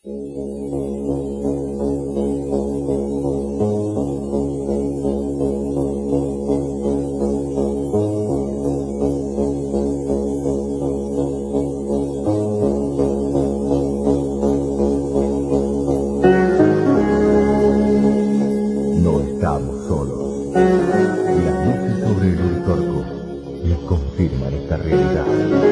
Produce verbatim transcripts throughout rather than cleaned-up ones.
No estamos solos. Las luces sobre el Uritorco nos confirman esta realidad.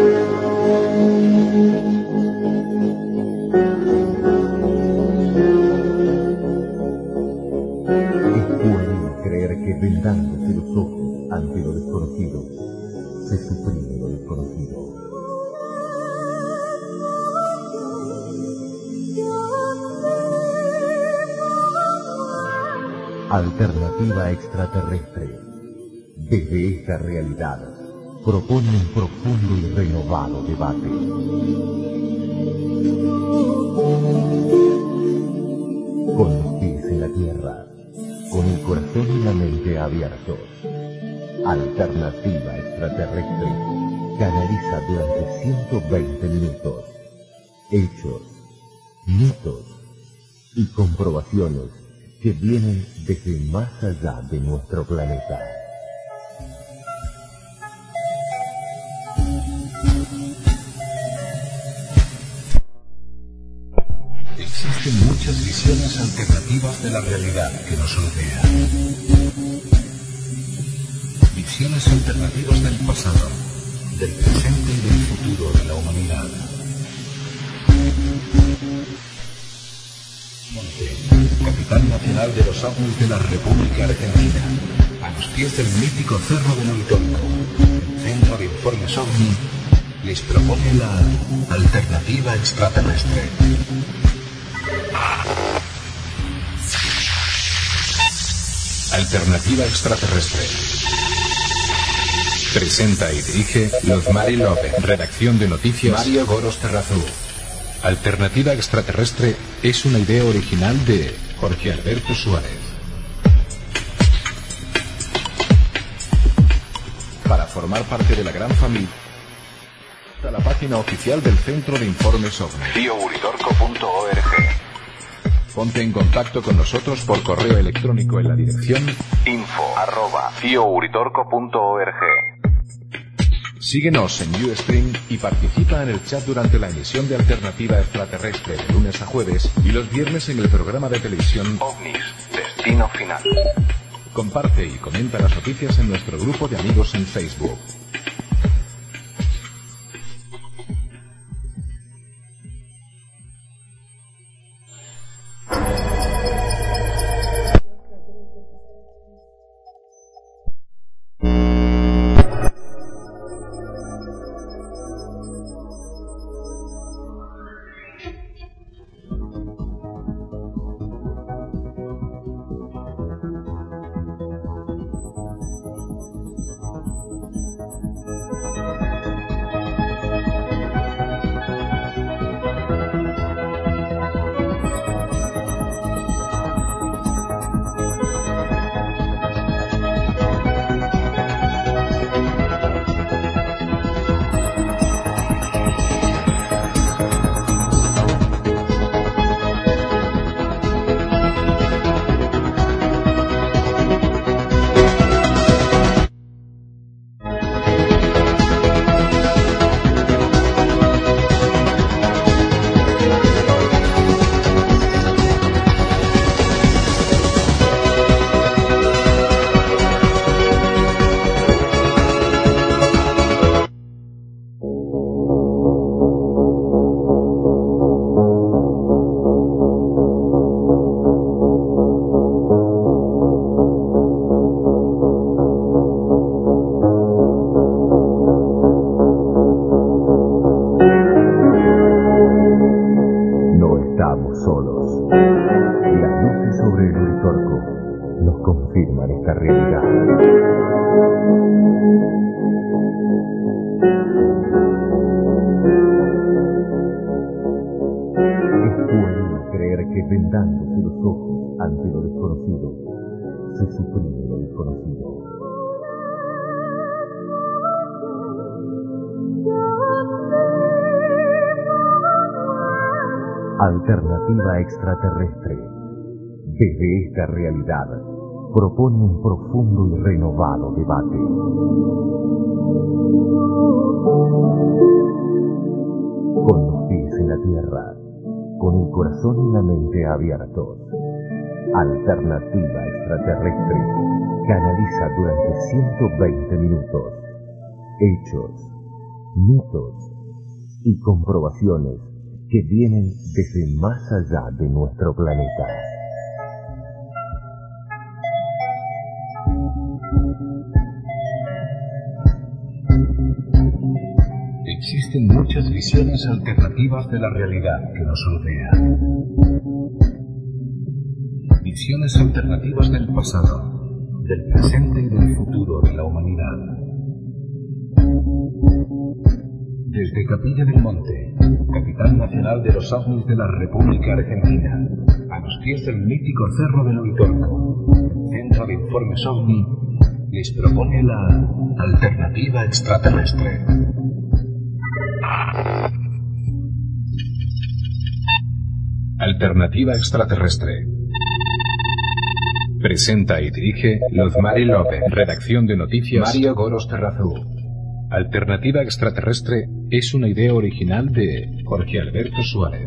Es pueril creer que vendándose los ojos ante lo desconocido, se suprime lo desconocido. Alternativa extraterrestre. Desde esta realidad, propone un profundo y renovado debate. Con los pies en la tierra, con el corazón y la mente abiertos, Alternativa extraterrestre canaliza durante ciento veinte minutos hechos, mitos y comprobaciones que vienen desde más allá de nuestro planeta. Existen muchas visiones alternativas de la realidad que nos rodea. Visiones alternativas del pasado, del presente y del futuro de la humanidad. Monte, capital nacional de los ovnis de la República Argentina, a los pies del mítico Cerro del Uritorco, el Centro de Informes OVNI les propone la alternativa extraterrestre. Alternativa extraterrestre. Presenta y dirige Lozmari López. Redacción de noticias Mario Goros Terrazú. Alternativa extraterrestre es una idea original de Jorge Alberto Suárez. Para formar parte de la gran familia, a la página oficial del Centro de Informes OVNI, fio uritorco punto org. Ponte en contacto con nosotros por correo electrónico en la dirección info arroba fio uritorco punto org. Síguenos en Ustream y participa en el chat durante la emisión de Alternativa Extraterrestre de lunes a jueves y los viernes en el programa de televisión OVNIS, Destino Final. Comparte y comenta las noticias en nuestro grupo de amigos en Facebook. confirman esta realidad. Es pueril creer que vendándose los ojos ante lo desconocido, se suprime lo desconocido. Alternativa extraterrestre. Desde esta realidad, propone un profundo y renovado debate. Con los pies en la tierra, con el corazón y la mente abiertos, Alternativa extraterrestre canaliza durante ciento veinte minutos hechos, mitos y comprobaciones que vienen desde más allá de nuestro planeta. Existen muchas visiones alternativas de la realidad que nos rodea. Visiones alternativas del pasado, del presente y del futuro de la humanidad. Desde Capilla del Monte, capital nacional de los ovnis de la República Argentina, a los pies del mítico Cerro del Uritorco, Centro de Informes OVNI les propone la Alternativa extraterrestre. Alternativa extraterrestre. Presenta y dirige Luzmari López. Redacción de noticias Mario Goros Terrazú. Alternativa extraterrestre es una idea original de Jorge Alberto Suárez.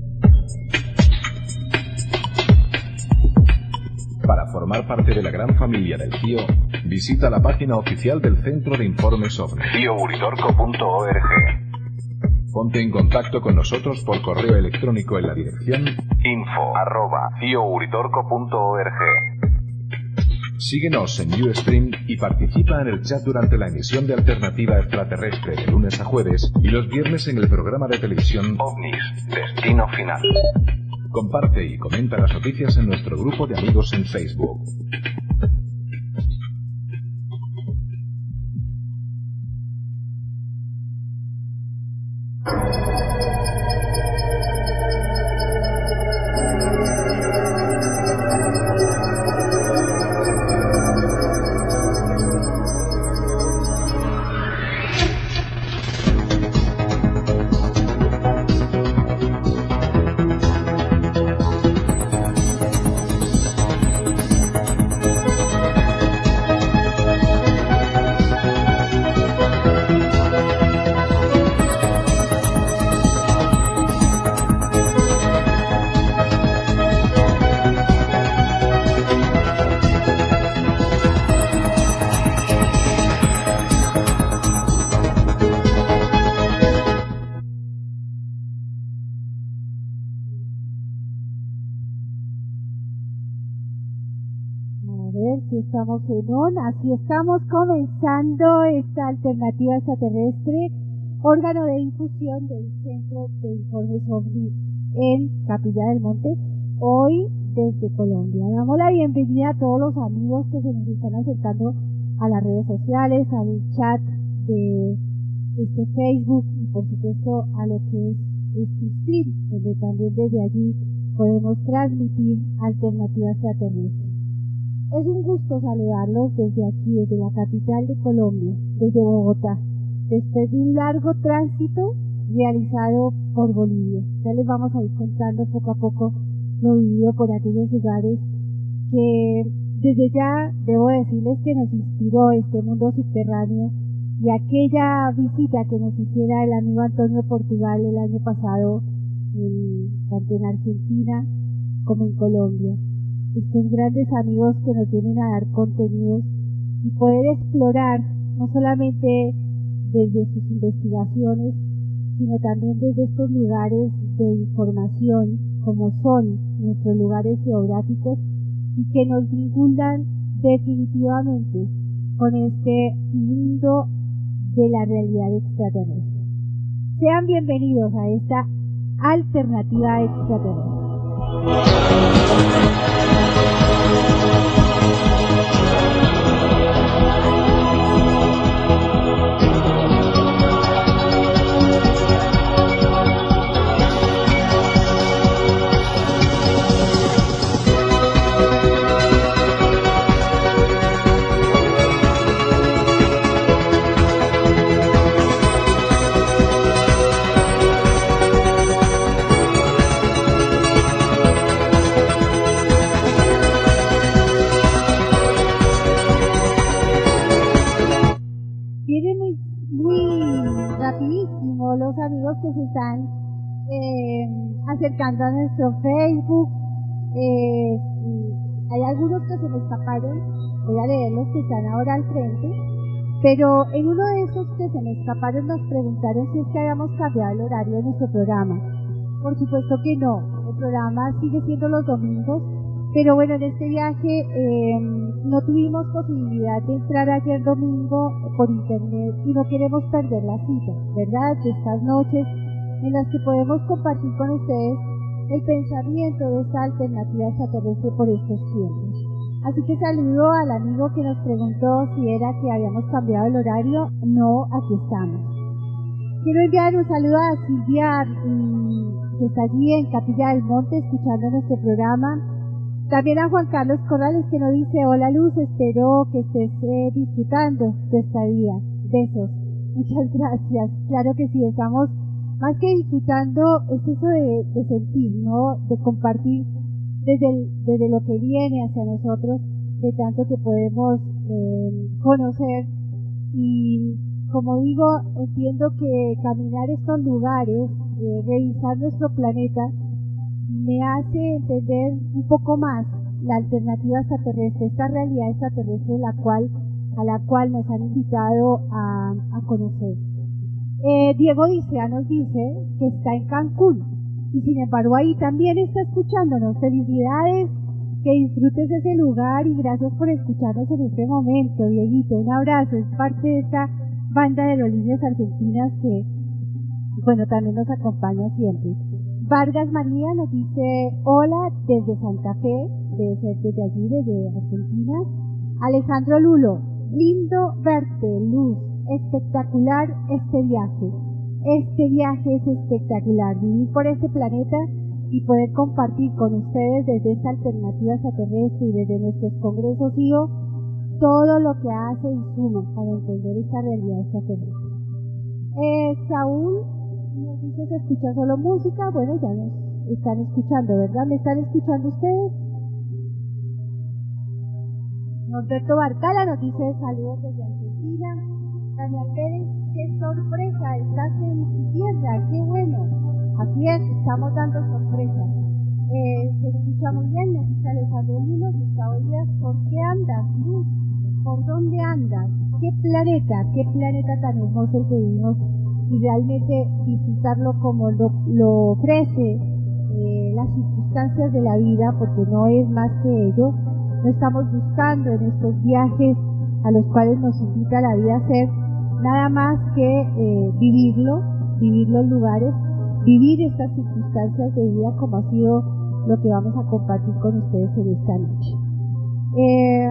Para formar parte de la gran familia del C I O, visita la página oficial del Centro de Informes OVNI, cio uritorco punto org. Ponte en contacto con nosotros por correo electrónico en la dirección info arroba cio uritorco punto org. Síguenos en Ustream y participa en el chat durante la emisión de Alternativa extraterrestre de lunes a jueves y los viernes en el programa de televisión OVNIS, Destino Final. Comparte y comenta las noticias en nuestro grupo de amigos en Facebook. Estamos en on, así estamos comenzando esta Alternativa extraterrestre, órgano de difusión del Centro de Informes OVNI en Capilla del Monte, hoy desde Colombia. Damos la bienvenida a todos los amigos que se nos están acercando a las redes sociales, al chat de este Facebook y por supuesto a lo que es este stream, donde también desde allí podemos transmitir Alternativa extraterrestre. Es un gusto saludarlos desde aquí, desde la capital de Colombia, desde Bogotá, después de un largo tránsito realizado por Bolivia. Ya les vamos a ir contando poco a poco lo vivido por aquellos lugares que desde ya debo decirles que nos inspiró este mundo subterráneo y aquella visita que nos hiciera el amigo Antonio Portugal el año pasado, en, tanto en Argentina como en Colombia. Estos grandes amigos que nos vienen a dar contenidos y poder explorar no solamente desde sus investigaciones, sino también desde estos lugares de información como son nuestros lugares geográficos y que nos vinculan definitivamente con este mundo de la realidad extraterrestre. Sean bienvenidos a esta Alternativa extraterrestre. que se están eh, acercando a nuestro Facebook. Eh, hay algunos que se me escaparon, voy a leer los que están ahora al frente, pero en uno de esos que se me escaparon nos preguntaron si es que habíamos cambiado el horario de nuestro programa. Por supuesto que no, el programa sigue siendo los domingos, pero bueno, en este viaje eh, no tuvimos posibilidad de entrar ayer domingo por internet y no queremos perder la cita, ¿verdad? De estas noches en las que podemos compartir con ustedes el pensamiento de esta alternativa extraterrestre por estos tiempos. Así que saludo al amigo que nos preguntó si era que habíamos cambiado el horario. No, aquí estamos. Quiero enviar un saludo a Silvia, mmm, que está allí en Capilla del Monte escuchando nuestro programa. También a Juan Carlos Corrales, que nos dice: hola Luz, espero que estés eh, disfrutando tu estadía. Besos. Muchas gracias. Claro que sí, estamos más que disfrutando, es eso de, de sentir, ¿no? De compartir desde, el, desde lo que viene hacia nosotros, de tanto que podemos eh, conocer. Y como digo, entiendo que caminar estos lugares, eh, revisar nuestro planeta, me hace entender un poco más la alternativa extraterrestre, esta realidad extraterrestre la cual, a la cual nos han invitado a, a conocer. Eh, Diego Dicea nos dice que está en Cancún y sin embargo ahí también está escuchándonos. Felicidades, que disfrutes ese lugar y gracias por escucharnos en este momento, Dieguito. Un abrazo, es parte de esta banda de aerolíneas argentinas que, bueno, también nos acompaña siempre. Vargas María nos dice: hola desde Santa Fe, debe ser desde allí, desde Argentina. Alejandro Lulo: lindo verte, Luz, espectacular este viaje. Este viaje es espectacular, vivir por este planeta y poder compartir con ustedes desde esta alternativa extraterrestre y desde nuestros congresos I O todo lo que hace y suma para entender esta realidad extraterrestre. Eh, Saúl nos dice: se escucha solo música. Bueno, ya nos están escuchando, ¿verdad? ¿Me están escuchando ustedes? Norberto Barcala nos dice: saludos desde Argentina. Tania Pérez: qué sorpresa, estás en tu tierra, qué bueno. Así es, estamos dando sorpresas. Eh, se escucha muy bien, nos dice Alejandro Lulo. Gustavo Díaz: ¿por qué andas, Luz? ¿Por dónde andas? ¿Qué planeta? ¿Qué planeta tan hermoso el que vivimos? Y realmente disfrutarlo como lo, lo ofrece eh, las circunstancias de la vida, porque no es más que ello. No estamos buscando en estos viajes a los cuales nos invita la vida a hacer nada más que eh, vivirlo, vivir los lugares, vivir estas circunstancias de vida como ha sido lo que vamos a compartir con ustedes en esta noche. Eh,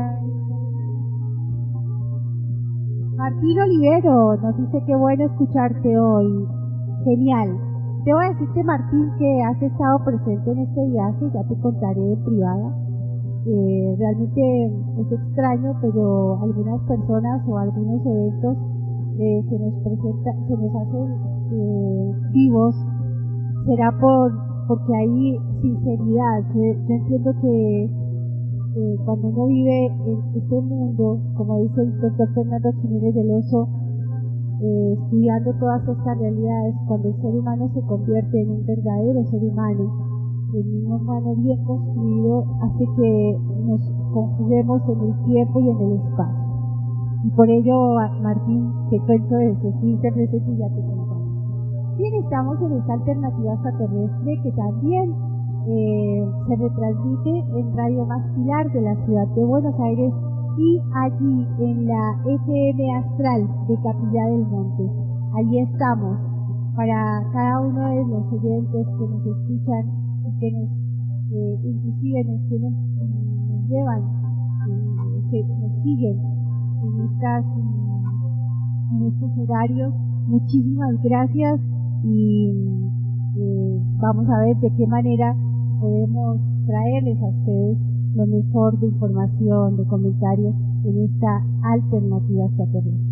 Martín Olivero nos dice: qué bueno escucharte hoy, genial. Debo decirte, Martín, que has estado presente en este viaje, ya te contaré en privada. Eh, realmente es extraño, pero algunas personas o algunos eventos eh, se nos presenta, se nos hacen eh, vivos. Será por porque hay sinceridad. Yo, yo entiendo que eh, cuando uno vive en este mundo, como dice el doctor Fernando Jiménez del Oso, eh, estudiando todas estas realidades, cuando el ser humano se convierte en un verdadero ser humano, en un humano bien construido, hace que nos conjuguemos en el tiempo y en el espacio. Y por ello, Martín, te cuento eso, estuviste presente y ya te contaré. Bien, estamos en esta alternativa extraterrestre que también eh, se retransmite en Radio Más Pilar de la ciudad de Buenos Aires y allí en la F M Astral de Capilla del Monte. Allí estamos para cada uno de los oyentes que nos escuchan y que nos, eh, inclusive nos tienen, nos llevan, eh, se, nos siguen en estas, en estos horarios. Muchísimas gracias y eh, vamos a ver de qué manera podemos traerles a ustedes lo mejor de información, de comentarios en esta alternativa extraterrestre.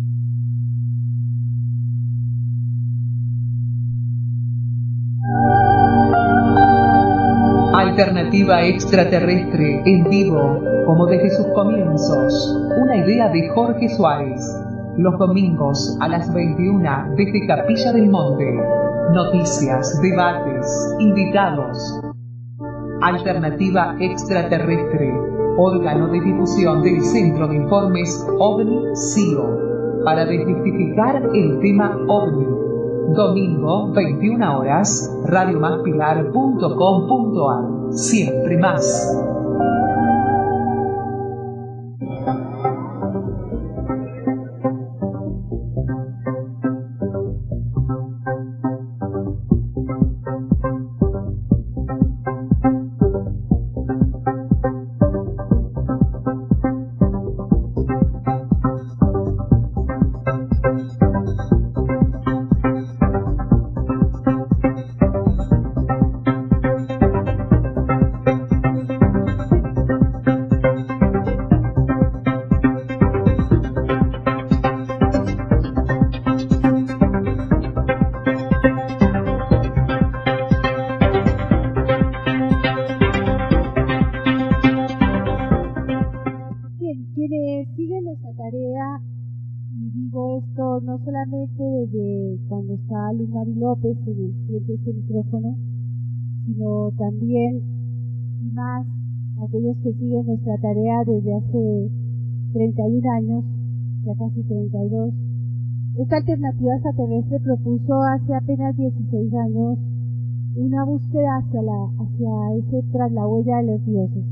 Alternativa extraterrestre en vivo, como desde sus comienzos. Una idea de Jorge Suárez. Los domingos a las veintiuna desde Capilla del Monte. Noticias, debates, invitados. Alternativa Extraterrestre, órgano de difusión del Centro de Informes OVNI-CIO, para desmitificar el tema OVNI. Domingo, veintiuna horas, radio más pilar punto com punto ar. Siempre más. López en el frente de este micrófono, sino también y más aquellos que siguen nuestra tarea desde hace treinta y un años, ya casi treinta y dos. Esta alternativa extraterrestre propuso hace apenas dieciséis años una búsqueda hacia, la, hacia ese tras la huella de los dioses.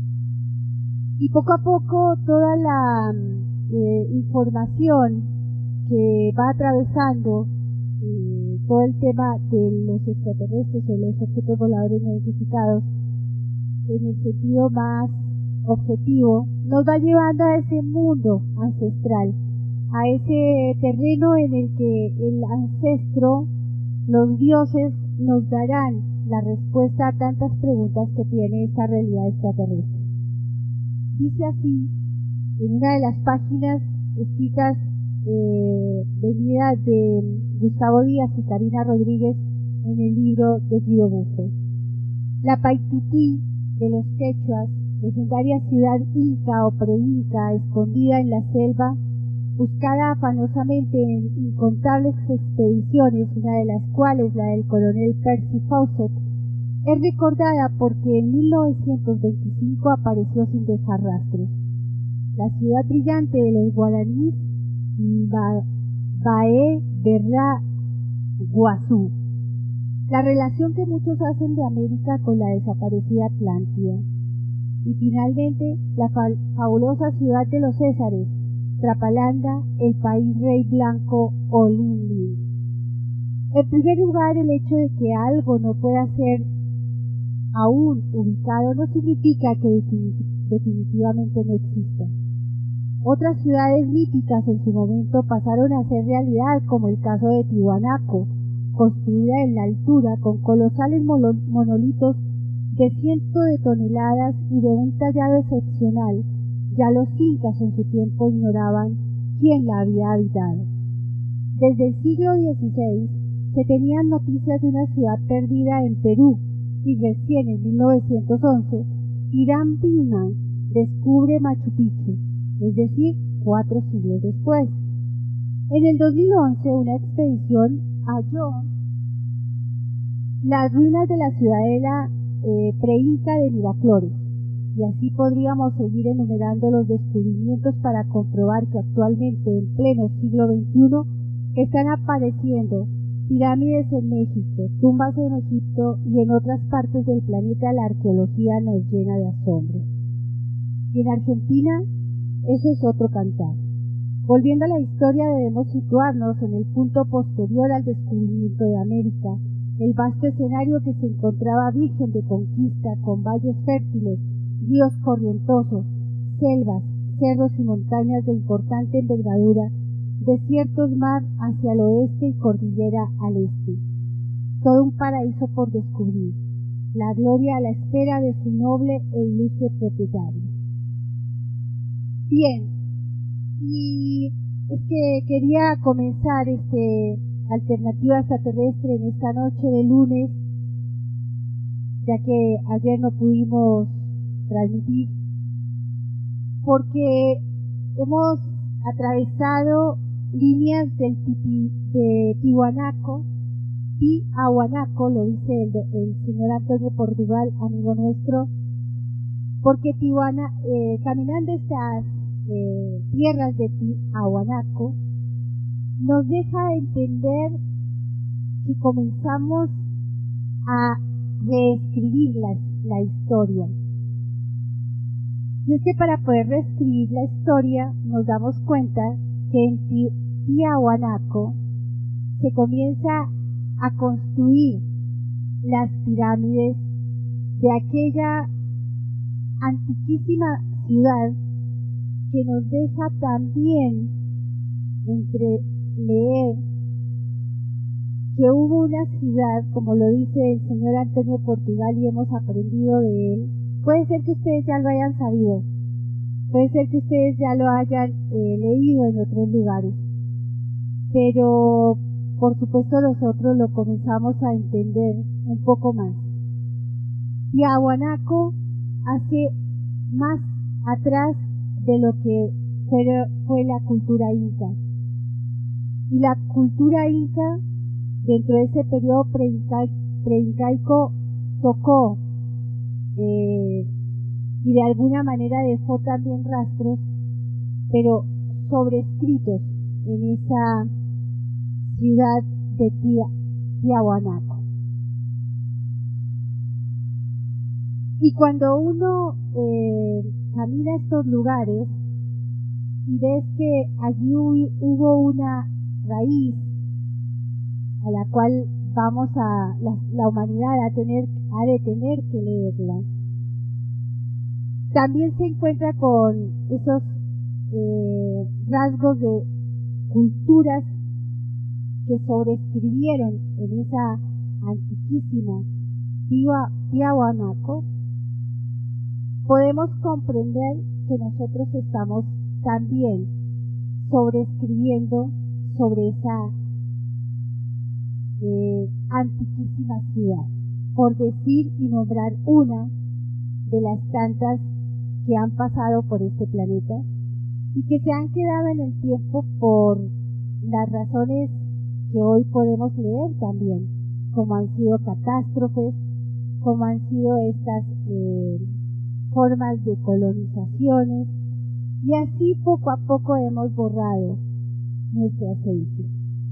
Y poco a poco toda la eh, información que va atravesando todo el tema de los extraterrestres o los objetos voladores no identificados en el sentido más objetivo, nos va llevando a ese mundo ancestral, a ese terreno en el que el ancestro, los dioses, nos darán la respuesta a tantas preguntas que tiene esta realidad extraterrestre. Dice así, en una de las páginas escritas Eh, venida de Gustavo Díaz y Karina Rodríguez en el libro de Guido Buffo. La Paitití de los quechuas, legendaria ciudad inca o pre-inca escondida en la selva, buscada afanosamente en incontables expediciones, una de las cuales la del coronel Percy Fawcett, es recordada porque en mil novecientos veinticinco apareció sin dejar rastros. La ciudad brillante de los guaraníes, Bae Berra Guazú. La relación que muchos hacen de América con la desaparecida Atlántida. Y finalmente, la fa fabulosa ciudad de los Césares, Trapalanda, el país rey blanco Olinli. En primer lugar, el hecho de que algo no pueda ser aún ubicado no significa que definitivamente no exista. Otras ciudades míticas en su momento pasaron a ser realidad, como el caso de Tiwanaku, construida en la altura con colosales monolitos de cientos de toneladas y de un tallado excepcional. Ya los incas en su tiempo ignoraban quién la había habitado. Desde el siglo dieciséis se tenían noticias de una ciudad perdida en Perú, y recién en mil novecientos once Irán Bingman descubre Machu Picchu, es decir, cuatro siglos después. En el dos mil once, una expedición halló las ruinas de la ciudadela eh, pre-inca de Miraflores, y así podríamos seguir enumerando los descubrimientos para comprobar que actualmente, en pleno siglo veintiuno, están apareciendo pirámides en México, tumbas en Egipto y en otras partes del planeta. La arqueología nos llena de asombro. Y en Argentina, eso es otro cantar. Volviendo a la historia, debemos situarnos en el punto posterior al descubrimiento de América, el vasto escenario que se encontraba virgen de conquista, con valles fértiles, ríos corrientosos, selvas, cerros y montañas de importante envergadura, desiertos mar hacia el oeste y cordillera al este. Todo un paraíso por descubrir, la gloria a la espera de su noble e ilustre propietario. Bien, y es que quería comenzar este alternativa extraterrestre en esta noche de lunes, ya que ayer no pudimos transmitir, porque hemos atravesado líneas del tipi, de Tiwanaku Tiahuanaco, lo dice el, el señor Antonio Portugal, amigo nuestro, porque Tijuana, eh, caminando estas eh, tierras de Tiahuanaco, nos deja entender que comenzamos a reescribir la, la historia. Y es que para poder reescribir la historia nos damos cuenta que en Tiahuanaco se comienza a construir las pirámides de aquella antiquísima ciudad que nos deja también entre leer que hubo una ciudad, como lo dice el señor Antonio Portugal y hemos aprendido de él. Puede ser que ustedes ya lo hayan sabido, puede ser que ustedes ya lo hayan eh, leído en otros lugares, pero por supuesto nosotros lo comenzamos a entender un poco más. Tiahuanaco hace más atrás de lo que fue, fue la cultura inca. Y la cultura inca, dentro de ese periodo preincaico, tocó eh, y de alguna manera dejó también rastros, pero sobrescritos en esa ciudad de Tiahuanaco. Y cuando uno eh, camina a estos lugares y ves que allí hubo una raíz a la cual vamos a la, la humanidad a tener a de tener que leerla, también se encuentra con esos eh, rasgos de culturas que sobrescribieron en esa antiquísima Tiahuanaco. Podemos comprender que nosotros estamos también sobreescribiendo sobre esa eh, antiquísima ciudad, por decir y nombrar una de las tantas que han pasado por este planeta y que se han quedado en el tiempo por las razones que hoy podemos leer también, como han sido catástrofes, como han sido estas eh, formas de colonizaciones, y así poco a poco hemos borrado nuestra esencia.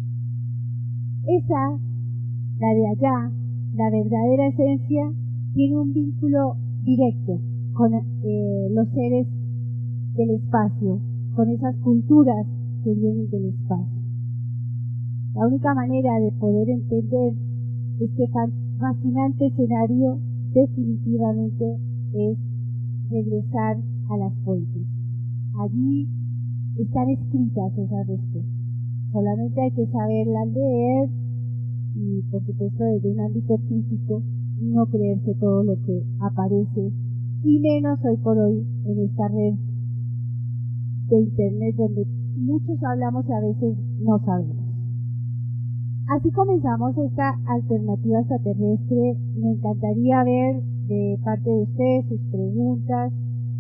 Esa, la de allá, la verdadera esencia, tiene un vínculo directo con eh, los seres del espacio, con esas culturas que vienen del espacio. La única manera de poder entender este fascinante escenario definitivamente es regresar a las fuentes. Allí están escritas esas respuestas. Solamente hay que saberlas leer y, por supuesto, desde un ámbito crítico, no creerse todo lo que aparece, y menos hoy por hoy en esta red de internet donde muchos hablamos y a veces no sabemos. Así comenzamos esta alternativa extraterrestre. Me encantaría ver de parte de ustedes sus preguntas,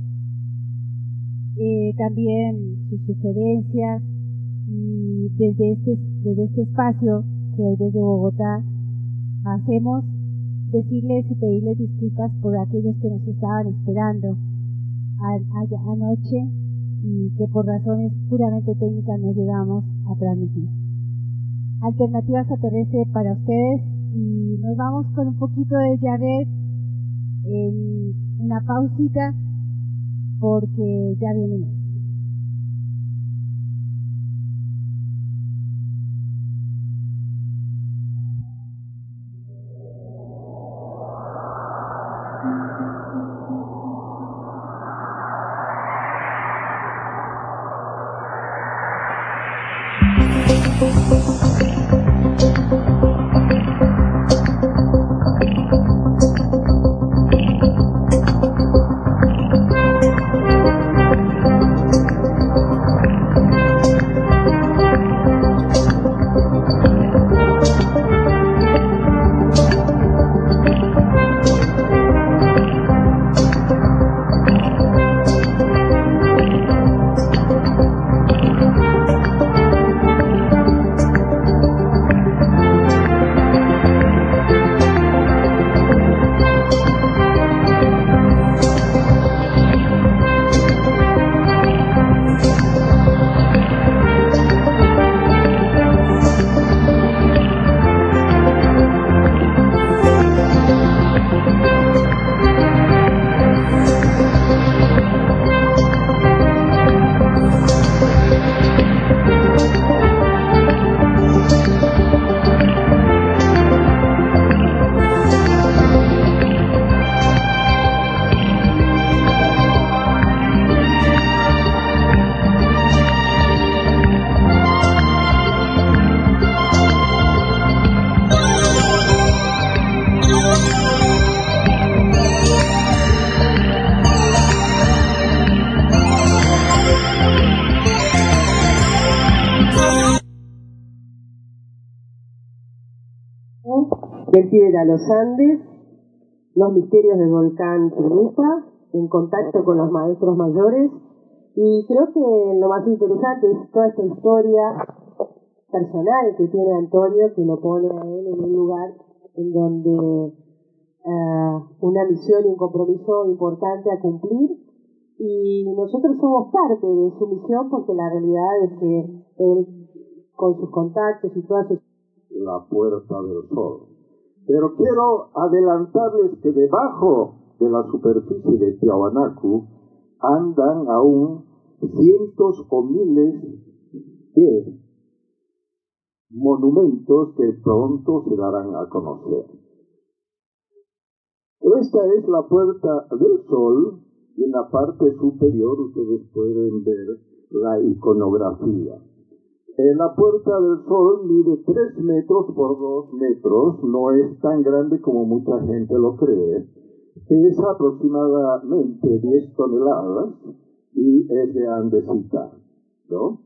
eh, también sus sugerencias, y desde este, desde este espacio que hoy desde Bogotá hacemos, decirles y pedirles disculpas por aquellos que nos estaban esperando a, a, anoche y que por razones puramente técnicas no llegamos a transmitir. Alternativa extraterrestre para ustedes, y nos vamos con un poquito de Jared en una pausita porque ya viene más. del Tíbet a los Andes, los misterios del volcán Turupa, en contacto con los maestros mayores, y creo que lo más interesante es toda esta historia personal que tiene Antonio, que lo pone a él en un lugar en donde uh, una misión y un compromiso importante a cumplir, y nosotros somos parte de su misión, porque la realidad es que él, con sus contactos y todas sus... La Puerta del Sol. Pero quiero adelantarles que debajo de la superficie de Tiahuanacu andan aún cientos o miles de monumentos que pronto se darán a conocer. Esta es la Puerta del Sol, y en la parte superior ustedes pueden ver la iconografía. En la Puerta del Sol mide tres metros por dos metros, no es tan grande como mucha gente lo cree, pesa aproximadamente diez toneladas y es de andesita, ¿no?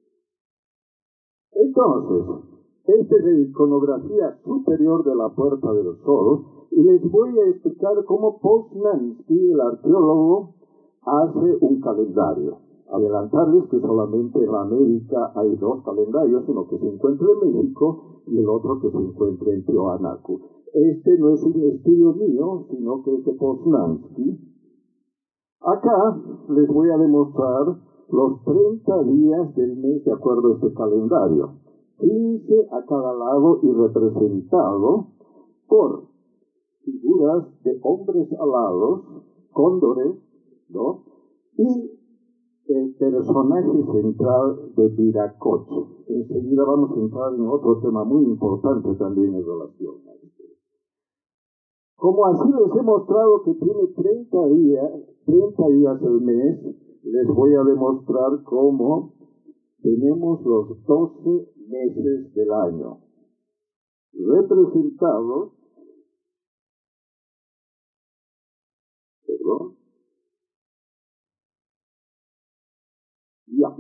Entonces, esta es la iconografía superior de la Puerta del Sol, y les voy a explicar cómo Poznański, el arqueólogo, hace un calendario. Adelantarles que solamente en América hay dos calendarios, uno que se encuentra en México y el otro que se encuentra en Tiahuanacu. Este no es un estudio mío, sino que es de Poznański. Acá les voy a demostrar los treinta días del mes de acuerdo a este calendario, quince a cada lado y representado por figuras de hombres alados, cóndores, ¿no? Y el personaje central de Viracocha. Enseguida vamos a entrar en otro tema muy importante también en relación a esto. Como así les he mostrado que tiene treinta días, treinta días el mes, les voy a demostrar cómo tenemos los doce meses del año, representados, perdón, ya,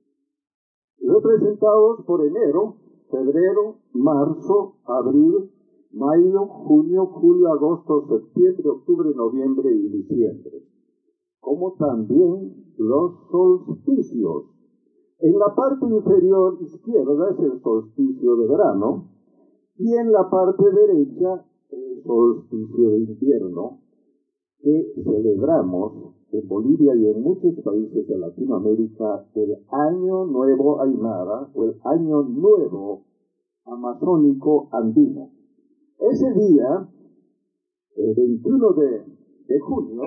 representados por enero, febrero, marzo, abril, mayo, junio, julio, agosto, septiembre, octubre, noviembre y diciembre, como también los solsticios. En la parte inferior izquierda es el solsticio de verano y en la parte derecha el solsticio de invierno que celebramos en Bolivia y en muchos países de Latinoamérica el Año Nuevo Aymara o el Año Nuevo Amazónico Andino. Ese día, el veintiuno de junio,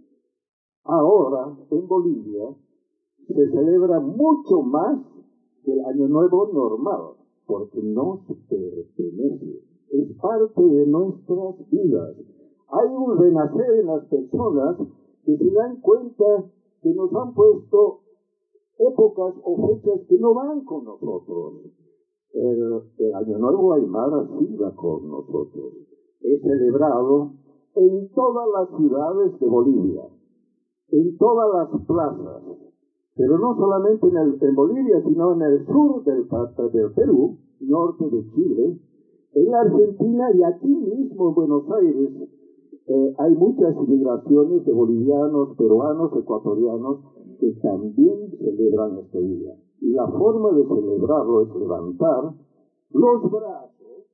ahora en Bolivia, se celebra mucho más que el Año Nuevo normal, porque nos pertenece, es parte de nuestras vidas. Hay un renacer en las personas que se dan cuenta que nos han puesto épocas o fechas que no van con nosotros. El, el Año Nuevo Aymara sí va con nosotros. Es celebrado en todas las ciudades de Bolivia, en todas las plazas, pero no solamente en, el, en Bolivia, sino en el sur del, del Perú, norte de Chile, en la Argentina y aquí mismo en Buenos Aires. Eh, hay muchas inmigraciones de bolivianos, peruanos, ecuatorianos que también celebran este día. Y la forma de celebrarlo es levantar los brazos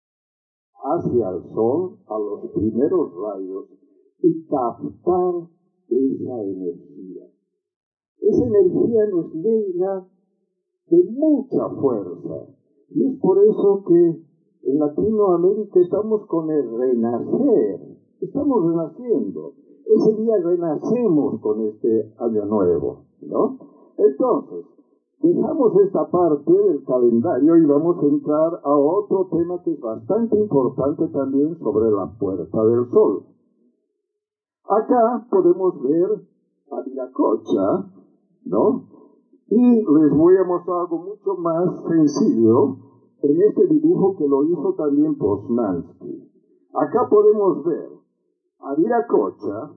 hacia el sol, a los primeros rayos, y captar esa energía. Esa energía nos llega de mucha fuerza. Y es por eso que en Latinoamérica estamos con el renacer. Estamos renaciendo. Ese día renacemos con este año nuevo, ¿no? Entonces, dejamos esta parte del calendario y vamos a entrar a otro tema que es bastante importante también sobre la Puerta del Sol. Acá podemos ver a Viracocha, ¿no? Y les voy a mostrar algo mucho más sencillo en este dibujo que lo hizo también Poznański. Acá podemos ver a Viracocha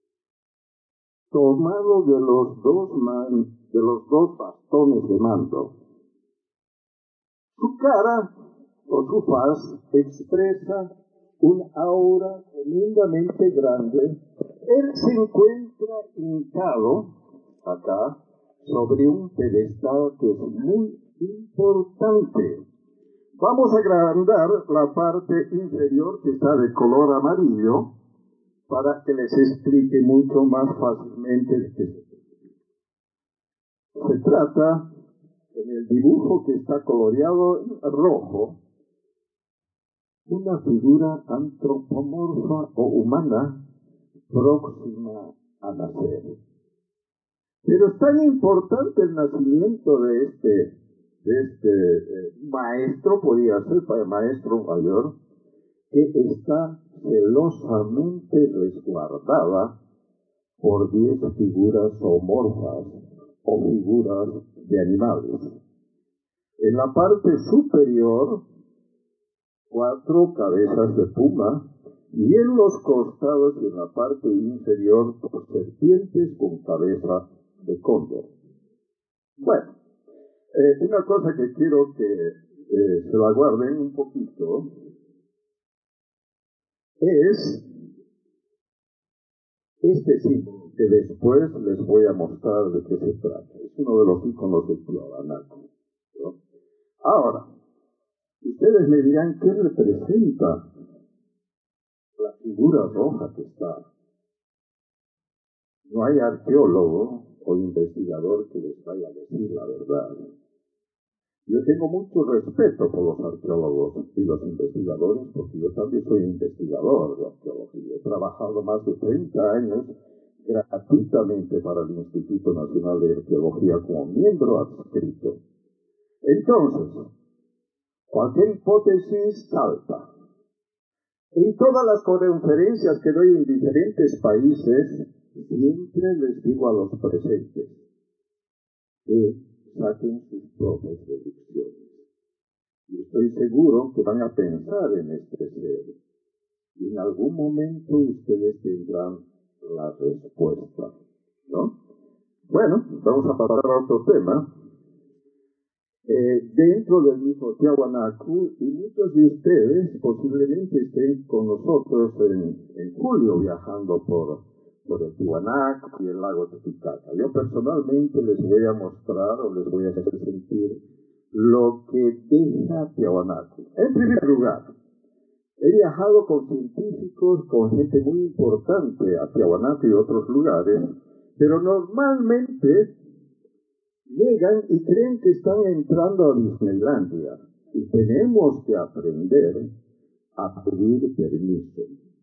tomado de los dos man, de los dos bastones de mando. Su cara o su faz expresa un aura tremendamente grande. Él se encuentra hincado acá sobre un pedestal que es muy importante. Vamos a agrandar la parte inferior que está de color amarillo para que les explique mucho más fácilmente de qué se trata. Se trata, en el dibujo que está coloreado en rojo, una figura antropomorfa o humana próxima a nacer. Pero es tan importante el nacimiento de este, de este eh, maestro, podía ser para el maestro mayor, que está celosamente resguardada por diez figuras zoomorfas o figuras de animales. En la parte superior, cuatro cabezas de puma, y en los costados y en la parte inferior, serpientes con cabeza de cóndor. Bueno, eh, una cosa que quiero que eh, se la guarden un poquito es este símbolo que después les voy a mostrar de qué se trata. Es uno de los íconos de Tiwanaku, ¿no? Ahora, ustedes me dirán qué representa la figura roja que está. No hay arqueólogo o investigador que les vaya a decir la verdad. Yo tengo mucho respeto por los arqueólogos y los investigadores, porque yo también soy investigador de arqueología. He trabajado más de treinta años gratuitamente para el Instituto Nacional de Arqueología como miembro adscrito. Entonces, cualquier hipótesis salta. En todas las conferencias que doy en diferentes países, siempre les digo a los presentes que saquen sus propias deducciones. Y estoy seguro que van a pensar en este ser. Y en algún momento ustedes tendrán la respuesta, ¿no? Bueno, vamos a pasar a otro tema. Eh, dentro del mismo Tiwanaku, y muchos de ustedes posiblemente estén con nosotros en, en julio viajando por, por el Tiwanaku y el lago Titicaca. Yo personalmente les voy a mostrar o les voy a hacer sentir lo que deja Tiwanaku. En primer lugar, he viajado con científicos, con gente muy importante a Tiwanaku y otros lugares, pero normalmente llegan y creen que están entrando a Disneylandia y tenemos que aprender a pedir permiso.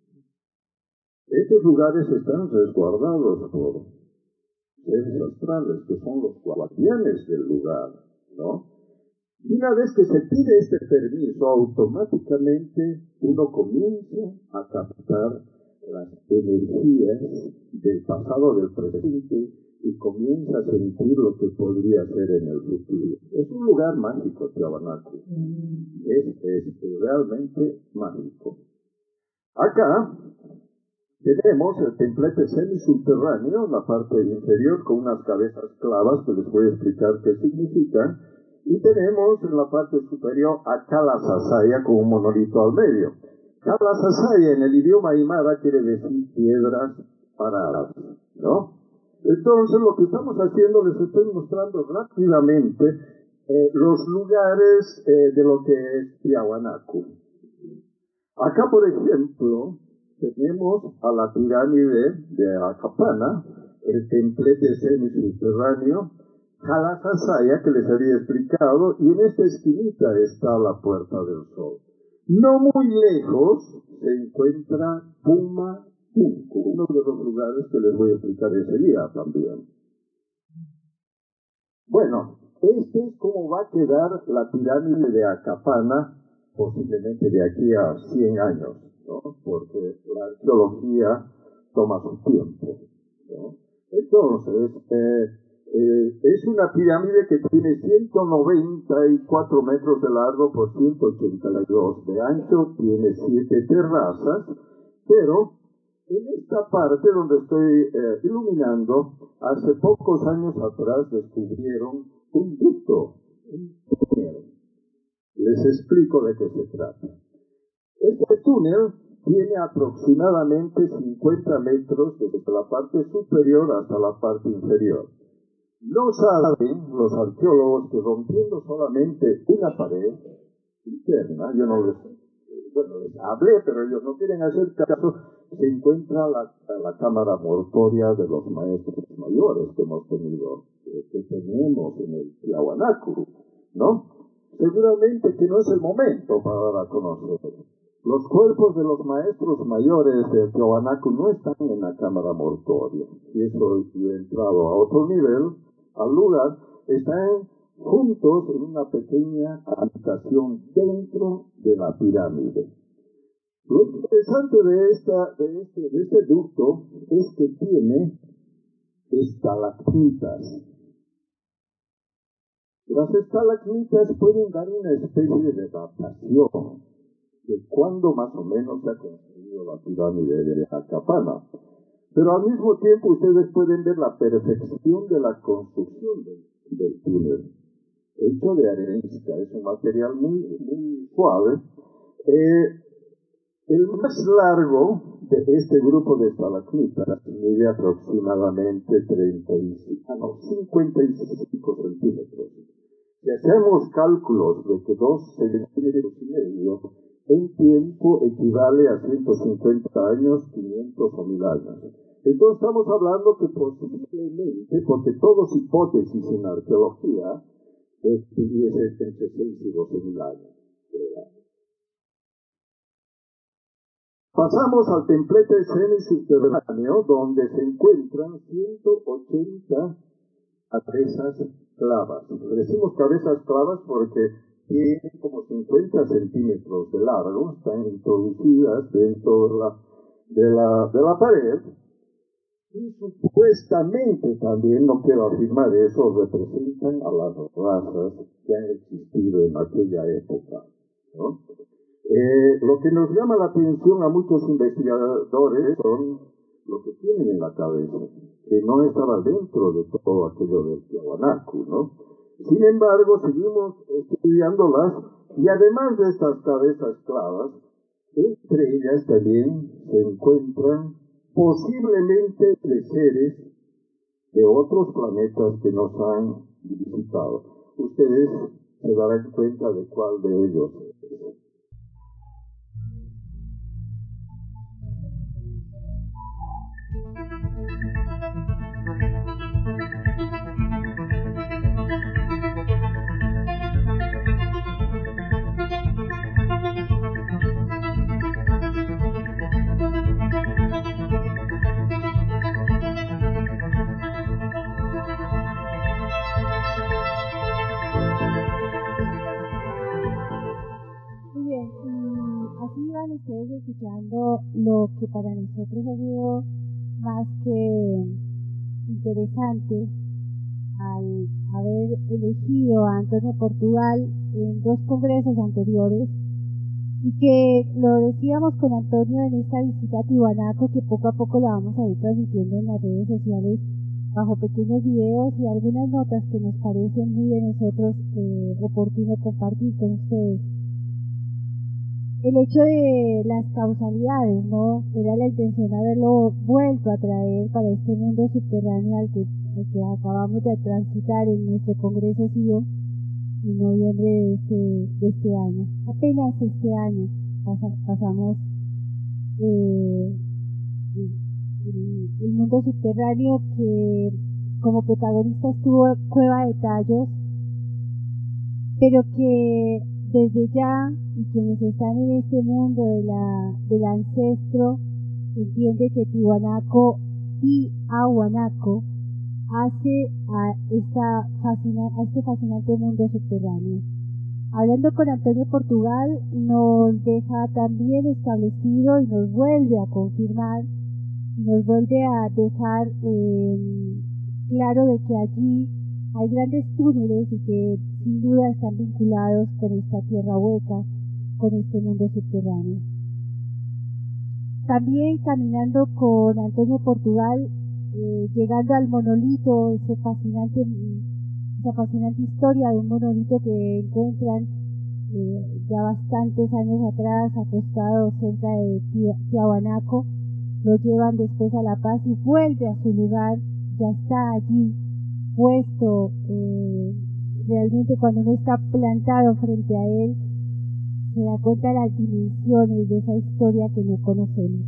Estos lugares están resguardados por seres astrales que son los guardianes del lugar, ¿no? Y una vez que se pide este permiso, automáticamente uno comienza a captar las energías del pasado, del presente, y comienza a sentir lo que podría ser en el futuro. Es un lugar mágico, Tiwanaku. Es, es realmente mágico. Acá tenemos el templete semisubterráneo, la parte inferior, con unas cabezas clavas que les voy a explicar qué significan. Y tenemos en la parte superior a Kala Sasaya con un monolito al medio. Kala Sasaya en el idioma aymara quiere decir piedras paradas, ¿no? Entonces, lo que estamos haciendo, les estoy mostrando rápidamente eh, los lugares eh, de lo que es Tiwanaku. Acá, por ejemplo, tenemos a la pirámide de Acapana, el templete semisubterráneo, Kala Sasaya, que les había explicado, y en esta esquinita está la Puerta del Sol. No muy lejos se encuentra Puma Punku, uno de los lugares que les voy a explicar enseguida también. Bueno, este es cómo va a quedar la pirámide de Acapana, posiblemente de aquí a cien años, ¿no? Porque la arqueología toma su tiempo, ¿no? Entonces, eh, eh, es una pirámide que tiene ciento noventa y cuatro metros de largo por ciento ochenta y dos de ancho, tiene siete terrazas, pero en esta parte donde estoy eh, iluminando, hace pocos años atrás descubrieron un ducto, un túnel, Les explico de qué se trata. Este túnel tiene aproximadamente cincuenta metros desde la parte superior hasta la parte inferior. No saben los arqueólogos que rompiendo solamente una pared interna, yo no les, bueno, les hablé, pero ellos no quieren hacer caso, se encuentra la, la cámara mortuoria de los maestros mayores que hemos tenido, que tenemos en el Tiahuanacu, ¿no? Seguramente que no es el momento para dar a conocer. Los cuerpos de los maestros mayores del Tiahuanacu no están en la cámara mortuoria. Y eso yo he entrado a otro nivel, al lugar, están juntos en una pequeña habitación dentro de la pirámide. Lo interesante de, esta, de, este, de este ducto es que tiene estalagmitas. Las estalagmitas pueden dar una especie de datación de cuándo más o menos se ha construido la pirámide de Acapana. Pero al mismo tiempo ustedes pueden ver la perfección de la construcción del, del túnel, hecho de arenisca. Es un material muy, muy suave. Eh, el más largo de este grupo de estalagmitas mide aproximadamente treinta y cinco, no, cincuenta y cinco centímetros. Si hacemos cálculos de que dos centímetros y medio en tiempo equivale a ciento cincuenta años, quinientos o mil años. Entonces estamos hablando que posiblemente, porque todo es hipótesis en la arqueología, estuviese entre seis y doce mil años. Pasamos al templete semisubterráneo, donde se encuentran ciento ochenta cabezas clavas. Le decimos cabezas clavas porque tienen como cincuenta centímetros de largo, están introducidas dentro de la, de la, de la pared, y supuestamente también, no quiero afirmar eso, representan a las razas que han existido en aquella época, ¿no? Eh, lo que nos llama la atención a muchos investigadores son lo que tienen en la cabeza, que no estaba dentro de todo aquello del Tiahuanacu, ¿no? Sin embargo, seguimos estudiándolas, y además de estas cabezas clavas, entre ellas también se encuentran posiblemente de seres de otros planetas que nos han visitado. Ustedes se darán cuenta de cuál de ellos es. Muy bien, y así van ustedes escuchando lo que para nosotros ha sido más que interesante al haber elegido a Antonio Portugal en dos congresos anteriores, y que lo decíamos con Antonio en esta visita a Tiahuanaco, que poco a poco la vamos a ir transmitiendo en las redes sociales bajo pequeños videos y algunas notas que nos parecen muy de nosotros eh, oportuno compartir con ustedes. El hecho de las causalidades, ¿no? Era la intención de haberlo vuelto a traer para este mundo subterráneo al que, al que acabamos de transitar en nuestro Congreso C I O en noviembre de este, de este año. Apenas este año pasa, pasamos eh, el, el mundo subterráneo, que como protagonista estuvo Cueva de Tallos, pero que desde ya, y quienes están en este mundo de la, del ancestro, entiende que Tiahuanaco, Tiahuanaco, hace a, esta fascina, a este fascinante mundo subterráneo. Hablando con Antonio Portugal, nos deja también establecido y nos vuelve a confirmar, y nos vuelve a dejar eh, claro de que allí hay grandes túneles y que sin duda están vinculados con esta tierra hueca, con este mundo subterráneo. También caminando con Antonio Portugal, eh, llegando al monolito, ese fascinante, esa fascinante historia de un monolito que encuentran eh, ya bastantes años atrás, acostado cerca de Tiahuanaco, lo llevan después a La Paz y vuelve a su lugar, ya está allí puesto. Eh, realmente cuando uno está plantado frente a él, se da cuenta de las dimensiones de esa historia que no conocemos.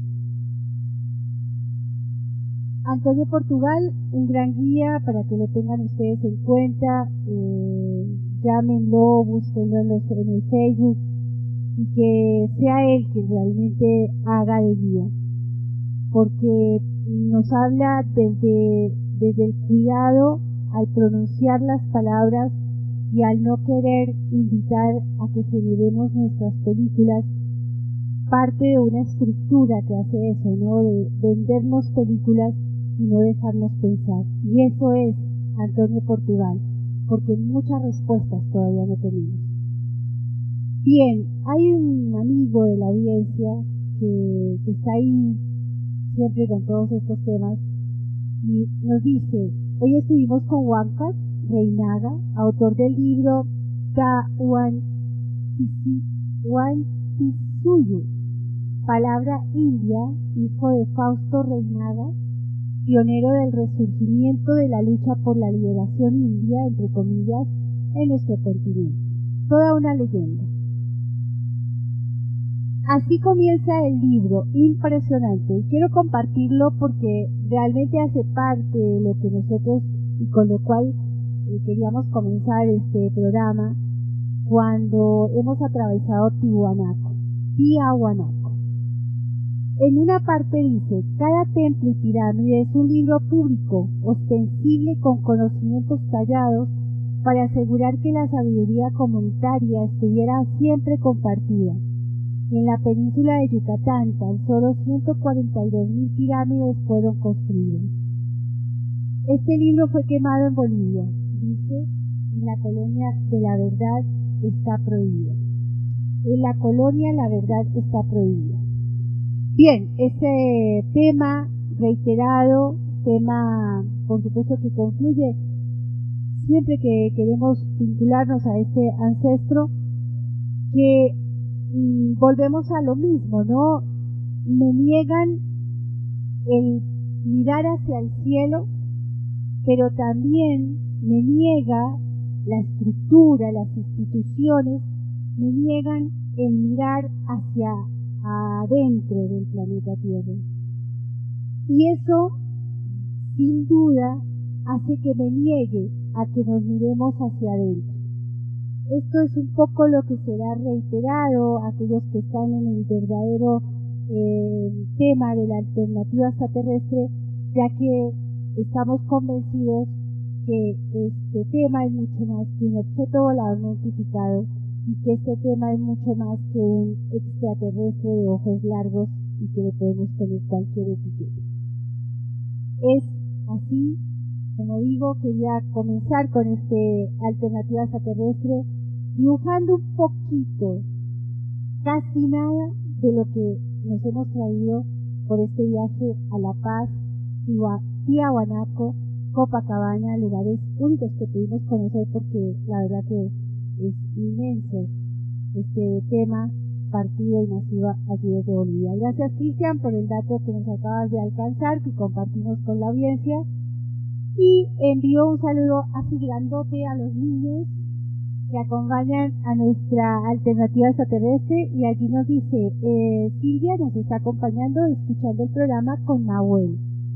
Antonio Portugal, un gran guía para que lo tengan ustedes en cuenta. Eh, llámenlo, búsquenlo en, los, en el Facebook y que sea él quien realmente haga de guía, porque nos habla desde, desde el cuidado al pronunciar las palabras y al no querer invitar a que generemos nuestras películas, parte de una estructura que hace eso, ¿no? De vendernos películas y no dejarnos pensar. Y eso es Antonio Portugal, porque muchas respuestas todavía no tenemos. Bien, hay un amigo de la audiencia que, que está ahí siempre con todos estos temas y nos dice: hoy estuvimos con Huáncar Reinaga, autor del libro Tahuantinsuyo, palabra india, hijo de Fausto Reinaga, pionero del resurgimiento de la lucha por la liberación india, entre comillas, en nuestro continente. Toda una leyenda. Así comienza el libro, impresionante, y quiero compartirlo porque realmente hace parte de lo que nosotros, y con lo cual eh, queríamos comenzar este programa, cuando hemos atravesado Tiahuanaco. Tiahuanaco. En una parte dice: cada templo y pirámide es un libro público, ostensible con conocimientos tallados, para asegurar que la sabiduría comunitaria estuviera siempre compartida. En la península de Yucatán, tan solo ciento cuarenta y dos mil pirámides fueron construidas. Este libro fue quemado en Bolivia. Dice: en la colonia de la verdad está prohibida. En la colonia la verdad está prohibida. Bien, ese tema reiterado, tema por supuesto que confluye siempre que queremos vincularnos a este ancestro, que mmm, volvemos a lo mismo, ¿no? Me niegan el mirar hacia el cielo, pero también me niega la estructura, las instituciones, me niegan el mirar hacia adentro del planeta Tierra. Y eso, sin duda, hace que me niegue a que nos miremos hacia adentro. Esto es un poco lo que será reiterado a aquellos que están en el verdadero eh, tema de la alternativa extraterrestre, ya que estamos convencidos que este tema es mucho más que un objeto volador no identificado y que este tema es mucho más que un extraterrestre de ojos largos y que le podemos poner cualquier etiqueta. Es así, como digo, quería comenzar con este alternativa extraterrestre dibujando un poquito, casi nada, de lo que nos hemos traído por este viaje a La Paz, Tiahuanaco, Copacabana, lugares únicos que pudimos conocer porque la verdad que es inmenso este tema, partido y nacido allí desde Bolivia. Gracias, Cristian, por el dato que nos acabas de alcanzar, que compartimos con la audiencia. Y envío un saludo así grandote a los niños que acompañan a nuestra alternativa extraterrestre, y allí nos dice, eh, Silvia nos está acompañando escuchando el programa con Nahuel.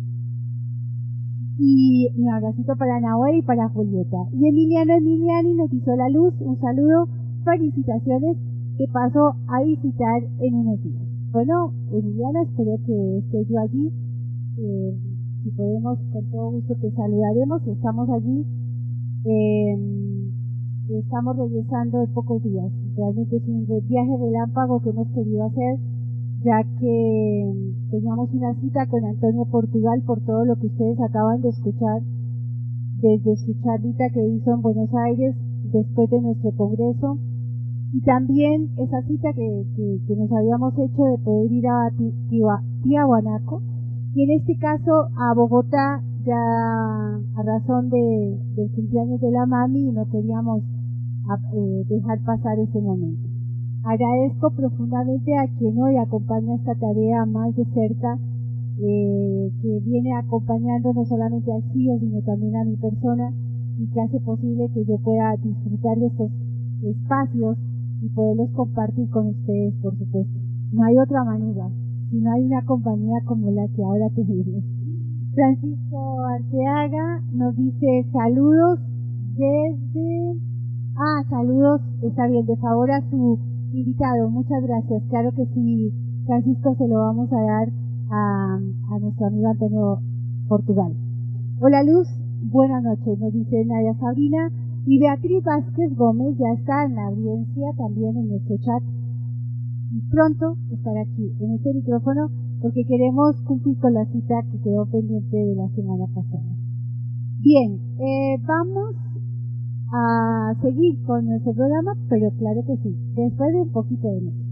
Y un abracito para Nahuel y para Julieta. Y Emiliano Emiliani nos hizo la luz, un saludo, felicitaciones, que paso a visitar en unos días. Bueno, Emiliano, espero que esté yo allí. Eh, si podemos, con todo gusto te saludaremos y estamos allí. Eh, estamos regresando en pocos días. Realmente es un viaje relámpago que hemos querido hacer, ya que teníamos una cita con Antonio Portugal por todo lo que ustedes acaban de escuchar desde su charlita que hizo en Buenos Aires después de nuestro congreso, y también esa cita que, que, que nos habíamos hecho de poder ir a Tiahuanaco, y en este caso a Bogotá, ya a razón de, del cumpleaños de la mami, y no queríamos a, eh, dejar pasar ese momento. Agradezco profundamente a quien hoy acompaña esta tarea más de cerca, eh, que viene acompañando no solamente al C I O, sino también a mi persona, y que hace posible que yo pueda disfrutar de estos espacios y poderlos compartir con ustedes, por supuesto. No hay otra manera, si no hay una compañía como la que ahora tenemos. Francisco Arteaga nos dice saludos desde... Ah, saludos, está bien, de favor a su invitado, muchas gracias. Claro que sí, Francisco, se lo vamos a dar a, a nuestro amigo Antonio Portugal. Hola Luz, buenas noches, nos dice Nadia Sabrina. Y Beatriz Vázquez Gómez ya está en la audiencia, también en nuestro chat, y pronto estará aquí en este micrófono porque queremos cumplir con la cita que quedó pendiente de la semana pasada. Bien, eh, vamos a seguir con nuestro programa, pero claro que sí, después de un poquito de música.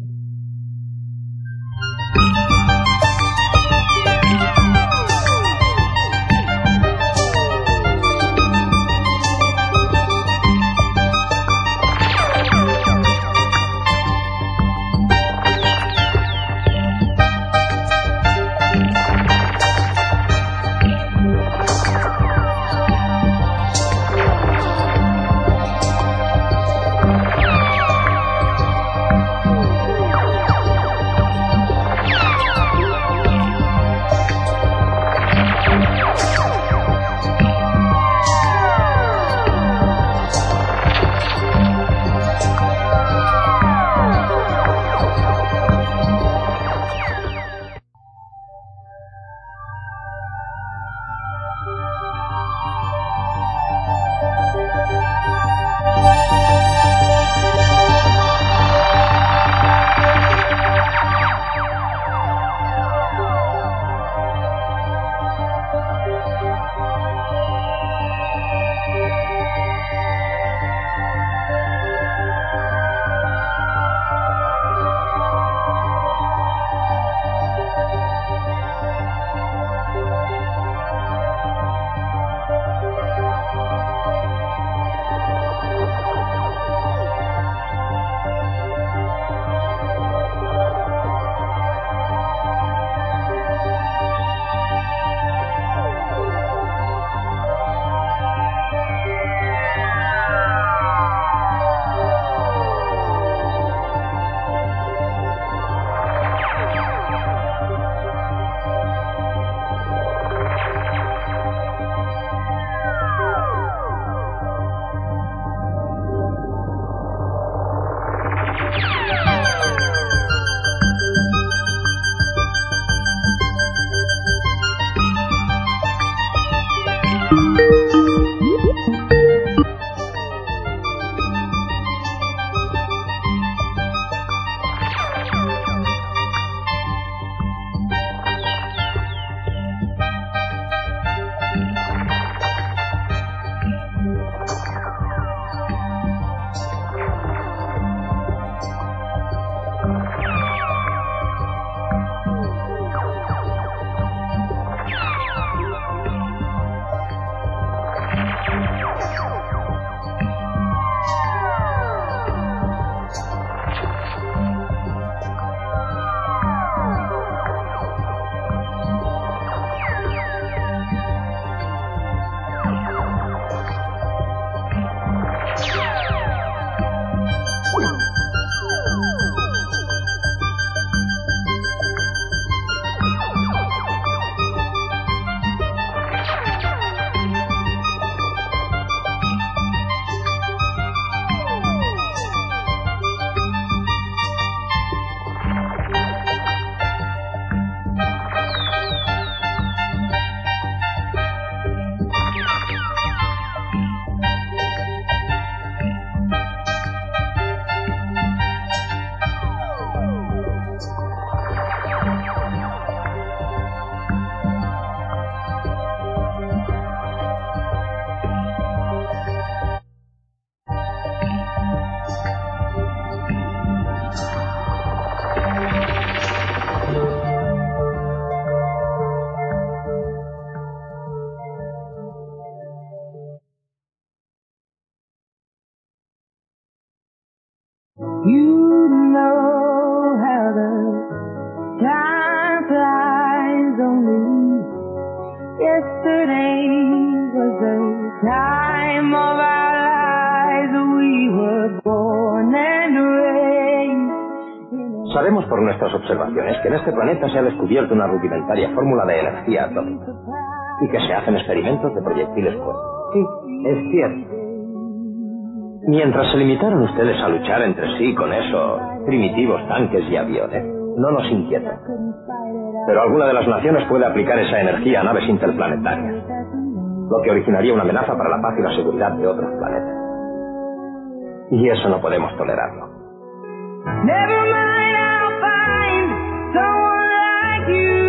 yesterday was the time of our lives. We were born and raised. Sabemos por nuestras observaciones que en este planeta se ha descubierto una rudimentaria fórmula de energía atómica y que se hacen experimentos de proyectiles fuertes. Sí, es cierto. Mientras se limitaron ustedes a luchar entre sí con esos primitivos tanques y aviones, no nos inquieta. Pero alguna de las naciones puede aplicar esa energía a naves interplanetarias, lo que originaría una amenaza para la paz y la seguridad de otros planetas. Y eso no podemos tolerarlo. Never mind, I'll find someone like you.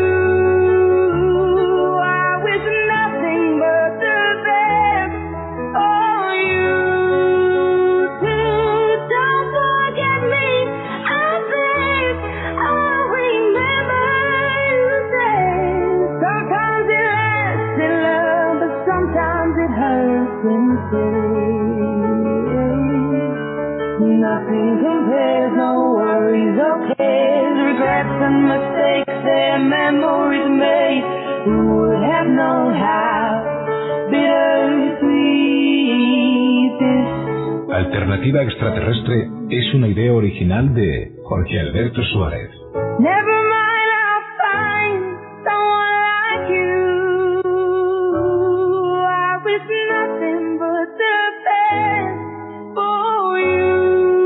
I wish nothing but the best for you too. Don't forget me, I beg. I'll remember you say. Sometimes it lasts in love, but sometimes it hurts instead. Nothing compares, no worries or cares, regrets and mistakes, their memories made. Who would have known how bittersweet this? Alternativa extraterrestre es una idea original de Jorge Alberto Suárez. Never mind, I'll find someone like you. I wish nothing but the best for you.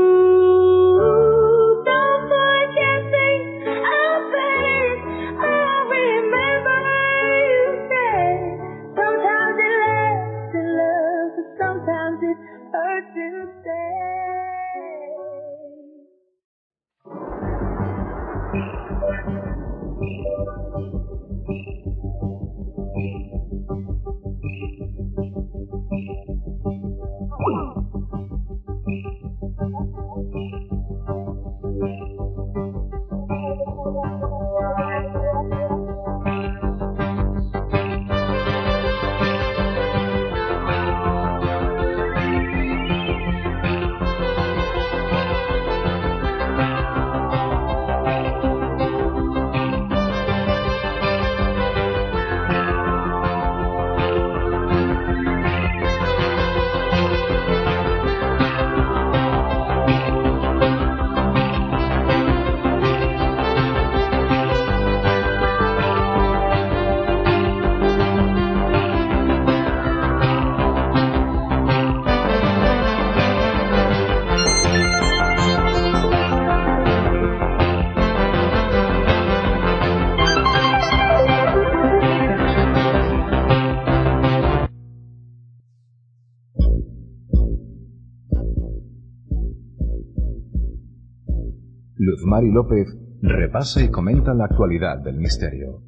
Luzmari López repasa y comenta la actualidad del misterio.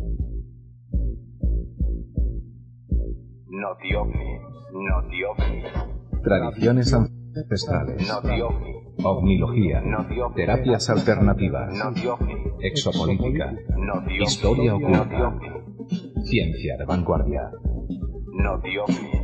Notiovni, Notiovni. Tradiciones ancestrales. Notiovni. Ovnilogía. Notiovni. Terapias alternativas. Notiovni. Exopolítica. Notiovni. Historia oculta. Notiovni. Ciencia de vanguardia. Notiovni.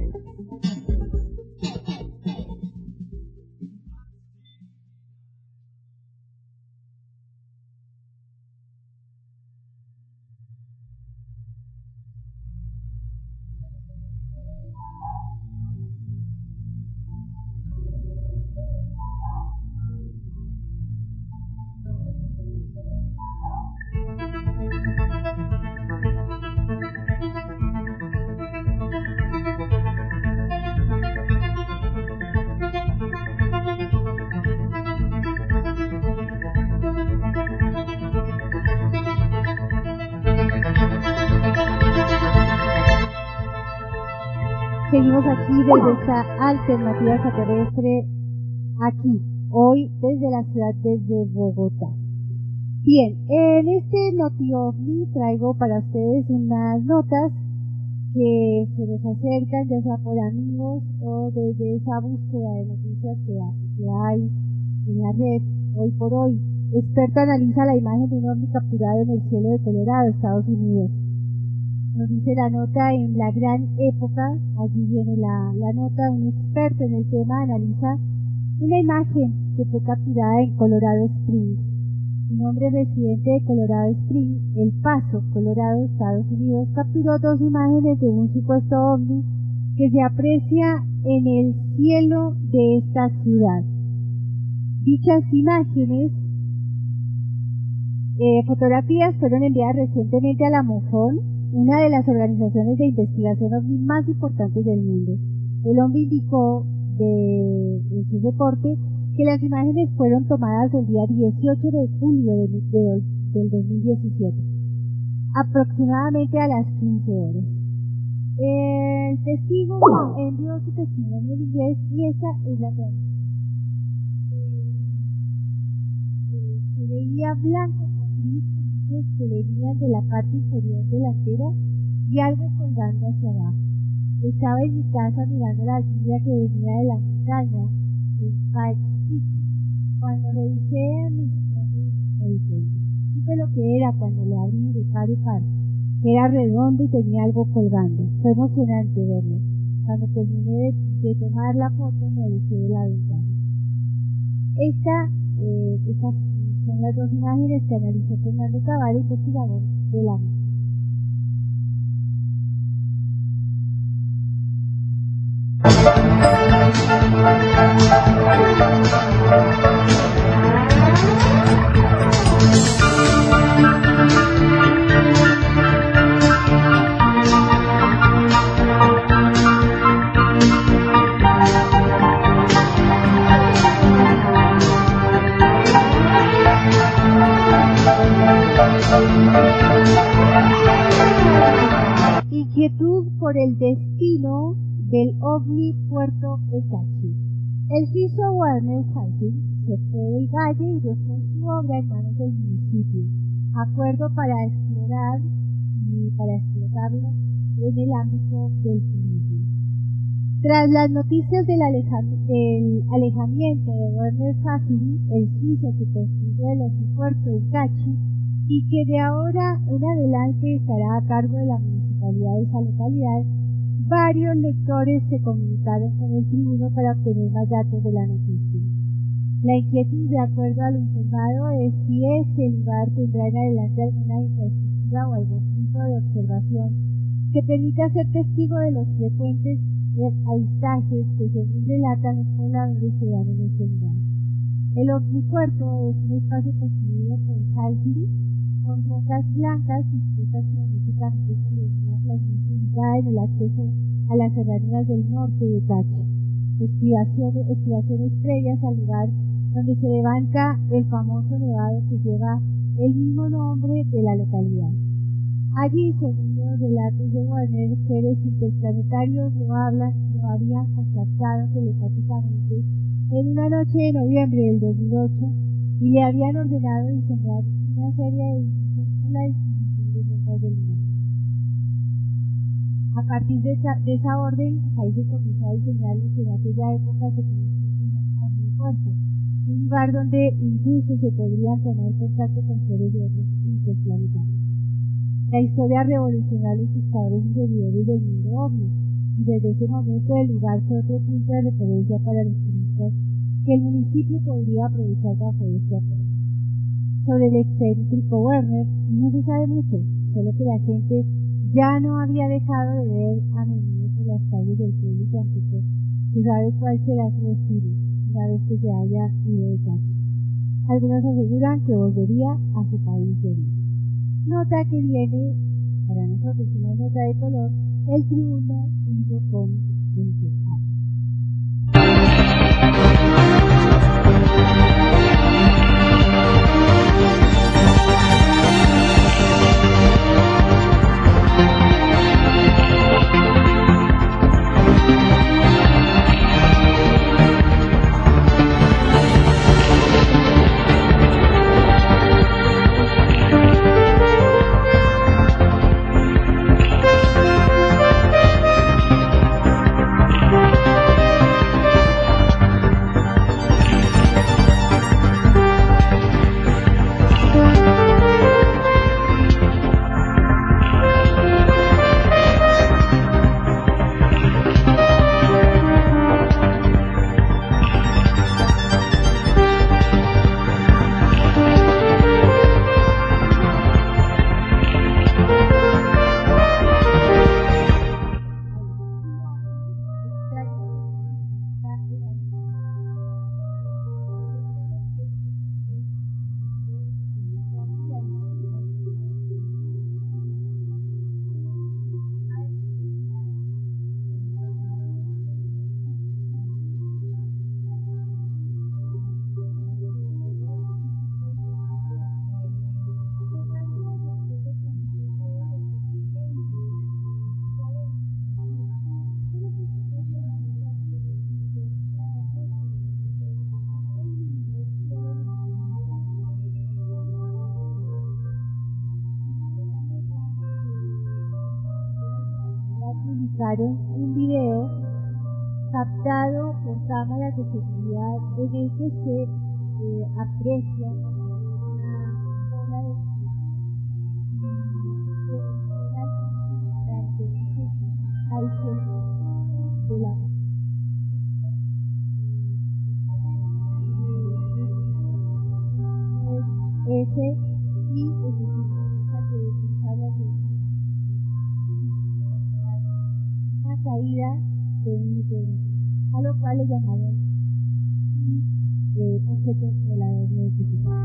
Seguimos aquí desde esta alternativa extraterrestre, aquí, hoy desde la ciudad desde Bogotá. Bien, en este Notiovni traigo para ustedes unas notas que se nos acercan, ya sea por amigos o desde esa búsqueda de noticias que, que hay en la red hoy por hoy. Experto analiza la imagen de un ovni capturado en el cielo de Colorado, Estados Unidos. Nos dice la nota: en la gran época, allí viene la, la nota, un experto en el tema analiza una imagen que fue capturada en Colorado Springs. un hombre residente de Colorado Springs, El Paso, Colorado, Estados Unidos, capturó dos imágenes de un supuesto ovni que se aprecia en el cielo de esta ciudad. Dichas imágenes, eh, fotografías fueron enviadas recientemente a la MUFON, una de las organizaciones de investigación ovni más importantes del mundo. El hombre indicó de, en su reporte que las imágenes fueron tomadas el día dieciocho de julio de, de, del dos mil diecisiete, aproximadamente a las quince horas. El testigo envió su testimonio en inglés y esta es la traducción. Eh, se veía blanco con gris con luces que venían de la parte inferior delantera y algo colgando hacia abajo. Estaba en mi casa mirando la lluvia que venía de la montaña en Pikes Peak. Cuando revisé mis fotos me di cuenta. Supe lo que era cuando le abrí de par y par. Era redondo y tenía algo colgando. Fue emocionante verlo. Cuando terminé de, de tomar la foto me alejé de la ventana. Esta, eh, estas son las dos imágenes que analizó Fernando Cabal, investigador de la M U F. Inquietud por el destino del ovni Puerto Ecachi. El suizo Werner Heiting se fue del valle y dejó su obra en manos del municipio, acuerdo para explorar y para explotarlo en el ámbito del turismo. Tras las noticias del, aleja- del alejamiento de Werner Heiting, el suizo que construyó el ovni Puerto Ecachi y que de ahora en adelante estará a cargo de la municipalidad de esa localidad, varios lectores se comunicaron con el tribuno para obtener más datos de la noticia. La inquietud, de acuerdo a lo informado, es si ese lugar tendrá en adelante alguna infraestructura o algún punto de observación que permita ser testigo de los frecuentes avistajes que, según relatan los pobladores, se dan en ese lugar. El ovnipuerto es un espacio construido por Heisley con rocas blancas dispuestas geométricamente sobre una planicie ubicada en el acceso a las serranías del norte de Cachi. Excavaciones, excavaciones previas al lugar donde se levanta el famoso nevado que lleva el mismo nombre de la localidad. Allí, según los relatos de Werner, seres interplanetarios lo, hablan, lo habían contactado telepáticamente en una noche de noviembre del dos mil ocho y le habían ordenado diseñar una serie de dibujos con la disposición de rocas del mar. A partir de esa, de esa orden, Heise comenzó a diseñar lo que en aquella época se conoció como Omnipuerto, un lugar donde incluso se podrían tomar contacto con seres de otros interplanetarios. La historia revolucionó a los buscadores y seguidores del mundo ovni, y desde ese momento el lugar fue otro punto de referencia para los turistas que el municipio podría aprovechar bajo este acuerdo. Sobre el excéntrico Werner no se sabe mucho, solo que la gente ya no había dejado de ver a menudo por las calles del pueblo y tampoco se sabe cuál será su destino una vez que se haya ido de Cachi. Algunos aseguran que volvería a su país de origen. Nota que viene para nosotros una nota de color, el tribuno punto com punto a publicaron un video captado por cámaras de seguridad en el que se eh, aprecia una ola de al centro de la ese y el de una caída de un meteorito, a lo cual le llamaron eh, objeto volador no identificado.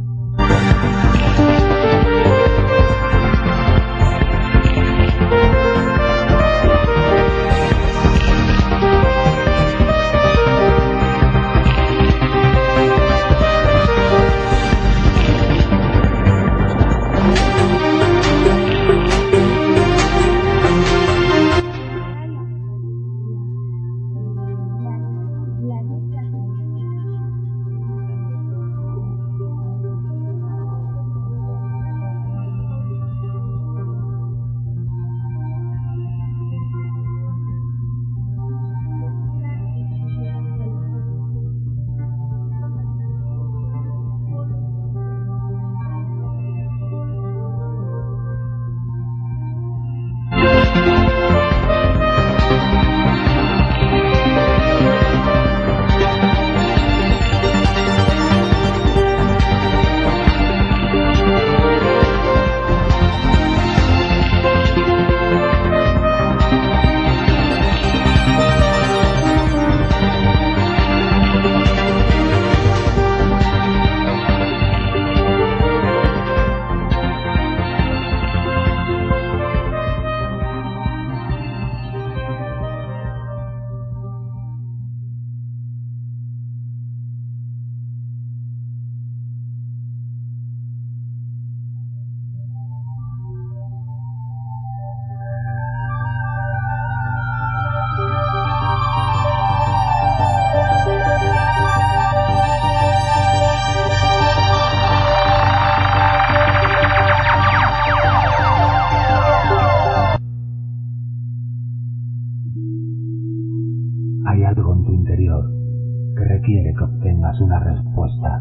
Hay algo en tu interior que requiere que obtengas una respuesta.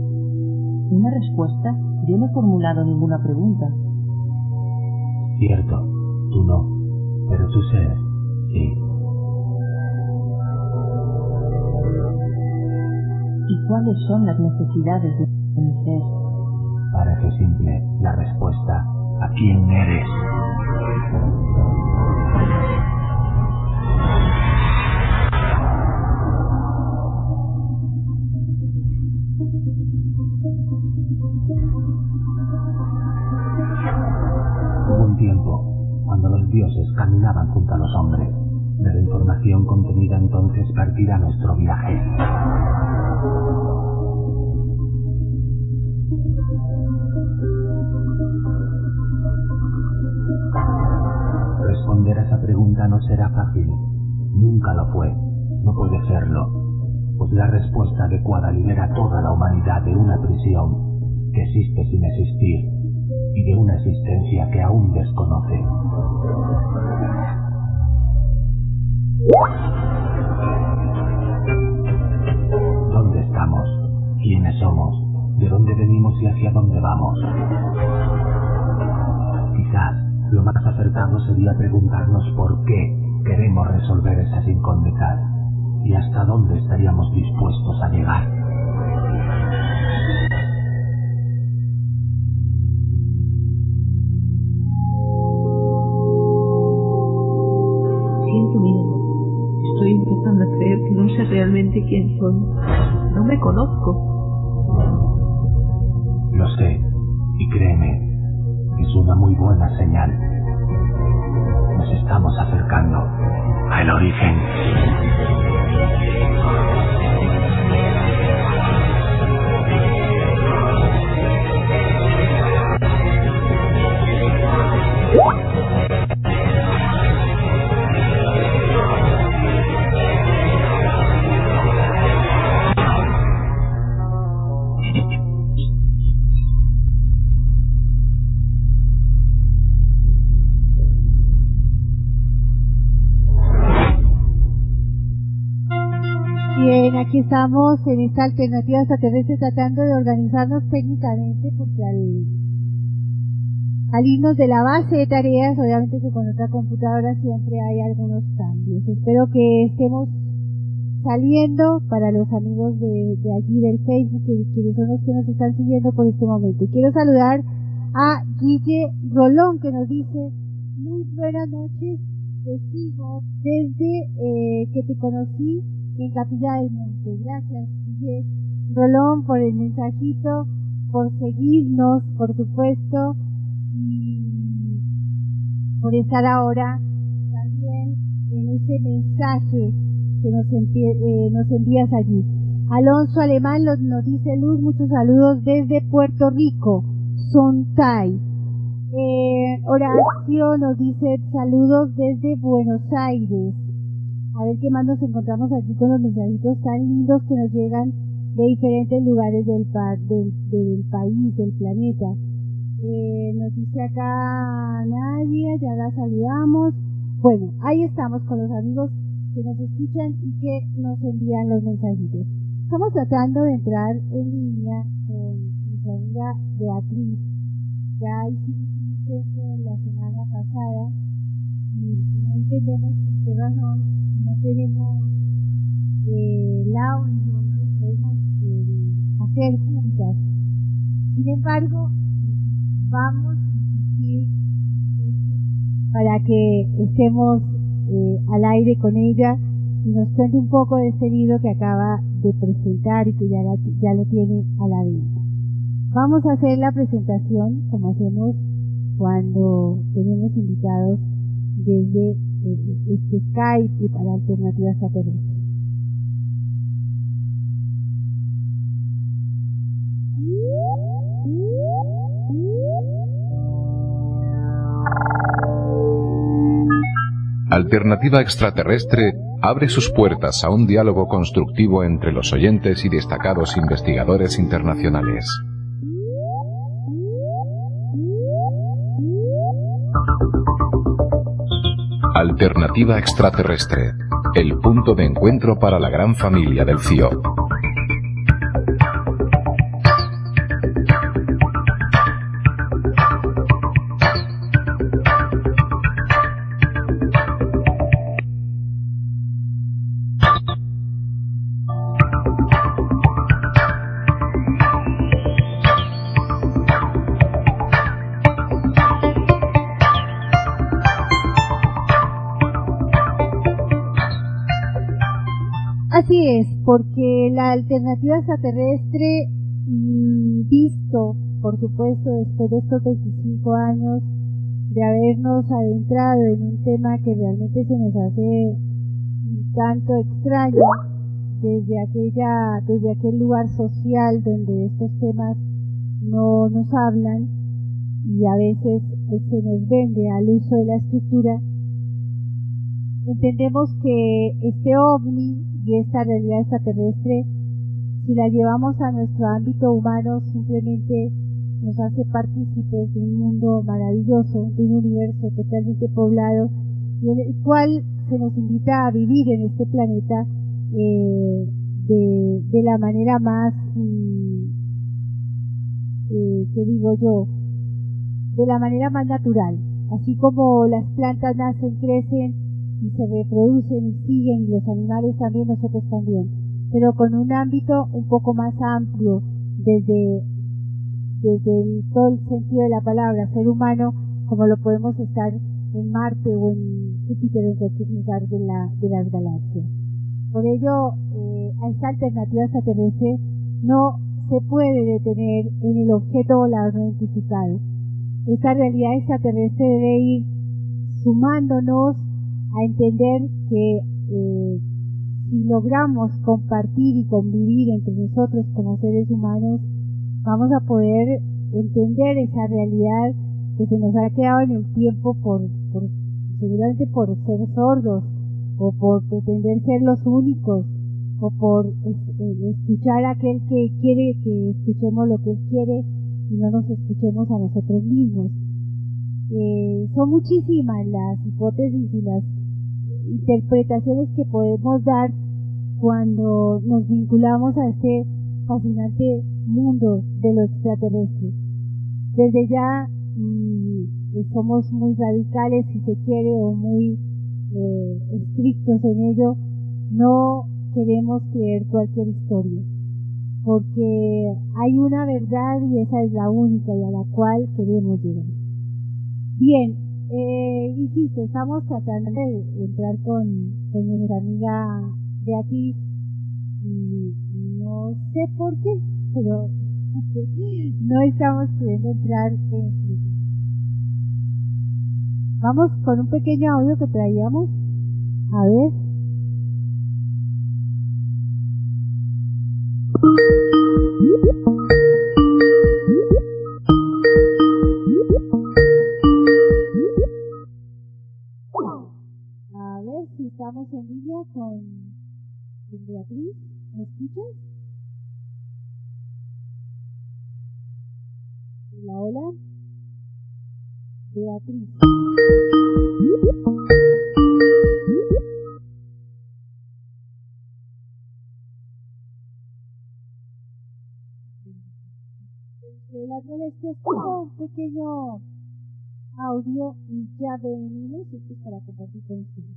¿Una respuesta? Yo no he formulado ninguna pregunta. Cierto, tú no, pero tu ser, sí. ¿Y cuáles son las necesidades de mi ser? Parece simple la respuesta. ¿A quién eres? Hubo un tiempo cuando los dioses caminaban junto a los hombres. De la información contenida entonces partirá nuestro viaje. Responder a esa pregunta no será fácil. Nunca lo fue. No puede serlo. Pues la respuesta adecuada libera a toda la humanidad de una prisión que existe sin existir y de una existencia que aún desconoce. ¿Dónde estamos? ¿Quiénes somos? ¿De dónde venimos y hacia dónde vamos? Quizás lo más acertado sería preguntarnos por qué queremos resolver esas incógnitas y hasta dónde estaríamos dispuestos a llegar. Siento miedo. Estoy empezando a creer que no sé realmente quién soy. No me conozco. Lo sé, y créeme, es una muy buena señal. Nos estamos acercando al origen. aquí estamos en esta alternativa extraterrestre tratando de organizarnos técnicamente porque al, al irnos de la base de tareas, obviamente que con otra computadora siempre hay algunos cambios. Espero que estemos saliendo para los amigos de, de allí del Facebook, que, que son los que nos están siguiendo por este momento. Y quiero saludar a Guille Rolón, que nos dice: muy buenas noches, te sigo desde eh, que te conocí en Capilla del Monte. Gracias, Guille Rolón, por el mensajito, por seguirnos, por supuesto, y por estar ahora también en ese mensaje que nos, eh, nos envías allí. Alonso Alemán nos, nos dice: Luz, muchos saludos desde Puerto Rico, Sontay. Eh, Horacio nos dice: saludos desde Buenos Aires. A ver qué más nos encontramos aquí con los mensajitos tan lindos que nos llegan de diferentes lugares del, pa del, del país, del planeta. Eh, nos dice acá Nadia, ya la saludamos. Bueno, ahí estamos con los amigos que nos escuchan y que nos envían los mensajitos. Estamos tratando de entrar en línea con nuestra amiga Beatriz. Ya hicimos un intento la semana pasada y no entendemos por qué razón no tenemos eh, el audio, no lo podemos eh, hacer juntas. Sin embargo, vamos a insistir para que estemos eh, al aire con ella y nos cuente un poco de este libro que acaba de presentar y que ya, la, ya lo tiene a la venta. Vamos a hacer la presentación como hacemos cuando tenemos invitados desde eh, este Skype y para Alternativa Extraterrestre. Alternativa Extraterrestre abre sus puertas a un diálogo constructivo entre los oyentes y destacados investigadores internacionales. Alternativa Extraterrestre, el punto de encuentro para la gran familia del C I O. Así es, porque la alternativa extraterrestre, mmm, visto, por supuesto, después de estos veinticinco años de habernos adentrado en un tema que realmente se nos hace un tanto extraño, desde aquella, desde aquel lugar social donde estos temas no nos hablan y a veces se nos vende al uso de la estructura, entendemos que este ovni y esta realidad extraterrestre, si la llevamos a nuestro ámbito humano, simplemente nos hace partícipes de un mundo maravilloso, de un universo totalmente poblado y en el cual se nos invita a vivir en este planeta eh, de, de la manera más, mm, eh, ¿qué digo yo? De la manera más natural. Así como las plantas nacen, crecen y se reproducen y siguen, y los animales también, nosotros también, pero con un ámbito un poco más amplio, desde, desde el, todo el sentido de la palabra, ser humano, como lo podemos estar en Marte o en Júpiter o en cualquier lugar de, la, de las galaxias. Por ello, eh, a esta alternativa extraterrestre no se puede detener en el objeto volador no identificado. Esta realidad extraterrestre debe ir sumándonos a entender que eh, si logramos compartir y convivir entre nosotros como seres humanos, vamos a poder entender esa realidad que se nos ha quedado en el tiempo por, por seguramente por ser sordos o por pretender ser los únicos o por es, eh, escuchar a aquel que quiere que escuchemos lo que él quiere y no nos escuchemos a nosotros mismos. Eh, son muchísimas las hipótesis y las interpretaciones que podemos dar cuando nos vinculamos a este fascinante mundo de lo extraterrestre. Desde ya, y, y somos muy radicales, si se quiere, o muy eh, estrictos en ello, no queremos creer cualquier historia, porque hay una verdad y esa es la única y a la cual queremos llegar. Bien, eh, insisto, estamos tratando de entrar con, con nuestra amiga Beatriz y no sé por qué, pero no estamos pudiendo entrar en frecuencia. Vamos con un pequeño audio que traíamos. A ver. A ver si estamos en línea con, con Beatriz. ¿Me escuchas? Hola, hola. Beatriz. Entre las molestias, tengo un pequeño audio y ya venimos. Esto es para compartir con ustedes.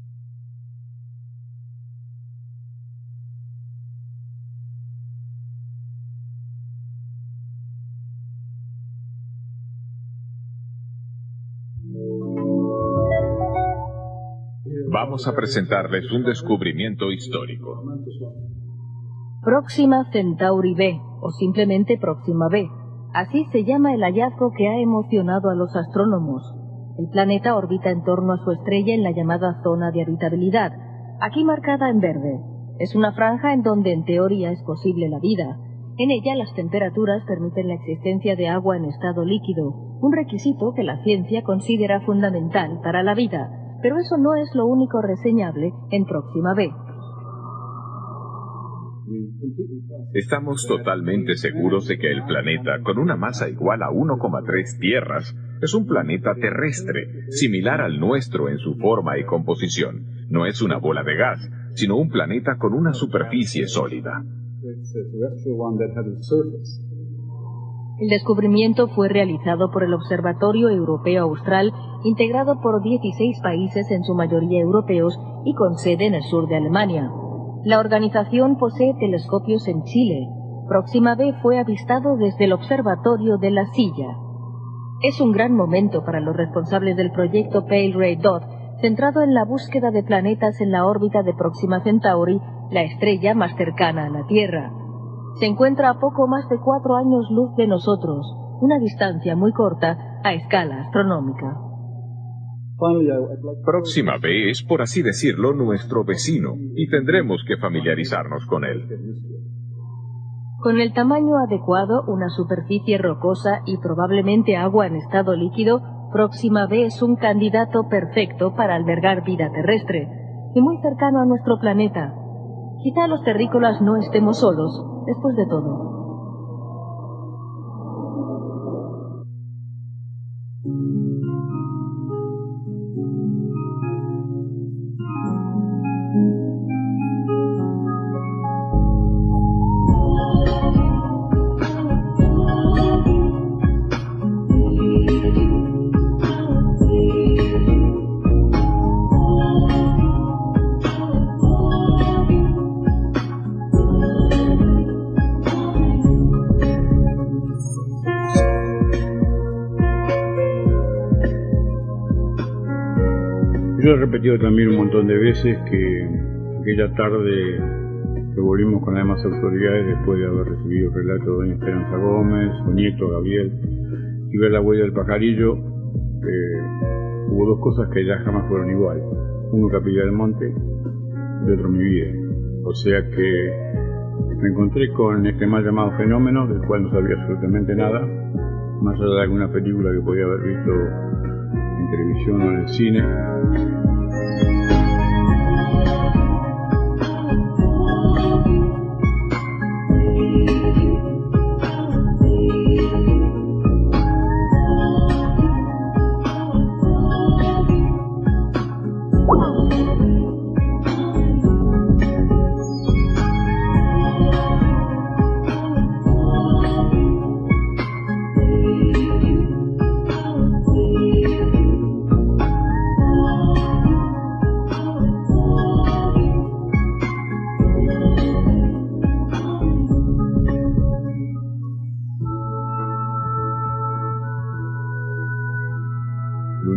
Vamos a presentarles un descubrimiento histórico. Próxima Centauri B, o simplemente Próxima B. Así se llama el hallazgo que ha emocionado a los astrónomos. El planeta orbita en torno a su estrella en la llamada zona de habitabilidad, aquí marcada en verde. Es una franja en donde en teoría es posible la vida. En ella las temperaturas permiten la existencia de agua en estado líquido, un requisito que la ciencia considera fundamental para la vida. Pero eso no es lo único reseñable en Próxima B. Estamos totalmente seguros de que el planeta, con una masa igual a uno coma tres tierras, es un planeta terrestre, similar al nuestro en su forma y composición. No es una bola de gas, sino un planeta con una superficie sólida. El descubrimiento fue realizado por el Observatorio Europeo Austral, integrado por dieciséis países, en su mayoría europeos, y con sede en el sur de Alemania. La organización posee telescopios en Chile. Próxima B fue avistado desde el Observatorio de La Silla. Es un gran momento para los responsables del proyecto Pale Ray Dot, centrado en la búsqueda de planetas en la órbita de Próxima Centauri, la estrella más cercana a la Tierra. Se encuentra a poco más de cuatro años luz de nosotros, una distancia muy corta a escala astronómica. Próxima B es, por así decirlo, nuestro vecino, y tendremos que familiarizarnos con él. Con el tamaño adecuado, una superficie rocosa y probablemente agua en estado líquido, Próxima B es un candidato perfecto para albergar vida terrestre, y muy cercano a nuestro planeta. Quizá los terrícolas no estemos solos, después de todo. Yo he repetido también un montón de veces que aquella tarde que volvimos con las demás autoridades, después de haber recibido el relato de doña Esperanza Gómez, su nieto Gabriel, y ver la huella del pajarillo, eh, hubo dos cosas que ya jamás fueron igual. Uno, Capilla del Monte, y otro, mi vida. O sea que me encontré con este mal llamado fenómeno, del cual no sabía absolutamente nada, más allá de alguna película que podía haber visto en televisión o en el cine.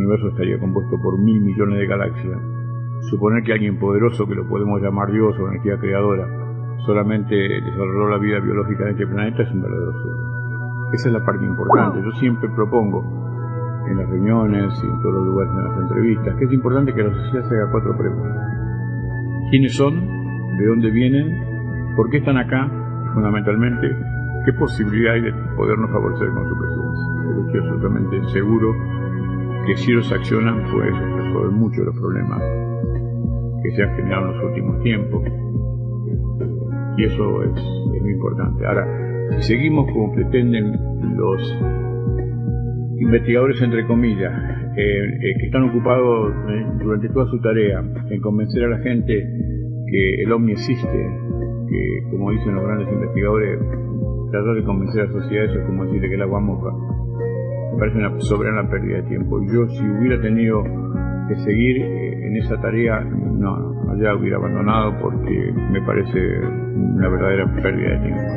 universo estaría compuesto por mil millones de galaxias, suponer que alguien poderoso, que lo podemos llamar Dios o energía creadora, solamente desarrolló la vida biológica de este planeta es un verdadero sueño. Esa es la parte importante. Yo siempre propongo en las reuniones y en todos los lugares, en las entrevistas, que es importante que la sociedad se haga cuatro preguntas. ¿Quiénes son? ¿De dónde vienen? ¿Por qué están acá? Y fundamentalmente, ¿qué posibilidad hay de podernos favorecer con su presencia? Yo estoy absolutamente seguro que si ellos accionan, pues resolver muchos de los problemas que se han generado en los últimos tiempos. Y eso es, es muy importante. Ahora, si seguimos como pretenden los investigadores, entre comillas, eh, eh, que están ocupados eh, durante toda su tarea en convencer a la gente que el ovni existe, que, como dicen los grandes investigadores, tratar de convencer a la sociedad, eso es como decirle que el agua moja. Me parece una soberana pérdida de tiempo. Yo, si hubiera tenido que seguir eh, en esa tarea, no, no, ya hubiera abandonado, porque me parece una verdadera pérdida de tiempo.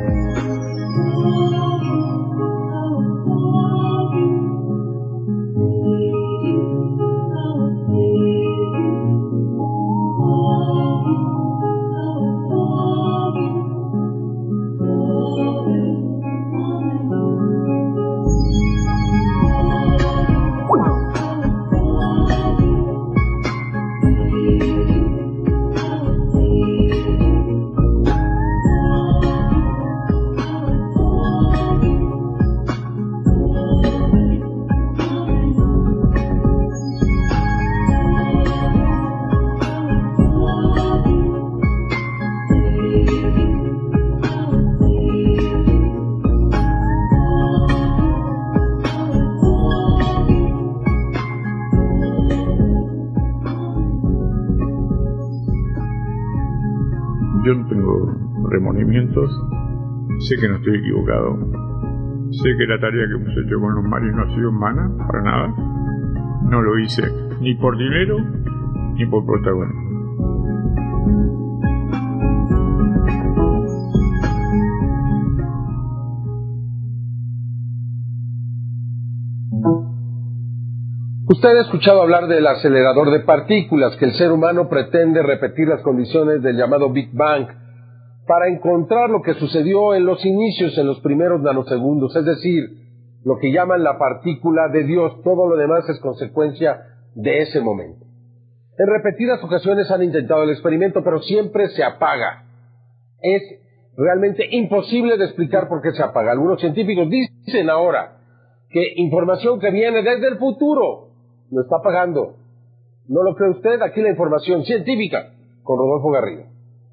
Yo no tengo remordimientos, sé que no estoy equivocado, sé que la tarea que hemos hecho con los maris no ha sido en vana, para nada. No lo hice ni por dinero ni por protagonismo. Usted ha escuchado hablar del acelerador de partículas, que el ser humano pretende repetir las condiciones del llamado Big Bang para encontrar lo que sucedió en los inicios, en los primeros nanosegundos, es decir, lo que llaman la partícula de Dios. Todo lo demás es consecuencia de ese momento. En repetidas ocasiones han intentado el experimento, pero siempre se apaga. Es realmente imposible de explicar por qué se apaga. Algunos científicos dicen ahora que información que viene desde el futuro lo está apagando. ¿No lo cree usted? Aquí la información científica con Rodolfo Garrido.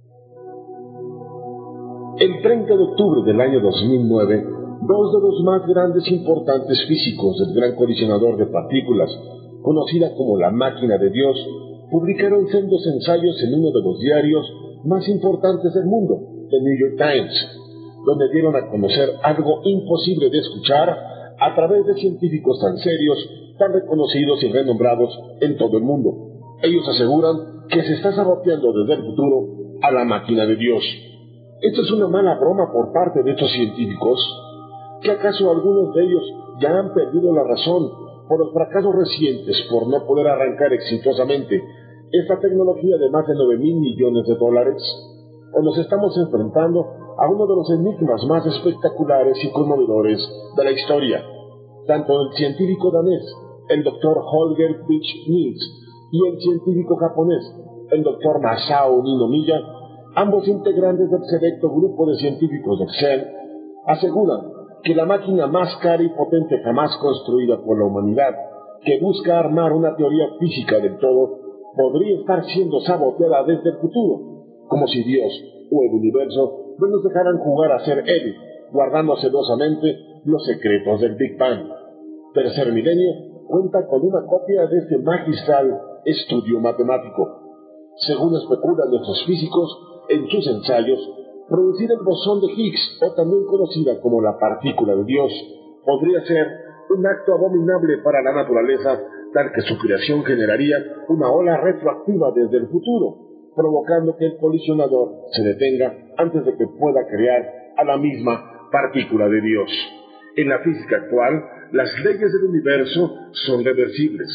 El treinta de octubre del año dos mil nueve, dos de los más grandes e importantes físicos del gran colisionador de partículas, conocida como la máquina de Dios, publicaron sendos ensayos en uno de los diarios más importantes del mundo, The New York Times, donde dieron a conocer algo imposible de escuchar a través de científicos tan serios, tan reconocidos y renombrados en todo el mundo. Ellos aseguran que se está saboteando desde el futuro a la máquina de Dios. ¿Esto es una mala broma por parte de estos científicos? ¿Que acaso algunos de ellos ya han perdido la razón por los fracasos recientes por no poder arrancar exitosamente esta tecnología de más de nueve mil millones de dólares? ¿O nos estamos enfrentando a uno de los enigmas más espectaculares y conmovedores de la historia? Tanto el científico danés, el doctor Holger Fichte-Nils, y el científico japonés, el doctor Masao Ninomiya, ambos integrantes del selecto grupo de científicos de CERN, aseguran que la máquina más cara y potente jamás construida por la humanidad, que busca armar una teoría física del todo, podría estar siendo saboteada desde el futuro, como si Dios o el universo no nos dejaran jugar a ser Él, guardando celosamente los secretos del Big Bang. Tercer Milenio cuenta con una copia de este magistral estudio matemático. Según especulan nuestros físicos, en sus ensayos, producir el bosón de Higgs, o también conocida como la partícula de Dios, podría ser un acto abominable para la naturaleza, tal que su creación generaría una ola retroactiva desde el futuro, provocando que el colisionador se detenga antes de que pueda crear a la misma partícula de Dios. En la física actual, las leyes del universo son reversibles.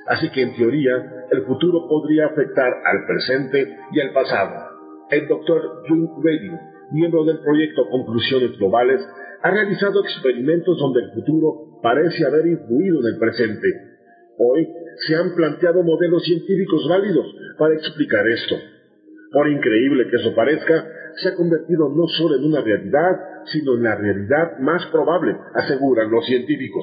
así que en teoría el futuro podría afectar al presente y al pasado. El doctor Jung Redding, miembro del proyecto Conclusiones Globales, ha realizado experimentos donde el futuro parece haber influido en el presente. Hoy se han planteado modelos científicos válidos para explicar esto. Por increíble que eso parezca, se ha convertido no solo en una realidad, sino en la realidad más probable, aseguran los científicos.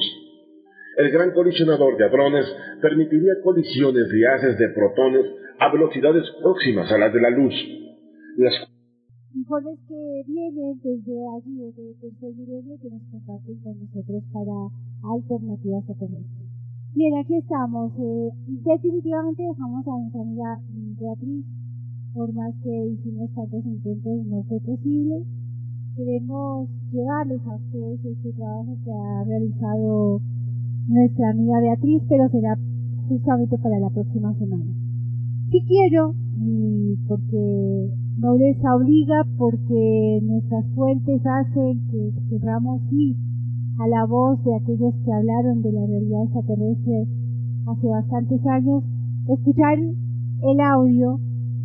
El gran colisionador de hadrones permitiría colisiones de haces de protones a velocidades próximas a las de la luz. Las informes que vienen desde allí, desde el tercer milenio, que nos comparten con nosotros para Alternativa Extraterrestre. Bien, aquí estamos. Eh, definitivamente dejamos a nuestra amiga Beatriz, por más que hicimos tantos intentos, no fue posible. Queremos llevarles a ustedes este trabajo que ha realizado nuestra amiga Beatriz, pero será justamente para la próxima semana. Si quiero, y porque nobleza obliga, porque nuestras fuentes hacen que queramos ir a la voz de aquellos que hablaron de la realidad extraterrestre hace bastantes años, escuchar el audio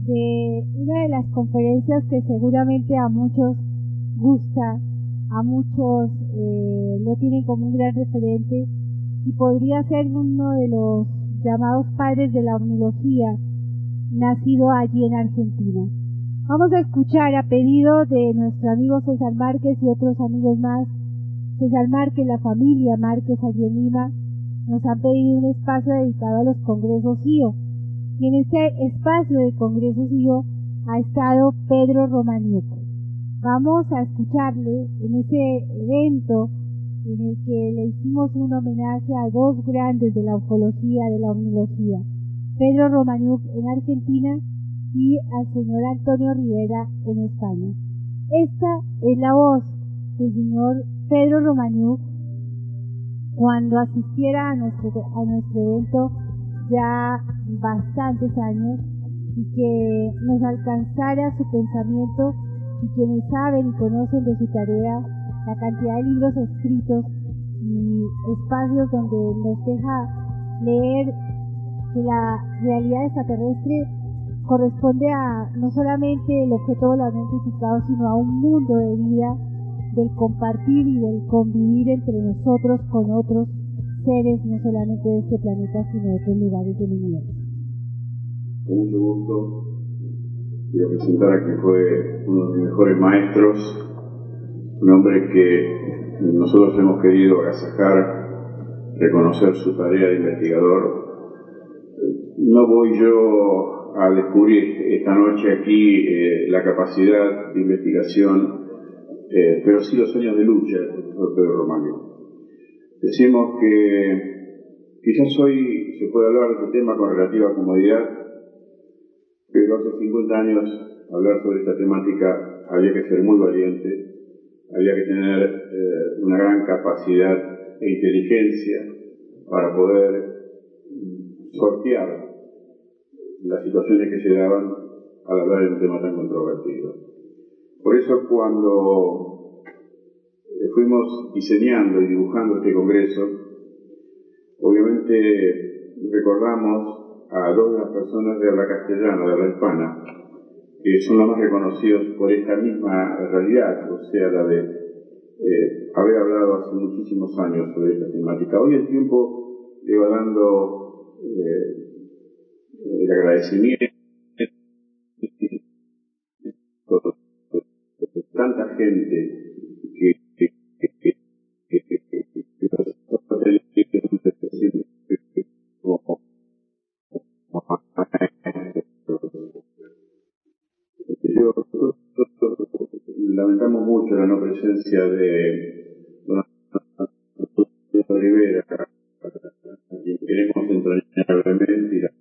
de una de las conferencias que seguramente a muchos gusta, a muchos eh, lo tienen como un gran referente y podría ser uno de los llamados padres de la omnilogía, nacido allí en Argentina. Vamos a escuchar, a pedido de nuestro amigo César Márquez y otros amigos más, César Márquez, la familia Márquez allí en Lima, nos han pedido un espacio dedicado a los congresos I O. Y en este espacio de congresos I O ha estado Pedro Romaniuk. Vamos a escucharle en ese evento en el que le hicimos un homenaje a dos grandes de la ufología, de la omnilogía, Pedro Romaniuk en Argentina y al señor Antonio Rivera en España. Esta es la voz del señor Pedro Romaniuk cuando asistiera a nuestro, a nuestro evento ya bastantes años y que nos alcanzara su pensamiento, y quienes saben y conocen de su tarea la cantidad de libros escritos y espacios donde nos deja leer que la realidad extraterrestre corresponde a no solamente el objeto volador identificado, sino a un mundo de vida, del compartir y del convivir entre nosotros con otros seres, no solamente de este planeta, sino de otros lugares del universo. Con mucho gusto quiero presentar a quien fue uno de mis mejores maestros, un hombre que nosotros hemos querido agasajar, reconocer su tarea de investigador. No voy yo a descubrir esta noche aquí eh, la capacidad de investigación, eh, pero sí los años de lucha del profesor Pedro Romaniuk. Decimos que quizás hoy se puede hablar de este tema con relativa comodidad, pero hace cincuenta años hablar sobre esta temática había que ser muy valiente, había que tener eh, una gran capacidad e inteligencia para poder sortear las situaciones que se daban al hablar de un tema tan controvertido. Por eso cuando fuimos diseñando y dibujando este congreso, obviamente recordamos a dos de las personas de habla castellana, de habla hispana, que son los más reconocidos por esta misma realidad, o sea, la de eh, haber hablado hace muchísimos años sobre esta temática. Hoy el tiempo le va dando eh, el agradecimiento de tanta gente que, que, que, que, que, que, que, que, yo lamentamos mucho la no presencia de don Antonio Rivera, a quien queremos entrañablemente y la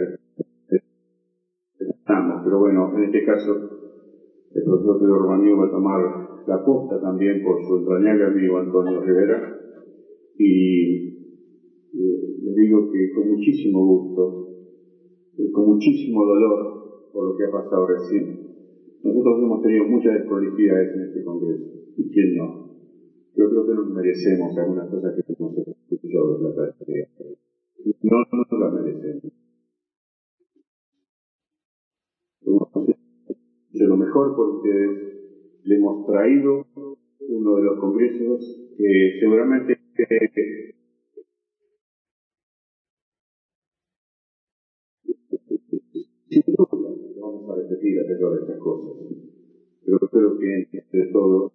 estamos, pero bueno, en este caso el profesor Pedro Romaniuk va a tomar la posta también por su entrañable amigo Antonio Rivera, y eh, les digo que con muchísimo gusto, eh, con muchísimo dolor por lo que ha pasado recién. Nosotros hemos tenido muchas desprolijidades en este congreso, y quién no. Yo creo que nos merecemos algunas cosas que hemos escuchado de la práctica. no nos la merecemos. Hemos hecho lo mejor por ustedes. Le hemos traído uno de los congresos que seguramente sin duda vamos a repetir a pesar de estas cosas. Pero espero que entre todos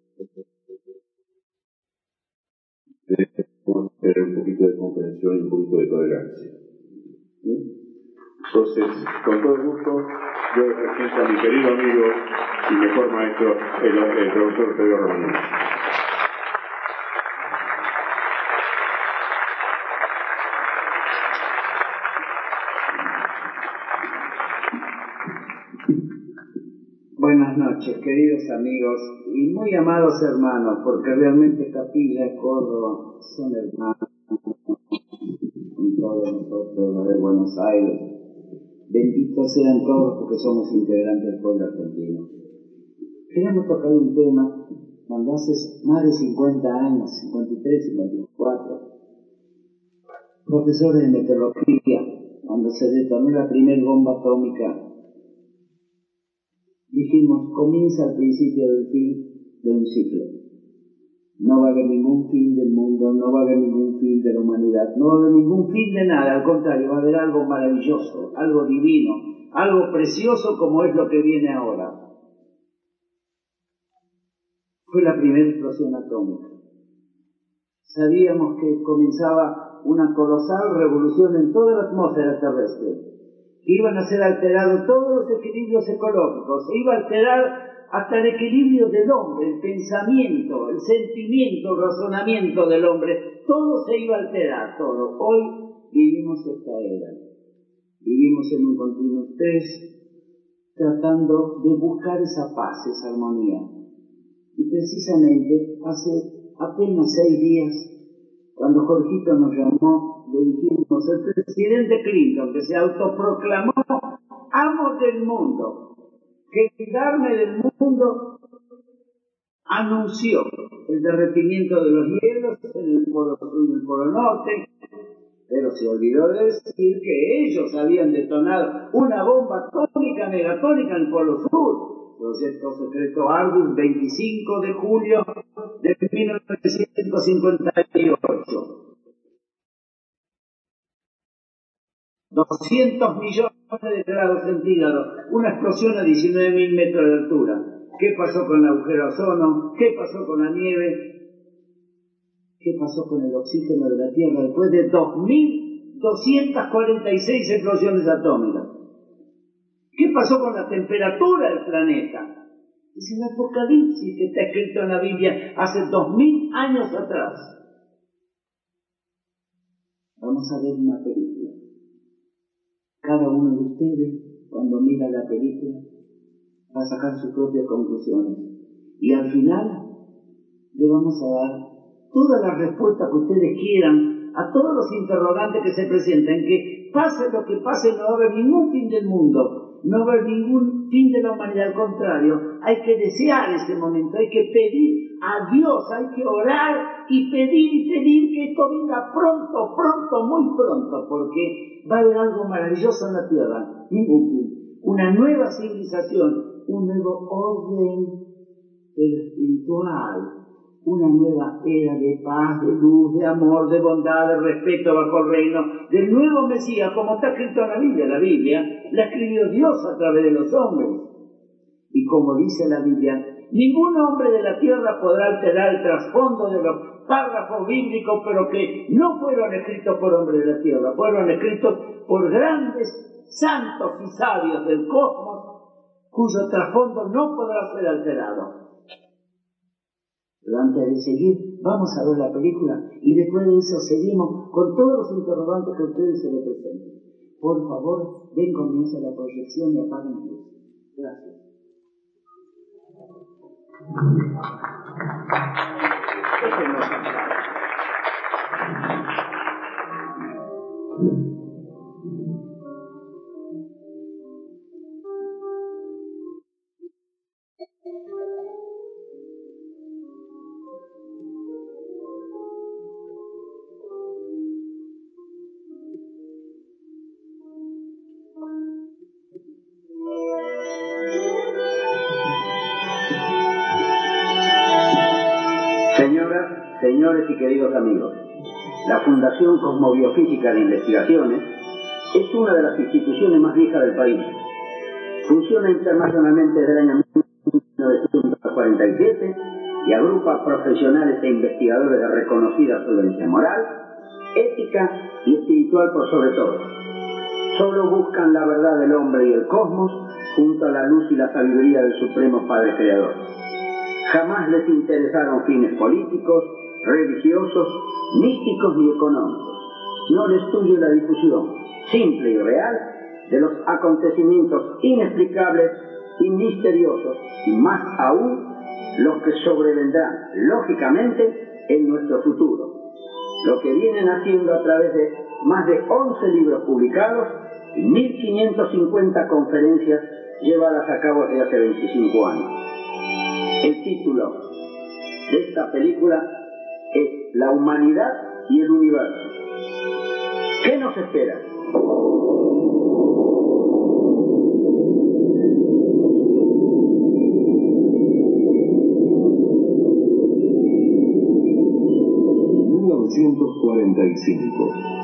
debemos tener un poquito de comprensión y un poquito de tolerancia. ¿Sí? Entonces, con todo gusto, yo presento a mi querido amigo y mejor maestro, el, el profesor Pedro Román. Buenas noches, queridos amigos y muy amados hermanos, porque realmente Capilla y Córdoba son hermanos con todos nosotros, los de Buenos Aires. Benditos sean todos porque somos integrantes del pueblo argentino. Queremos tocar un tema cuando hace más de cincuenta años, cincuenta y tres, cincuenta y cuatro, profesores de meteorología, cuando se detonó la primera bomba atómica, dijimos, comienza el principio del fin de un ciclo. No va a haber ningún fin del mundo, no va a haber ningún fin de la humanidad, no va a haber ningún fin de nada, al contrario, va a haber algo maravilloso, algo divino, algo precioso como es lo que viene ahora. Fue la primera explosión atómica. Sabíamos que comenzaba una colosal revolución en toda la atmósfera terrestre. Iban a ser alterados todos los equilibrios ecológicos, se iba a alterar hasta el equilibrio del hombre, el pensamiento, el sentimiento, el razonamiento del hombre, todo se iba a alterar, todo. Hoy vivimos esta era, vivimos en un continuo estrés, tratando de buscar esa paz, esa armonía. Y precisamente hace apenas seis días, cuando Jorgito nos llamó, le dijimos, el presidente Clinton, que se autoproclamó amo del mundo, que quitarme del mundo, anunció el derretimiento de los hielos en el polo sur y el polo norte, pero se olvidó de decir que ellos habían detonado una bomba atómica megatónica en el polo sur, proyecto secreto Argus, veinticinco de julio de mil novecientos cincuenta y ocho. doscientos millones de grados centígrados, una explosión a diecinueve mil metros de altura. ¿Qué pasó con el agujero de ozono? ¿Qué pasó con la nieve? ¿Qué pasó con el oxígeno de la Tierra después de dos mil doscientas cuarenta y seis explosiones atómicas? ¿Qué pasó con la temperatura del planeta? Es el Apocalipsis que está escrito en la Biblia hace dos mil años atrás. Vamos a ver una película. Cada uno de ustedes, cuando mira la película, va a sacar sus propias conclusiones. Y al final, le vamos a dar todas las respuestas que ustedes quieran a todos los interrogantes que se presenten, que pase lo que pase, no va a haber ningún fin del mundo, no va a haber ningún fin de la humanidad, al contrario, hay que desear ese momento, hay que pedir a Dios, hay que orar y pedir y pedir que esto venga pronto, pronto, muy pronto, porque va a haber algo maravilloso en la tierra, ningún fin, una nueva civilización, un nuevo orden espiritual, una nueva era de paz, de luz, de amor, de bondad, de respeto bajo el reino del nuevo Mesías, como está escrito en la Biblia. La Biblia la escribió Dios a través de los hombres. Y como dice la Biblia, ningún hombre de la tierra podrá alterar el trasfondo de los párrafos bíblicos, pero que no fueron escritos por hombres de la tierra, fueron escritos por grandes santos y sabios del cosmos, cuyo trasfondo no podrá ser alterado. Pero antes de seguir, vamos a ver la película y después de eso seguimos con todos los interrogantes que a ustedes se les presenten. Por favor, den comienzo a la proyección y apaguen la luz. Gracias. señores y queridos amigos, la Fundación Cosmobiofísica de Investigaciones es una de las instituciones más viejas del país. Funciona internacionalmente desde el año mil novecientos cuarenta y siete y agrupa profesionales e investigadores de reconocida solvencia moral, ética y espiritual por sobre todo. Solo buscan la verdad del hombre y el cosmos junto a la luz y la sabiduría del Supremo Padre Creador. Jamás les interesaron fines políticos, religiosos, místicos ni económicos. No el estudio y la difusión, simple y real, de los acontecimientos inexplicables y misteriosos, y más aún los que sobrevendrán, lógicamente, en nuestro futuro. Lo que vienen haciendo a través de más de once libros publicados y mil quinientas cincuenta conferencias llevadas a cabo desde hace veinticinco años. El título de esta película es La humanidad y el universo. ¿Qué nos espera? mil novecientos cuarenta y cinco.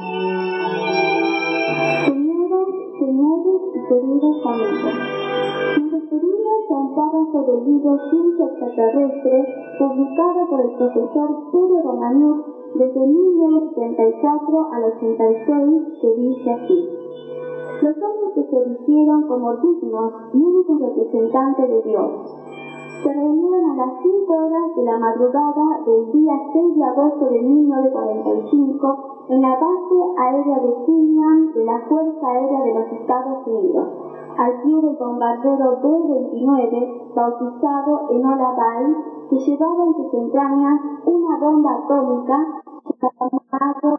Señoras, señores y queridos amigos, nos referimos a un párrafo del libro Ciencia Extraterrestre publicado por el profesor Pedro Romagnuk desde mil novecientos setenta y cuatro al ochenta y seis, que dice así: los hombres que se eligieron como dignos y únicos representantes de Dios se reunieron a las cinco horas de la madrugada del día seis de agosto de mil novecientos cuarenta y cinco en la base aérea de Tinian de la Fuerza Aérea de los Estados Unidos, al pie del bombardero B veintinueve, bautizado Enola Gay, que llevaba en sus entrañas una bomba atómica llamado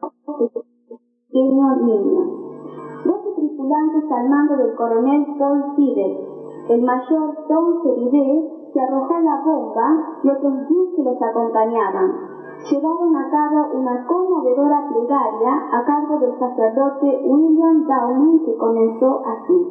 Pequeño Niño. Doce tripulantes al mando del coronel Paul Tibet, el mayor Tom Seridé, que arrojó la bomba, y otros diez que los acompañaban, llevaron a cabo una conmovedora plegaria a cargo del sacerdote William Downing, que comenzó así: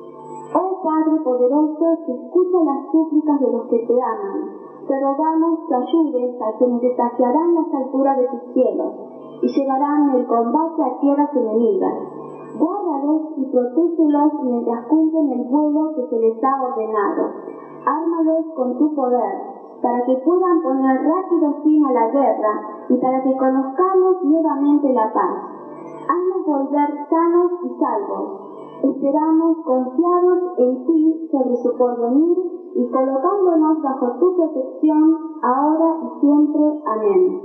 oh Padre poderoso, que escucha las súplicas de los que te aman, te rogamos que ayudes a quienes desafiarán las alturas de tus cielos y llevarán el combate a tierras enemigas. Guárdalos y protégelos mientras cumplen el vuelo que se les ha ordenado. Ármalos con tu poder, para que puedan poner rápido fin a la guerra y para que conozcamos nuevamente la paz. Haznos volver sanos y salvos. Esperamos confiados en ti sobre su porvenir y colocándonos bajo tu protección, ahora y siempre. Amén.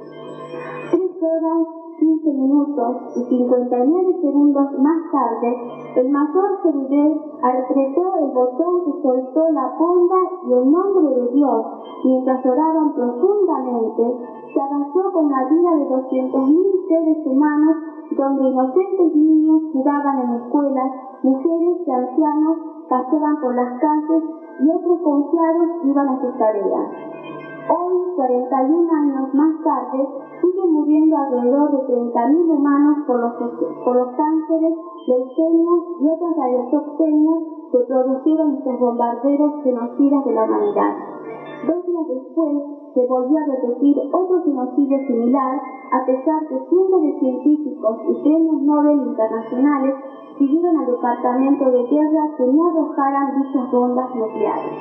Tres horas, quince minutos y cincuenta y nueve segundos más tarde, el mayor Seridé apretó el botón que soltó la bomba y en nombre de Dios, mientras oraban profundamente, se avanzó con la vida de doscientos mil seres humanos, donde inocentes niños jugaban en escuelas, mujeres y ancianos paseaban por las calles y otros confiados iban a sus tareas. Hoy, cuarenta y un años más tarde, siguen muriendo alrededor de treinta mil humanos por los, por los cánceres, leucemias y otras radiotoxemias que produjeron estos bombarderos genocidas de la humanidad. Dos días después, se volvió a repetir otro genocidio similar, a pesar que cientos de científicos y premios Nobel internacionales pidieron al Departamento de Guerra que no arrojaran dichas bombas nucleares.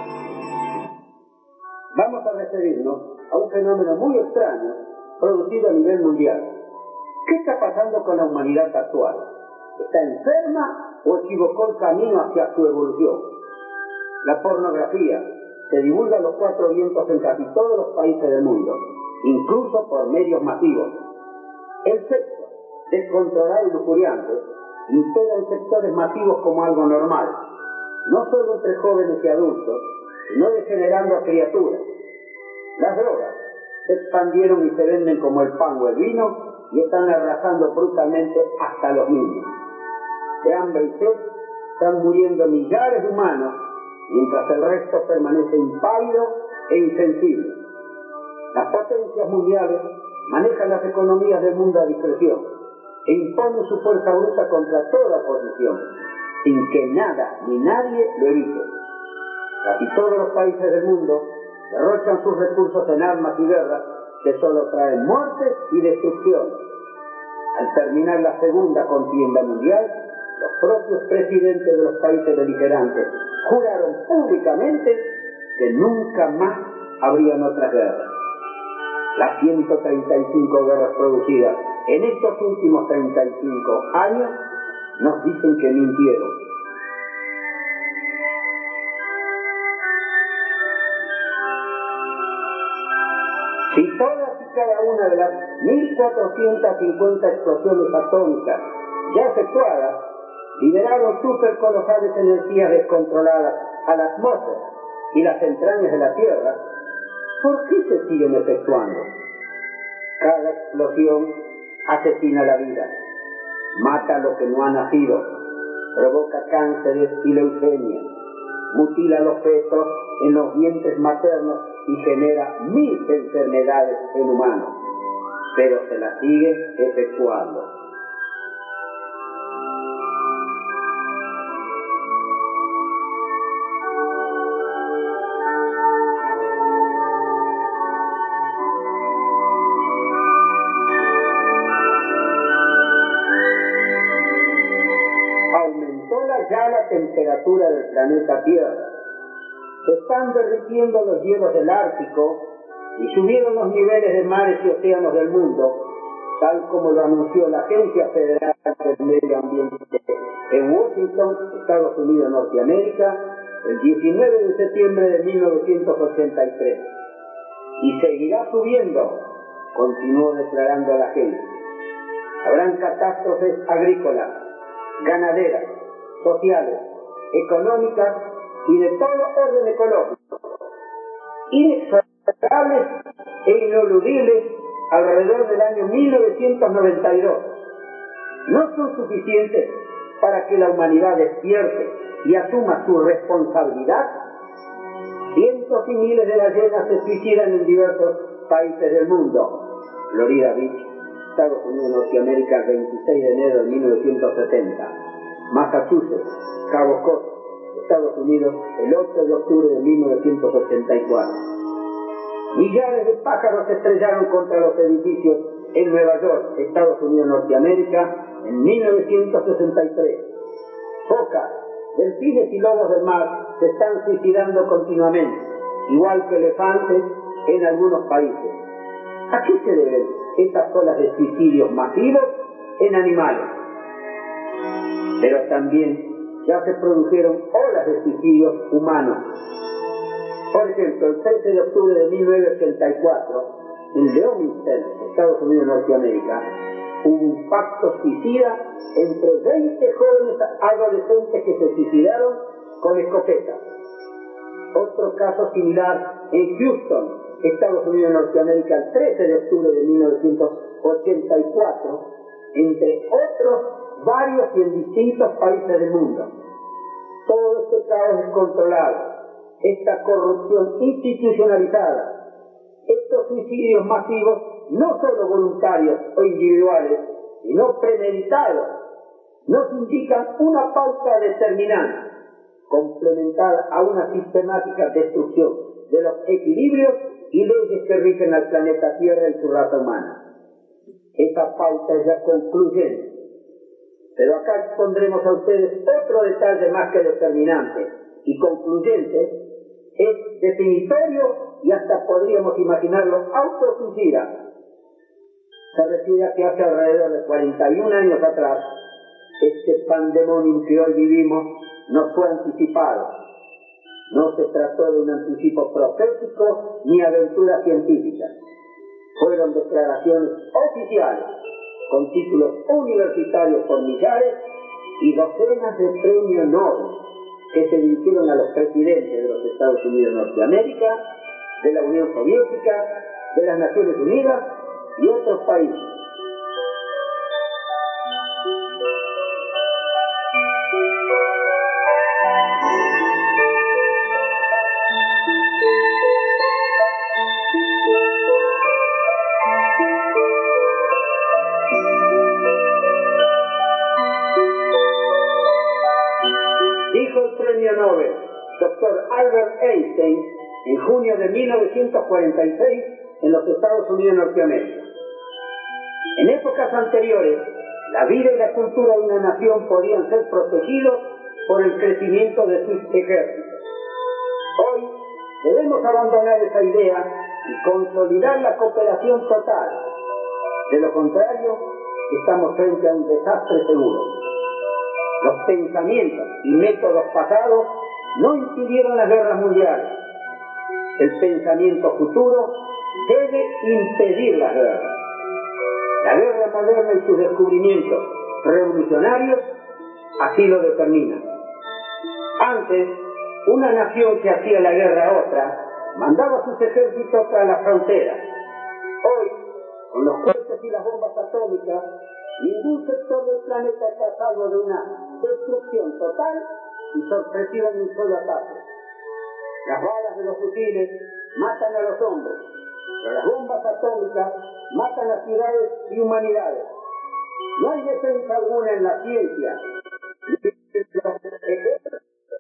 Vamos a referirnos a un fenómeno muy extraño producido a nivel mundial. ¿Qué está pasando con la humanidad actual? ¿Está enferma o equivocó el camino hacia su evolución? La pornografía se divulga a los cuatro vientos en casi todos los países del mundo, incluso por medios masivos. El sexo, descontrolado y lujuriante, impera en sectores masivos como algo normal, no solo entre jóvenes y adultos, sino degenerando a criaturas. Las drogas se expandieron y se venden como el pan o el vino y están arrasando brutalmente hasta los niños. De hambre y sed están muriendo millares de humanos, mientras el resto permanece impávido e insensible. Las potencias mundiales manejan las economías del mundo a discreción e imponen su fuerza bruta contra toda oposición, sin que nada ni nadie lo evite. Casi todos los países del mundo derrochan sus recursos en armas y guerras, que solo traen muertes y destrucción. Al terminar la segunda contienda mundial, los propios presidentes de los países beligerantes juraron públicamente que nunca más habrían otras guerras. Las ciento treinta y cinco guerras producidas en estos últimos treinta y cinco años nos dicen que mintieron. Si todas y cada una de las mil cuatrocientas cincuenta explosiones atómicas ya efectuadas liberaron supercolosales energías descontroladas a la atmósfera y las entrañas de la Tierra, ¿por qué se siguen efectuando? Cada explosión asesina la vida, mata lo que no ha nacido, provoca cánceres y leucemia, mutila a los fetos en los vientres maternos y genera mil enfermedades en humanos, pero se las sigue efectuando. Ya la temperatura del planeta Tierra. Se están derritiendo los hielos del Ártico y subieron los niveles de mares y océanos del mundo, tal como lo anunció la Agencia Federal del Medio Ambiente en Washington, Estados Unidos, Norteamérica, el diecinueve de septiembre de mil novecientos ochenta y tres. Y seguirá subiendo, continuó declarando la agencia. Habrán catástrofes agrícolas, ganaderas, sociales, económicas y de todo orden ecológico, inexorables e ineludibles alrededor del año mil novecientos noventa y dos. No son suficientes para que la humanidad despierte y asuma su responsabilidad. Cientos y miles de ballenas se suicidan en diversos países del mundo. Florida Beach, Estados Unidos, Norteamérica, el veintiséis de enero de mil novecientos setenta. Massachusetts, Cabo Cod, Estados Unidos, el ocho de octubre de mil novecientos ochenta y cuatro. Millares de pájaros se estrellaron contra los edificios en Nueva York, Estados Unidos, Norteamérica, en mil novecientos sesenta y tres. Focas, delfines y lobos del mar se están suicidando continuamente, igual que elefantes en algunos países. ¿A qué se deben estas olas de suicidios masivos en animales? Pero también ya se produjeron olas de suicidios humanos. Por ejemplo, el trece de octubre de mil novecientos ochenta y cuatro, en Leominster, Estados Unidos, Norteamérica, hubo un pacto suicida entre veinte jóvenes adolescentes que se suicidaron con escopetas. Otro caso similar en Houston, Estados Unidos, Norteamérica, el trece de octubre de mil novecientos ochenta y cuatro, entre otros varios y en distintos países del mundo. Todo este caos descontrolado, esta corrupción institucionalizada, estos suicidios masivos, no solo voluntarios o individuales, sino premeditados, nos indican una pauta determinante, complementada a una sistemática destrucción de los equilibrios y leyes que rigen al planeta Tierra y su raza humana. Esa pauta es ya concluyente. Pero acá expondremos a ustedes otro detalle más que determinante y concluyente, es definitorio y hasta podríamos imaginarlo autosuicida. Se refiere a que hace alrededor de cuarenta y un años atrás, este pandemonium que hoy vivimos nos fue anticipado. No se trató de un anticipo profético ni aventura científica. Fueron declaraciones oficiales, con títulos universitarios por millares y docenas de premios Nobel que se dirigieron a los presidentes de los Estados Unidos de Norteamérica, de la Unión Soviética, de las Naciones Unidas y otros países. Nobel, doctor Albert Einstein, en junio de mil novecientos cuarenta y seis, en los Estados Unidos de Norteamérica. En épocas anteriores, la vida y la cultura de una nación podían ser protegidos por el crecimiento de sus ejércitos. Hoy debemos abandonar esa idea y consolidar la cooperación total. De lo contrario, estamos frente a un desastre seguro. Los pensamientos y métodos pasados no impidieron las guerras mundiales. El pensamiento futuro debe impedir las guerras. La guerra moderna y sus descubrimientos revolucionarios así lo determinan. Antes, una nación que hacía la guerra a otra mandaba sus ejércitos tras las fronteras. Hoy, con los cohetes y las bombas atómicas, ningún sector del planeta está a salvo de una destrucción total y sorpresiva de un solo ataque. Las balas de los fusiles matan a los hombres, pero las bombas atómicas matan a ciudades y humanidades. No hay defensa alguna en la ciencia ni en los ejércitos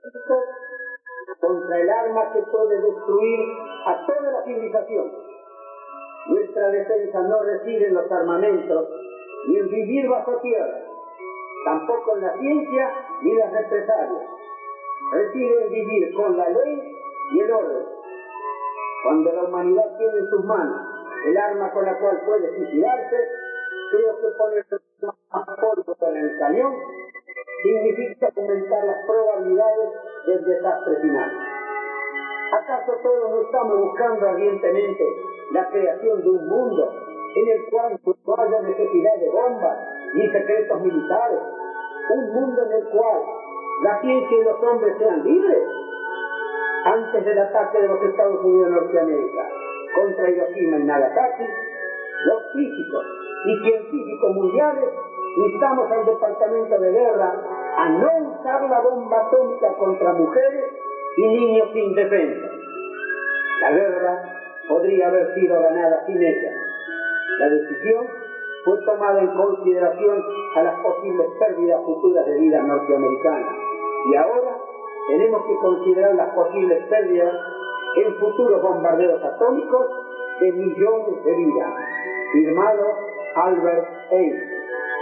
contra el arma que puede destruir a toda la civilización. Nuestra defensa no reside en los armamentos ni en vivir bajo tierra, tampoco en la ciencia ni las represalias. Reside en vivir con la ley y el orden. Cuando la humanidad tiene en sus manos el arma con la cual puede suicidarse, creo que poner más polvo en el cañón significa aumentar las probabilidades del desastre final. ¿Acaso todos no estamos buscando ardientemente la creación de un mundo en el cual no haya necesidad de bombas ni secretos militares? Un mundo en el cual la ciencia y los hombres sean libres. Antes del ataque de los Estados Unidos de Norteamérica contra Hiroshima y Nagasaki, los físicos y científicos mundiales instamos al Departamento de Guerra a no usar la bomba atómica contra mujeres y niños indefensos. La guerra podría haber sido ganada sin ella. La decisión fue tomada en consideración a las posibles pérdidas futuras de vidas norteamericanas. Y ahora tenemos que considerar las posibles pérdidas en futuros bombardeos atómicos de millones de vidas. Firmado Albert Einstein.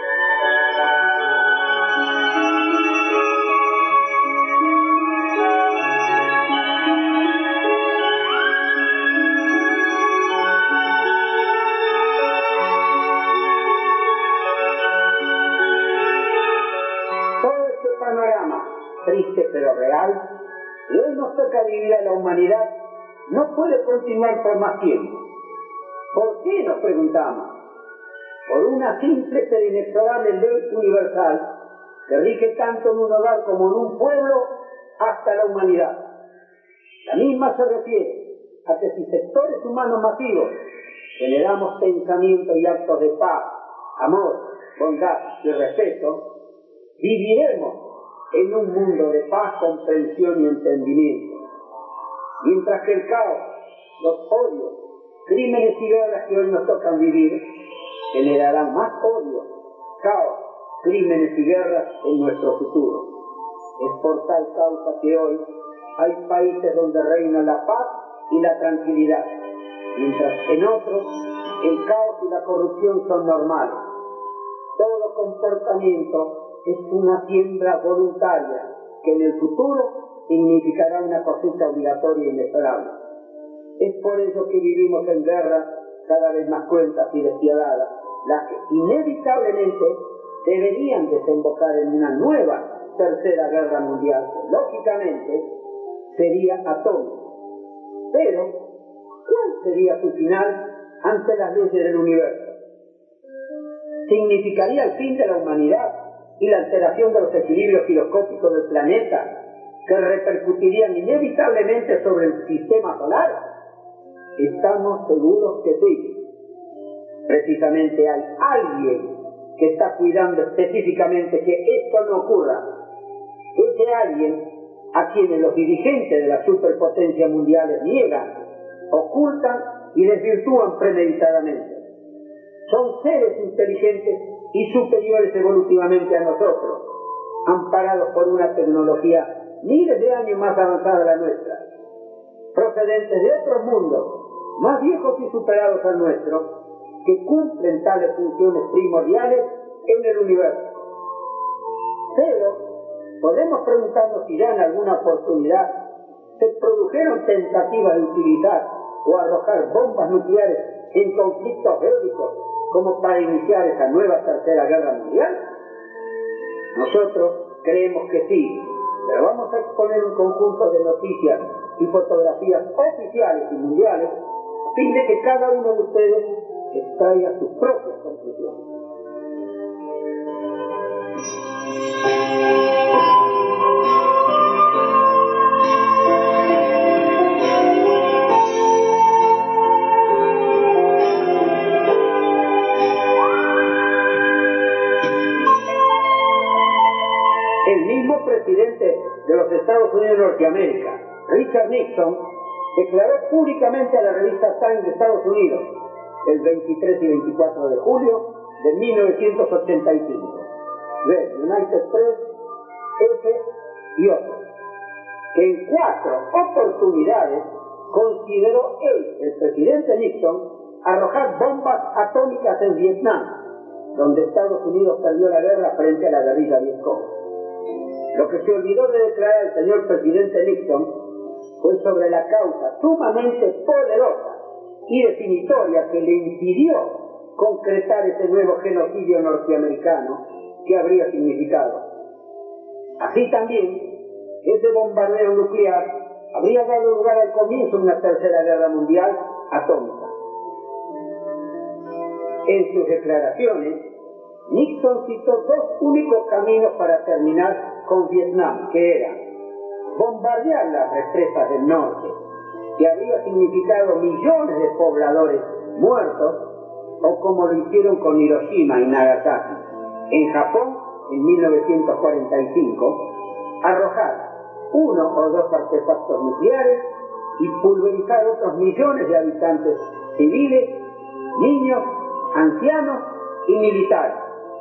Triste pero real, y hoy nos toca vivir a la humanidad, no puede continuar por más tiempo. ¿Por qué? Nos preguntamos. Por una simple pero inexorable ley universal que rige tanto en un hogar como en un pueblo hasta la humanidad. La misma se refiere a que si sectores humanos masivos generamos pensamientos y actos de paz, amor, bondad y respeto, viviremos en un mundo de paz, comprensión y entendimiento. Mientras que el caos, los odios, crímenes y guerras que hoy nos tocan vivir, generarán más odio, caos, crímenes y guerras en nuestro futuro. Es por tal causa que hoy hay países donde reina la paz y la tranquilidad, mientras en otros el caos y la corrupción son normales. Todo comportamiento es una siembra voluntaria que en el futuro significará una cosecha obligatoria e inexorable. Es por ello que vivimos en guerras cada vez más cruentas y despiadadas, las que inevitablemente deberían desembocar en una nueva tercera guerra mundial, que lógicamente sería atómica. Pero, ¿cuál sería su final ante las leyes del universo? ¿Significaría el fin de la humanidad y la alteración de los equilibrios filosóficos del planeta, que repercutirían inevitablemente sobre el sistema solar? Estamos seguros que sí. Precisamente hay alguien que está cuidando específicamente que esto no ocurra. Ese alguien a quienes los dirigentes de las superpotencias mundiales niegan, ocultan y desvirtúan premeditadamente. Son seres inteligentes y superiores evolutivamente a nosotros, amparados por una tecnología miles de años más avanzada de la nuestra, procedentes de otros mundos, más viejos y superados al nuestro, que cumplen tales funciones primordiales en el universo. Pero podemos preguntarnos si ya en alguna oportunidad se produjeron tentativas de utilizar o arrojar bombas nucleares en conflictos bélicos como para iniciar esa nueva tercera guerra mundial. Nosotros creemos que sí, pero vamos a exponer un conjunto de noticias y fotografías oficiales y mundiales a fin de que cada uno de ustedes extraiga sus propias conclusiones. El mismo presidente de los Estados Unidos de Norteamérica, Richard Nixon, declaró públicamente a la revista Time de Estados Unidos el veintitrés y veinticuatro de julio de mil novecientos ochenta y cinco, de United Press, F y otros, que en cuatro oportunidades consideró él, el presidente Nixon, arrojar bombas atómicas en Vietnam, donde Estados Unidos perdió la guerra frente a la guerrilla Vietcong. Lo que se olvidó de declarar el señor presidente Nixon fue sobre la causa sumamente poderosa y definitoria que le impidió concretar ese nuevo genocidio norteamericano que habría significado. Así también, ese bombardeo nuclear habría dado lugar al comienzo de una tercera guerra mundial atómica. En sus declaraciones, Nixon citó dos únicos caminos para terminar con Vietnam, que eran bombardear las represas del norte, que habría significado millones de pobladores muertos, o como lo hicieron con Hiroshima y Nagasaki en Japón en mil novecientos cuarenta y cinco, arrojar uno o dos artefactos nucleares y pulverizar otros millones de habitantes civiles, niños, ancianos y militares.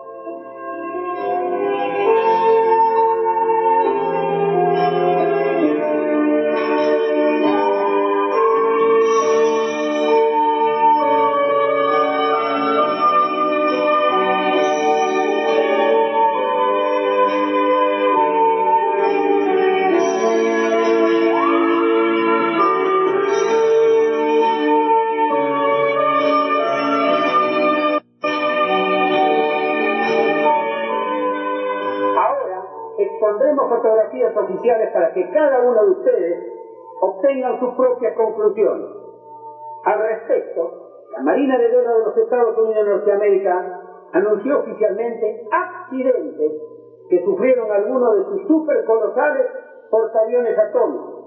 Pondremos fotografías oficiales para que cada uno de ustedes obtengan sus propias conclusiones. Al respecto, la Marina de Guerra de los Estados Unidos de Norteamérica anunció oficialmente accidentes que sufrieron algunos de sus supercolosales portaaviones atómicos.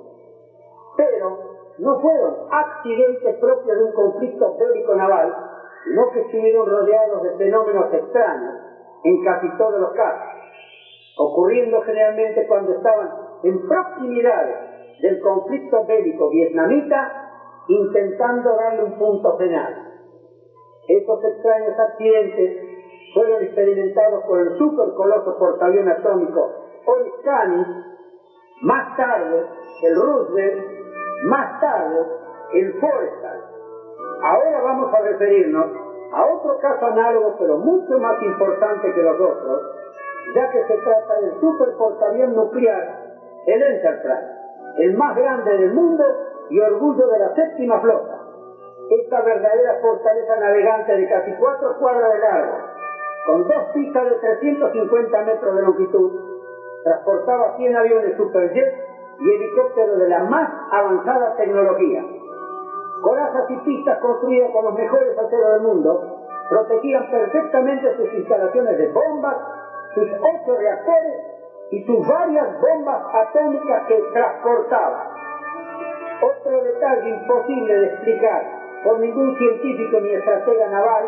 Pero no fueron accidentes propios de un conflicto bélico naval, sino que estuvieron rodeados de fenómenos extraños en casi todos los casos, ocurriendo generalmente cuando estaban en proximidades del conflicto bélico vietnamita, intentando darle un punto final. Estos extraños accidentes fueron experimentados por el supercoloso portaaviones atómico Oriskany, más tarde el Roosevelt, más tarde el Forrestal. Ahora vamos a referirnos a otro caso análogo, pero mucho más importante que los otros, ya que se trata del superportaavión nuclear, el Enterprise, el más grande del mundo y orgullo de la séptima flota. Esta verdadera fortaleza navegante de casi cuatro cuadras de largo, con dos pistas de trescientos cincuenta metros de longitud, transportaba cien aviones superjet y helicópteros de la más avanzada tecnología. Corazas y pistas construidas con los mejores aceros del mundo protegían perfectamente sus instalaciones de bombas, sus ocho reactores y sus varias bombas atómicas que transportaba. Otro detalle imposible de explicar por ningún científico ni estratega naval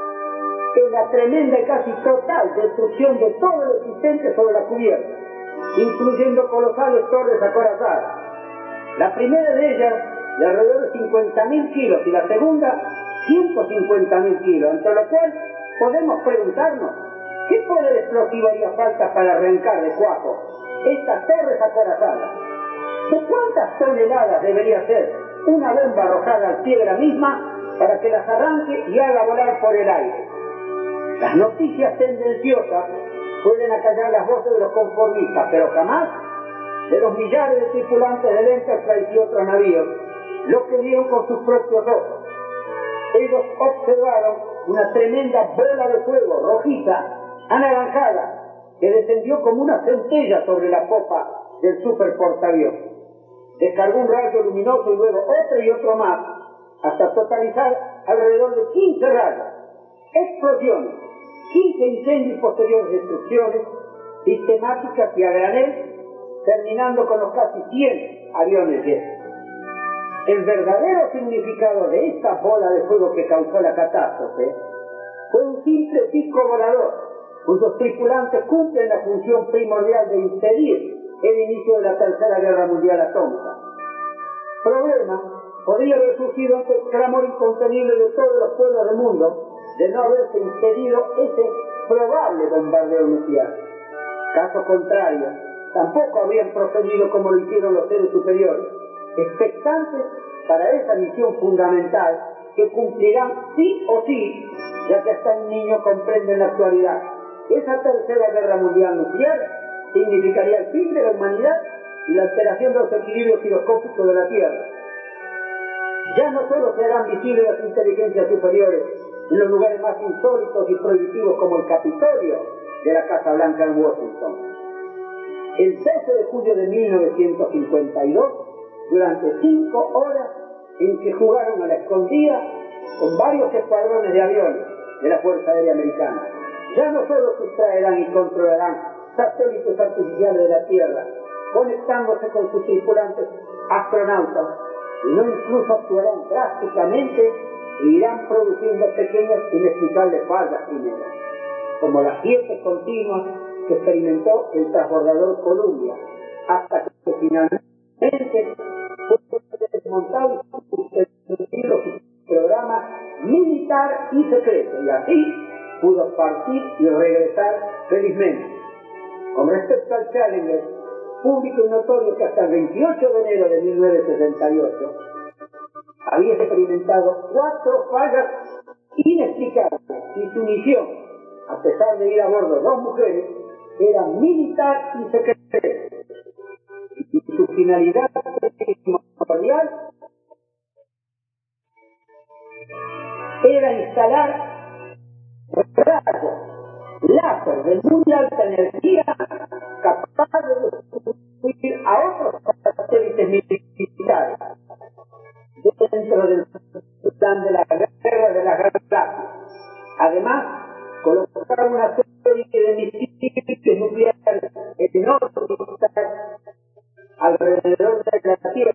es la tremenda y casi total destrucción de todo lo existente sobre la cubierta, incluyendo colosales torres acorazadas. La primera de ellas de alrededor de cincuenta mil kilos y la segunda ciento cincuenta mil kilos, entre lo cual podemos preguntarnos ¿qué poder explosivo haría falta para arrancar de cuajo estas torres acorazadas? ¿De cuántas toneladas debería ser una bomba arrojada al pie de la misma para que las arranque y haga volar por el aire. Las noticias tendenciosas pueden acallar las voces de los conformistas, pero jamás de los millares de tripulantes del Enterprise y otros navíos, lo que vieron con sus propios ojos. Ellos observaron una tremenda bola de fuego rojiza, anaranjada, que descendió como una centella sobre la popa del superportaavión. Descargó un rayo luminoso y luego otro y otro más, hasta totalizar alrededor de quince rayos, explosiones, quince incendios y posteriores destrucciones sistemáticas y a granel, terminando con los casi cien aviones llenos. El verdadero significado de esta bola de fuego que causó la catástrofe fue un simple disco volador, cuyos tripulantes cumplen la función primordial de impedir el inicio de la Tercera Guerra Mundial Atómica. Problema podría haber surgido ante el clamor incontenible de todos los pueblos del mundo de no haberse impedido ese probable bombardeo nuclear. Caso contrario, tampoco habrían procedido como lo hicieron los seres superiores, expectantes para esa misión fundamental que cumplirán sí o sí, ya que hasta un niño comprende en la actualidad que esa Tercera Guerra Mundial nuclear significaría el fin de la humanidad y la alteración de los equilibrios giroscópicos de la Tierra. Ya no solo se harán visibles las inteligencias superiores en los lugares más insólitos y prohibitivos como el Capitolio de la Casa Blanca en Washington. El doce de julio de mil novecientos cincuenta y dos, durante cinco horas en que jugaron a la escondida con varios escuadrones de aviones de la Fuerza Aérea Americana, ya no solo sustraerán y controlarán satélites artificiales de la Tierra, conectándose con sus tripulantes astronautas, sino incluso actuarán drásticamente e irán produciendo pequeñas inexplicables fallas primeras, como las siete continuas que experimentó el transbordador Columbia, hasta que finalmente fue desmontado y suspendido su programa militar y secreto, y así pudo partir y regresar felizmente. Con respecto al Challenger, público y notorio que hasta el veintiocho de enero de mil novecientos sesenta y ocho había experimentado cuatro fallas inexplicables y su misión, a pesar de ir a bordo dos mujeres, era militar y secreta. Y su finalidad primordial era instalar rayos láser de muy alta energía capaz de destruir a otros satélites militares dentro del plan de la guerra de las galaxias. Además, colocar una serie de misiles nucleares enormes alrededor de la Tierra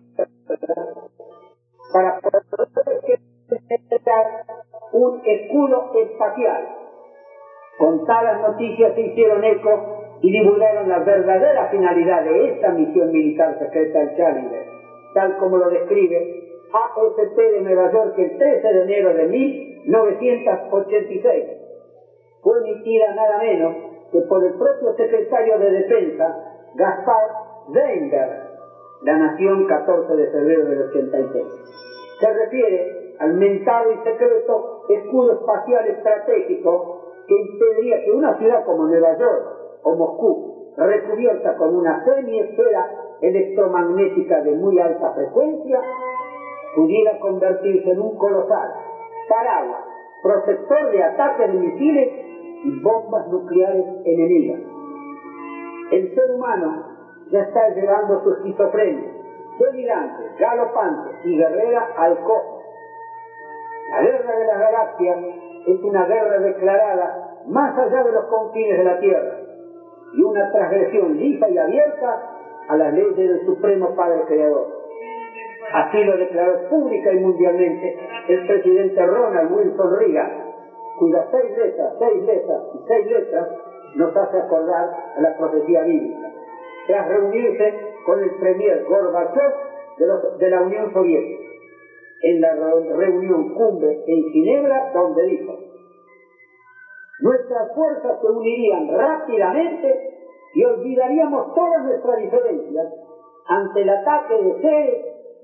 para poder generar un escudo espacial. Contadas noticias se hicieron eco y divulgaron la verdadera finalidad de esta misión militar secreta del Challenger, tal como lo describe A F P de Nueva York el trece de enero de mil novecientos ochenta y seis. Fue emitida nada menos que por el propio secretario de Defensa, Gaspar Weinberg, La Nación, catorce de febrero del ochenta y seis. Se refiere al mentado y secreto escudo espacial estratégico que impediría que una ciudad como Nueva York o Moscú, recubierta con una semiesfera electromagnética de muy alta frecuencia, pudiera convertirse en un colosal paraguas, protector de ataques de misiles y bombas nucleares enemigas. El ser humano ya está llevando su esquizofrenia, delirante, galopante y guerrera al cosmos. La guerra de las galaxias es una guerra declarada más allá de los confines de la Tierra y una transgresión lisa y abierta a las leyes del Supremo Padre Creador. Así lo declaró pública y mundialmente el presidente Ronald Wilson Reagan, cuyas seis letras, seis letras y seis letras nos hace acordar a la profecía bíblica, tras reunirse con el premier Gorbachev de, los, de la Unión Soviética, en la reunión cumbre en Ginebra, donde dijo: nuestras fuerzas se unirían rápidamente y olvidaríamos todas nuestras diferencias ante el ataque de seres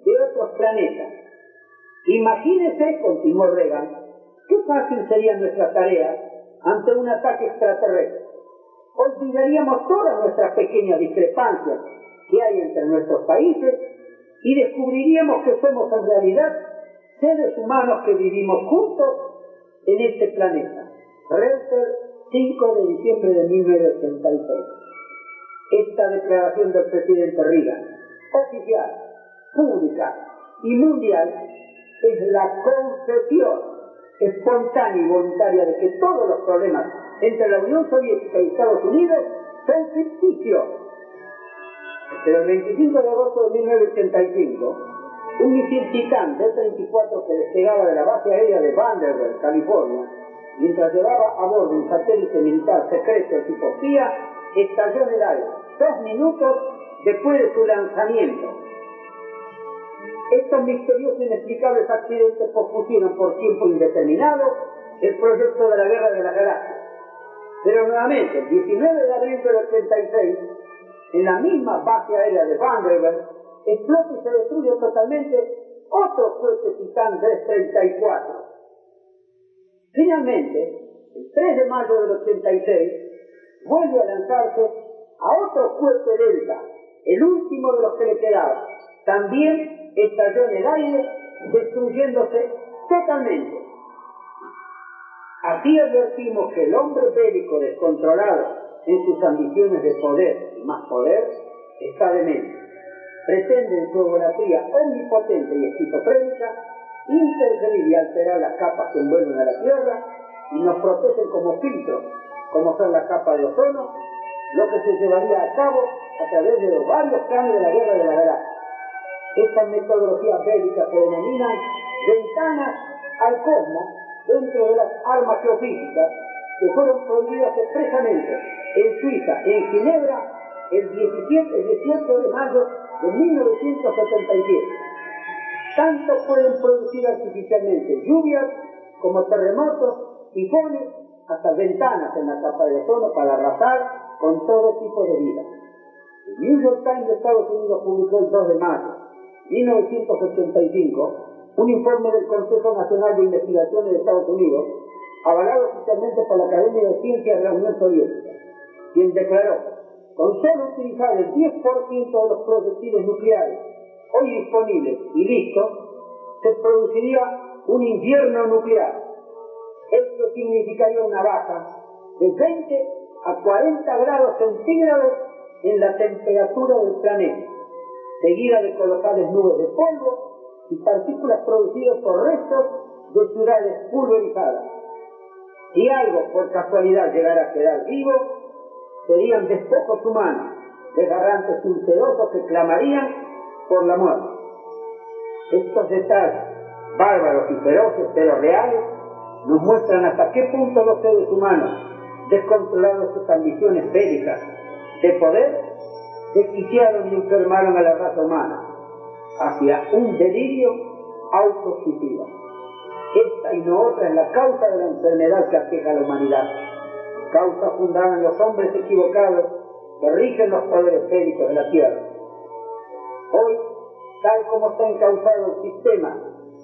de otros planetas. Imagínese, continuó Reagan, qué fácil sería nuestra tarea ante un ataque extraterrestre. Olvidaríamos todas nuestras pequeñas discrepancias que hay entre nuestros países y descubriríamos que somos en realidad seres humanos que vivimos juntos en este planeta. Reuters, cinco de diciembre de mil novecientos ochenta y seis. Esta declaración del presidente Reagan, oficial, pública y mundial, es la confesión espontánea y voluntaria de que todos los problemas entre la Unión Soviética y Estados Unidos son ficticios. Pero el veinticinco de agosto de mil novecientos ochenta y cinco, un misil Titán D treinta y cuatro que despegaba de la base aérea de Vandenberg, California, mientras llevaba a bordo un satélite militar secreto de tipo espía, estalló en el aire, dos minutos después de su lanzamiento. Estos misteriosos e inexplicables accidentes pospusieron por tiempo indeterminado el proyecto de la Guerra de las Galaxias. Pero nuevamente, el diecinueve de abril del ochenta y seis, en la misma base aérea de Vandenberg, explota y se destruye totalmente otro cohete Titán D treinta y cuatro. Finalmente, el tres de mayo del ochenta y seis, vuelve a lanzarse a otro cohete Delta, el último de los que le quedaba. También estalló en el aire, destruyéndose totalmente. Así advertimos que el hombre bélico descontrolado en sus ambiciones de poder y más poder está demente. Pretende en su egolatría omnipotente y esquizofrénica interferir y alterar las capas que envuelven a la Tierra y nos protegen como filtros, como son las capas de ozono, lo que se llevaría a cabo a través de los varios cambios de la Guerra de la Galaxia. Estas metodologías bélicas se denominan ventanas al cosmos dentro de las armas geofísicas que fueron prohibidas expresamente en Suiza, en Ginebra, el dieciocho de mayo de mil novecientos setenta y siete. Tanto pueden producir artificialmente lluvias como terremotos, tifones, hasta ventanas en la capa de ozono para arrasar con todo tipo de vida. El New York Times de Estados Unidos publicó el dos de mayo de mil novecientos ochenta y cinco un informe del Consejo Nacional de Investigaciones de Estados Unidos, avalado oficialmente por la Academia de Ciencias de la Unión Soviética, quien declaró: con solo utilizar el diez por ciento de los proyectiles nucleares hoy disponibles y listos, se produciría un invierno nuclear. Esto significaría una baja de veinte a cuarenta grados centígrados en la temperatura del planeta, seguida de colosales nubes de polvo y partículas producidas por restos de ciudades pulverizadas. Si algo por casualidad llegara a quedar vivo, serían despojos humanos, desgarrantes ulcerosos que clamarían por la muerte. Estos detalles, bárbaros y feroces pero reales, nos muestran hasta qué punto los seres humanos, descontrolados sus ambiciones bélicas de poder, desquiciaron y enfermaron a la raza humana hacia un delirio autosuicida. Esta y no otra es la causa de la enfermedad que aqueja a la humanidad, causa fundada en los hombres equivocados que rigen los poderes bélicos de la Tierra. Hoy, tal como está encauzado el sistema,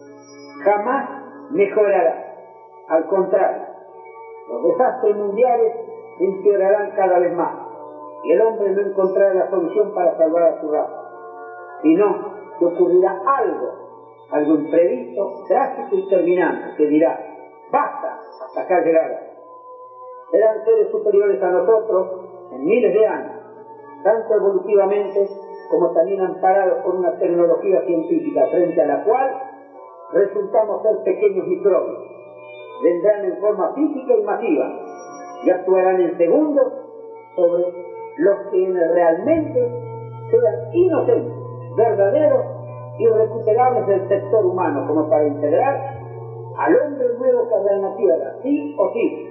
jamás mejorará. Al contrario, los desastres mundiales empeorarán cada vez más y el hombre no encontrará la solución para salvar a su raza, sino que ocurrirá algo, algo imprevisto, drástico y terminante, que dirá: basta, hasta acá llegará. Serán seres superiores a nosotros en miles de años, tanto evolutivamente como también amparados por una tecnología científica frente a la cual resultamos ser pequeños microbios. Vendrán en forma física y masiva y actuarán en segundos sobre los que realmente sean inocentes, verdaderos y irrecuperables del sector humano, como para integrar al hombre nuevo que habrá en la Tierra, sí o sí,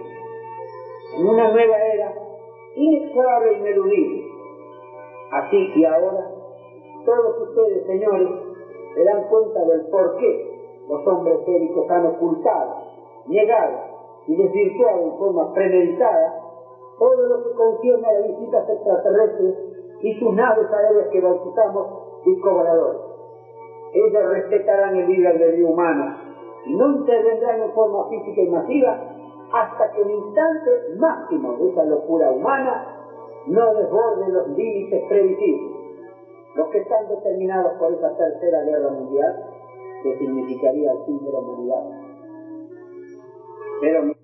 en una nueva era inexorable e ineludible. Así que ahora, todos ustedes, señores, se dan cuenta del por qué los hombres bélicos han ocultado, negado y desvirtuado en forma premeditada todo lo que concierne a las visitas extraterrestres y sus naves aéreas que bautizamos discovoladores. Ellas respetarán el libre albedrío humano y no intervendrán en forma física y masiva hasta que el instante máximo de esa locura humana no desborde los límites previsibles, los que están determinados por esa tercera guerra mundial, que significaría el fin de la humanidad. Pero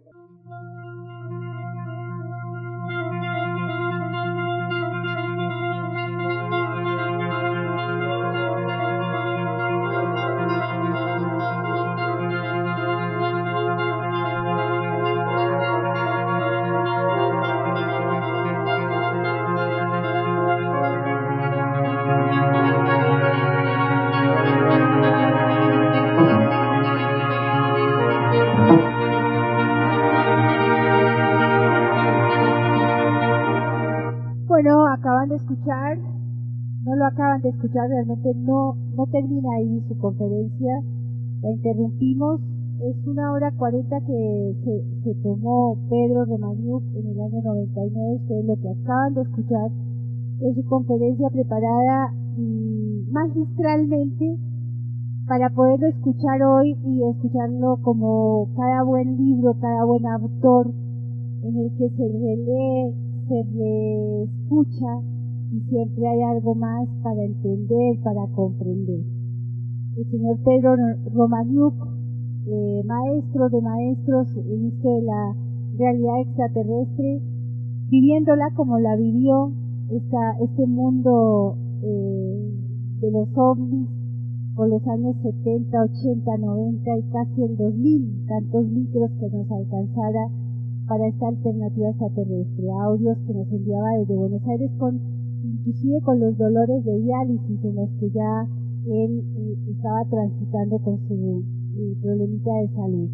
acaban de escuchar, no lo acaban de escuchar, realmente no, no termina ahí su conferencia, la interrumpimos. Es una hora cuarenta que se, se tomó Pedro Romaniuk en el año noventa y nueve. Ustedes lo que acaban de escuchar es su conferencia preparada mmm, magistralmente para poderlo escuchar hoy y escucharlo como cada buen libro, cada buen autor, en el que se relee, se reescucha y siempre hay algo más para entender, para comprender. El señor Pedro Romaniuk, eh, maestro de maestros en esto de la realidad extraterrestre, viviéndola como la vivió esta, este mundo eh, de los ovnis por los años setenta, ochenta, noventa y casi el dos mil, tantos micros que nos alcanzara para esta alternativa extraterrestre, audios que nos enviaba desde Buenos Aires, con inclusive con los dolores de diálisis en los que ya él eh, estaba transitando con su eh, problemita de salud.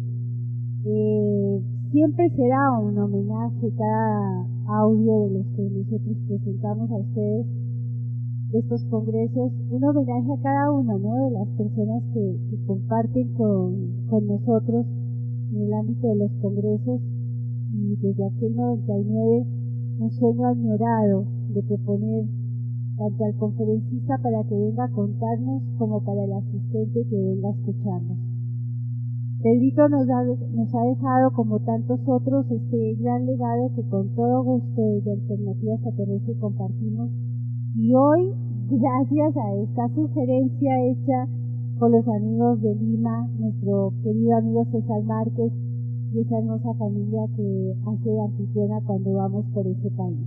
Eh, siempre será un homenaje cada audio de los que nosotros presentamos a ustedes de estos congresos, un homenaje a cada uno, ¿no?, de las personas que, que comparten con, con nosotros en el ámbito de los congresos. Y desde aquel noventa y nueve, un sueño añorado de proponer tanto al conferencista para que venga a contarnos como para el asistente que venga a escucharnos. Pedrito nos ha, nos ha dejado, como tantos otros, este gran legado que con todo gusto desde Alternativa Extraterrestre compartimos, y hoy, gracias a esta sugerencia hecha por los amigos de Lima, nuestro querido amigo César Márquez y esa hermosa familia que hace de anfitriona cuando vamos por ese país.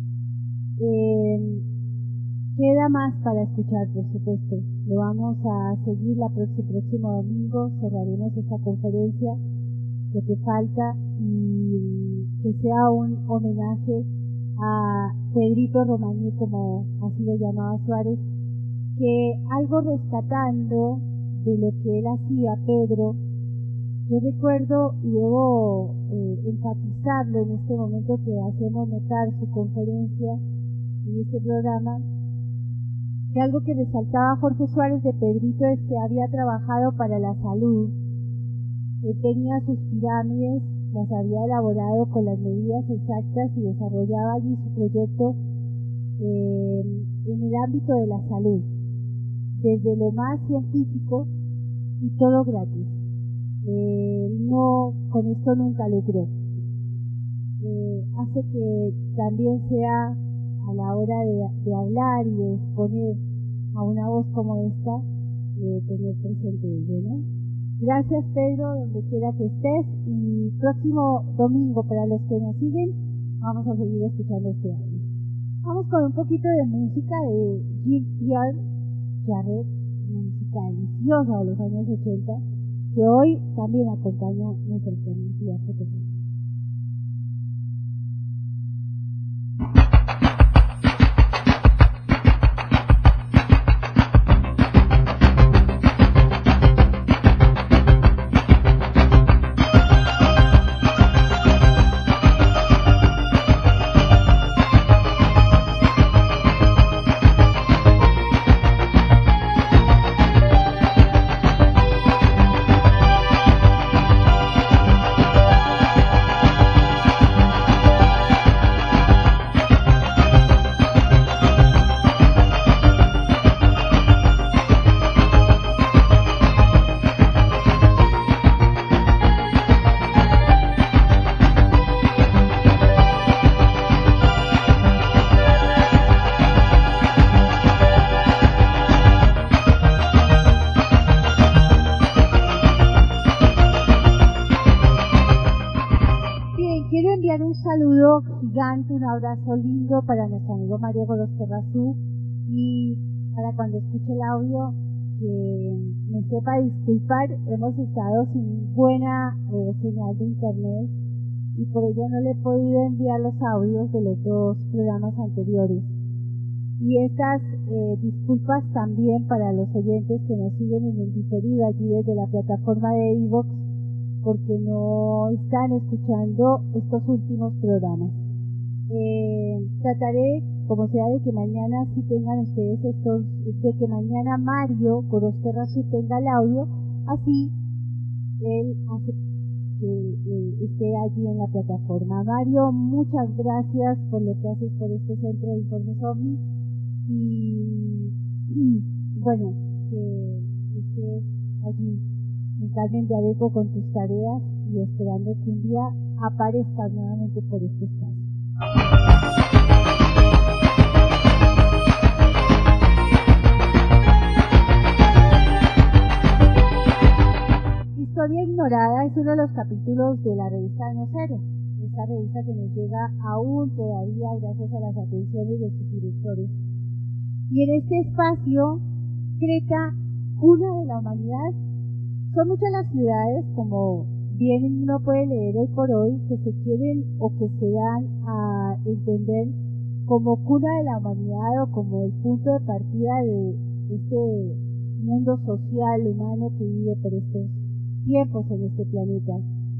Eh, queda más para escuchar, por supuesto. Lo vamos a seguir la próxima, próximo domingo, cerraremos esta conferencia, lo que falta, y que sea un homenaje a Pedrito Romaniuk, como así lo llamaba Suárez, que algo rescatando de lo que él hacía, Pedro. Yo recuerdo, y debo eh, enfatizarlo en este momento que hacemos notar su conferencia en este programa, que algo que resaltaba Jorge Suárez de Pedrito es que había trabajado para la salud. Él tenía sus pirámides, las había elaborado con las medidas exactas y desarrollaba allí su proyecto eh, en el ámbito de la salud, desde lo más científico y todo gratis. Eh, no, con esto nunca lucró. Eh, hace que también sea a la hora de, de hablar y de exponer a una voz como esta, eh, tener presente ello, ¿no? Gracias, Pedro, donde quiera que estés, y próximo domingo, para los que nos siguen, vamos a seguir escuchando este audio. Vamos con un poquito de música de Jean-Pierre Jarret, una música deliciosa de los años ochenta, que hoy también acompaña nuestra alternativa extraterrestre. saludo gigante, un abrazo lindo para nuestro amigo Mario Gorosterrazú, y para cuando escuche el audio que me sepa disculpar, hemos estado sin buena eh, señal de internet y por ello no le he podido enviar los audios de los dos programas anteriores. Y estas eh, disculpas también para los oyentes que nos siguen en el diferido allí desde la plataforma de iVoox, porque no están escuchando estos últimos programas. Eh, trataré, como sea, de que mañana sí tengan ustedes estos, de que mañana Mario Gorosterrazú tenga el audio, así él hace que eh, esté allí en la plataforma. Mario, muchas gracias por lo que haces por este Centro de Informes OVNI, y, y bueno, que estés allí en Carmen de Areco con tus tareas y esperando que un día aparezcas nuevamente por este espacio. Historia Ignorada es uno de los capítulos de la revista Año Cero, esta revista que nos llega aún todavía gracias a las atenciones de sus directores. Y en este espacio, Creta, cuna de la humanidad. Son muchas las ciudades, como bien uno puede leer hoy por hoy, que se quieren o que se dan a entender como cuna de la humanidad o como el punto de partida de este mundo social humano que vive por estos tiempos en este planeta.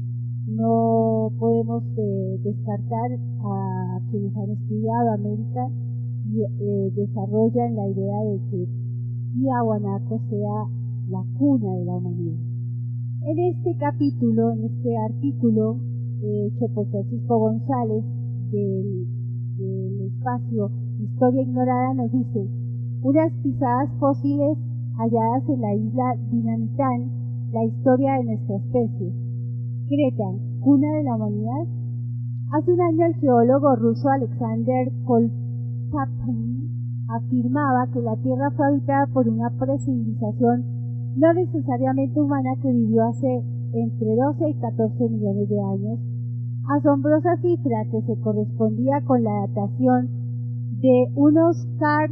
No podemos eh, descartar a quienes han estudiado América y eh, desarrollan la idea de que Tiahuanaco sea la cuna de la humanidad. En este capítulo, en este artículo eh, hecho por Francisco González del, del espacio Historia Ignorada, nos dice: unas pisadas fósiles halladas en la isla Dinamitán, la historia de nuestra especie. Creta, cuna de la humanidad. Hace un año el geólogo ruso Alexander Koltapin afirmaba que la Tierra fue habitada por una precivilización no necesariamente humana que vivió hace entre doce y catorce millones de años, asombrosa cifra que se correspondía con la datación de unos cart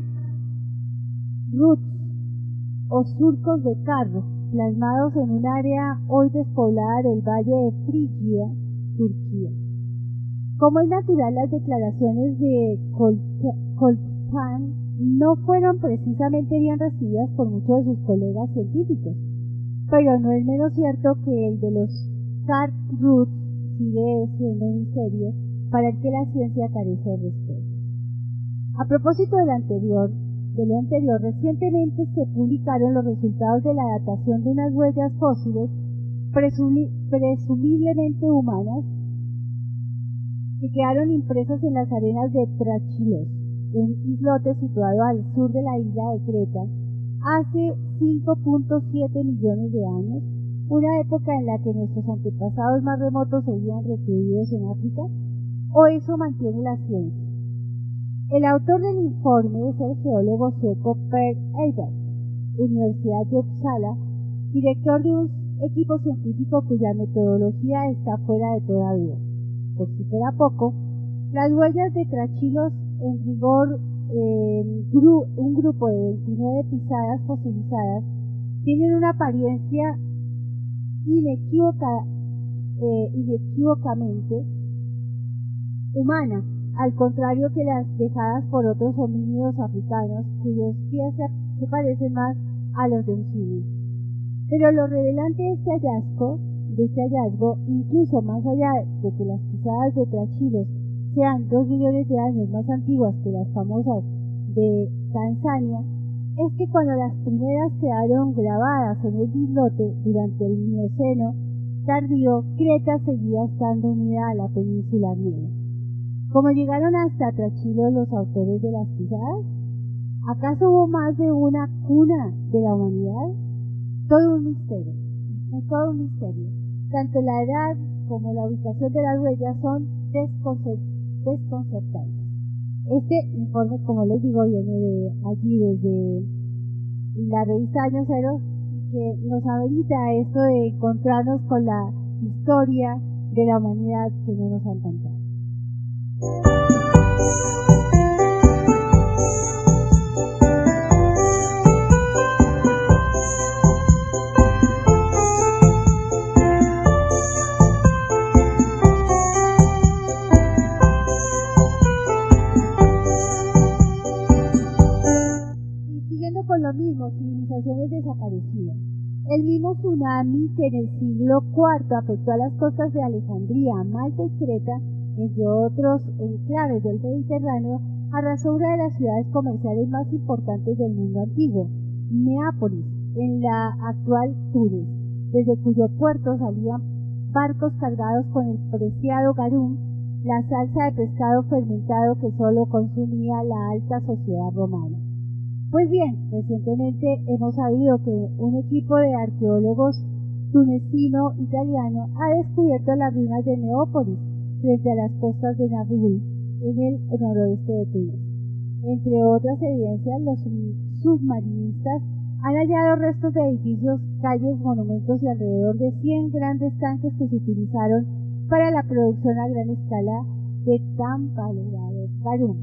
roots o surcos de carro plasmados en un área hoy despoblada del valle de Frigia, Turquía. Como es natural, las declaraciones de Koltpan no fueron precisamente bien recibidas por muchos de sus colegas científicos, pero no es menos cierto que el de los cart roots sigue siendo un misterio para el que la ciencia carece de respuestas. A propósito de lo anterior, de lo anterior, recientemente se publicaron los resultados de la datación de unas huellas fósiles presumi presumiblemente humanas que quedaron impresas en las arenas de Trachilos, un islote situado al sur de la isla de Creta, hace cinco punto siete millones de años, una época en la que nuestros antepasados más remotos seguían recluidos en África, o eso mantiene la ciencia. El autor del informe es el geólogo sueco Per Eiberg, Universidad de Uppsala, director de un equipo científico cuya metodología está fuera de toda duda. Por si fuera poco, las huellas de Trachilos, en rigor eh, gru un grupo de veintinueve pisadas fosilizadas, tienen una apariencia inequívoca, eh, inequívocamente humana, al contrario que las dejadas por otros homínidos africanos, cuyos pies se, se parecen más a los de un simio. Pero lo revelante de este hallazgo, de este hallazgo, incluso más allá de que las pisadas de Trachilos sean dos millones de años más antiguas que las famosas de Tanzania, es que cuando las primeras quedaron grabadas en el islote durante el Mioceno tardío, Creta seguía estando unida a la península griega. ¿Cómo llegaron hasta Trachilos los autores de las pisadas? ¿Acaso hubo más de una cuna de la humanidad? Todo un misterio, todo un misterio. Tanto la edad como la ubicación de las huellas son desconcertantes. Este informe, como les digo, viene de allí, desde la revista Año Cero, que nos amerita esto de encontrarnos con la historia de la humanidad que no nos han contado. Civilizaciones desaparecidas. El mismo tsunami que en el siglo cuarto afectó a las costas de Alejandría, Malta y Creta, entre otros enclaves del Mediterráneo, arrasó una de las ciudades comerciales más importantes del mundo antiguo, Neápolis, en la actual Túnez, desde cuyo puerto salían barcos cargados con el preciado garum, la salsa de pescado fermentado que solo consumía la alta sociedad romana. Pues bien, recientemente hemos sabido que un equipo de arqueólogos tunecino-italiano ha descubierto las ruinas de Neápolis frente a las costas de Nablus, en el noroeste de Túnez. Entre otras evidencias, los submarinistas han hallado restos de edificios, calles, monumentos y alrededor de cien grandes tanques que se utilizaron para la producción a gran escala de tan valorado garum.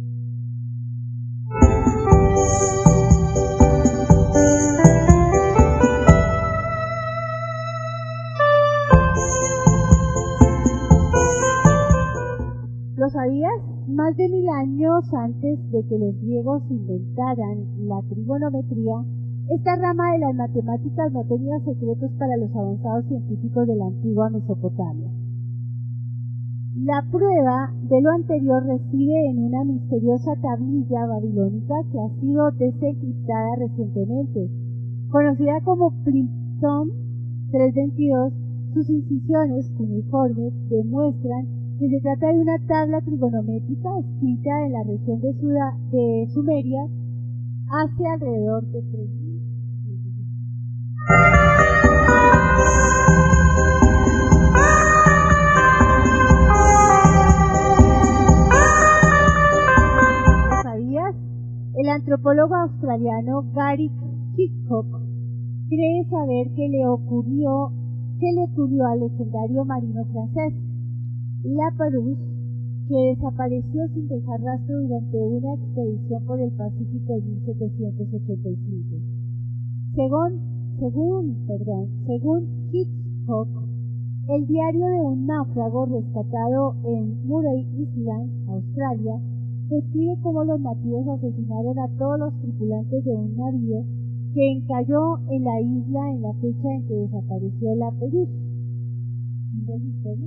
¿Lo sabías? Más de mil años antes de que los griegos inventaran la trigonometría, esta rama de las matemáticas no tenía secretos para los avanzados científicos de la antigua Mesopotamia. La prueba de lo anterior reside en una misteriosa tablilla babilónica que ha sido desencriptada recientemente. Conocida como Plimpton trescientos veintidós, sus incisiones cuneiformes demuestran que se trata de una tabla trigonométrica escrita en la región de, Suda, de Sumeria hace alrededor de tres mil años. ¿Sabías? El antropólogo australiano Gary Hitchcock cree saber qué le ocurrió, qué le ocurrió al legendario marino francés La Pérouse, que desapareció sin dejar rastro durante una expedición por el Pacífico en mil setecientos ochenta y cinco. Según, según, perdón, según Hitchcock, el diario de un náufrago rescatado en Murray Island, Australia, describe cómo los nativos asesinaron a todos los tripulantes de un navío que encalló en la isla en la fecha en que desapareció La Pérouse. ¿Fin del misterio?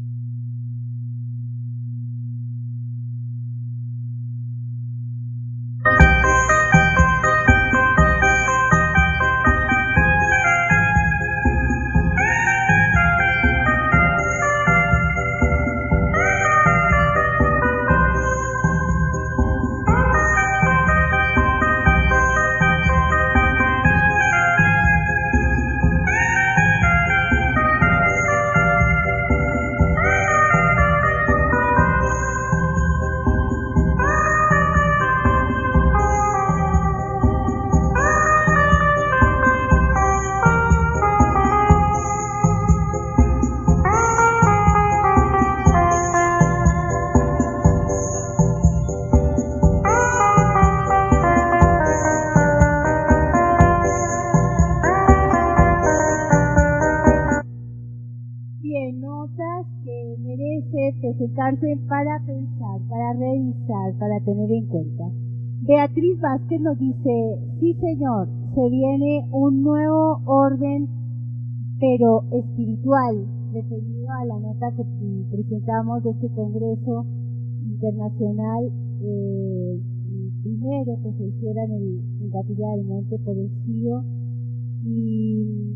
Presentarse para pensar, para revisar, para tener en cuenta. Beatriz Vázquez nos dice, sí señor, se viene un nuevo orden, pero espiritual, referido a la nota que presentamos de este Congreso Internacional, eh, primero que se hiciera en, el, en Capilla del Monte por el C I O, y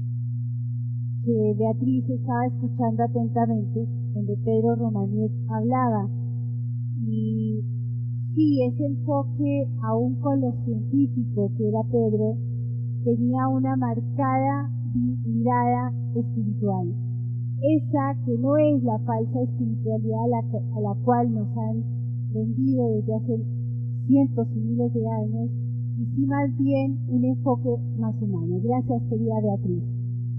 que Beatriz estaba escuchando atentamente, donde Pedro Romaniuk hablaba. Y sí, ese enfoque, aún con lo científico que era Pedro, tenía una marcada mirada espiritual. Esa que no es la falsa espiritualidad a la, a la cual nos han vendido desde hace cientos y miles de años, y sí más bien un enfoque más humano. Gracias, querida Beatriz.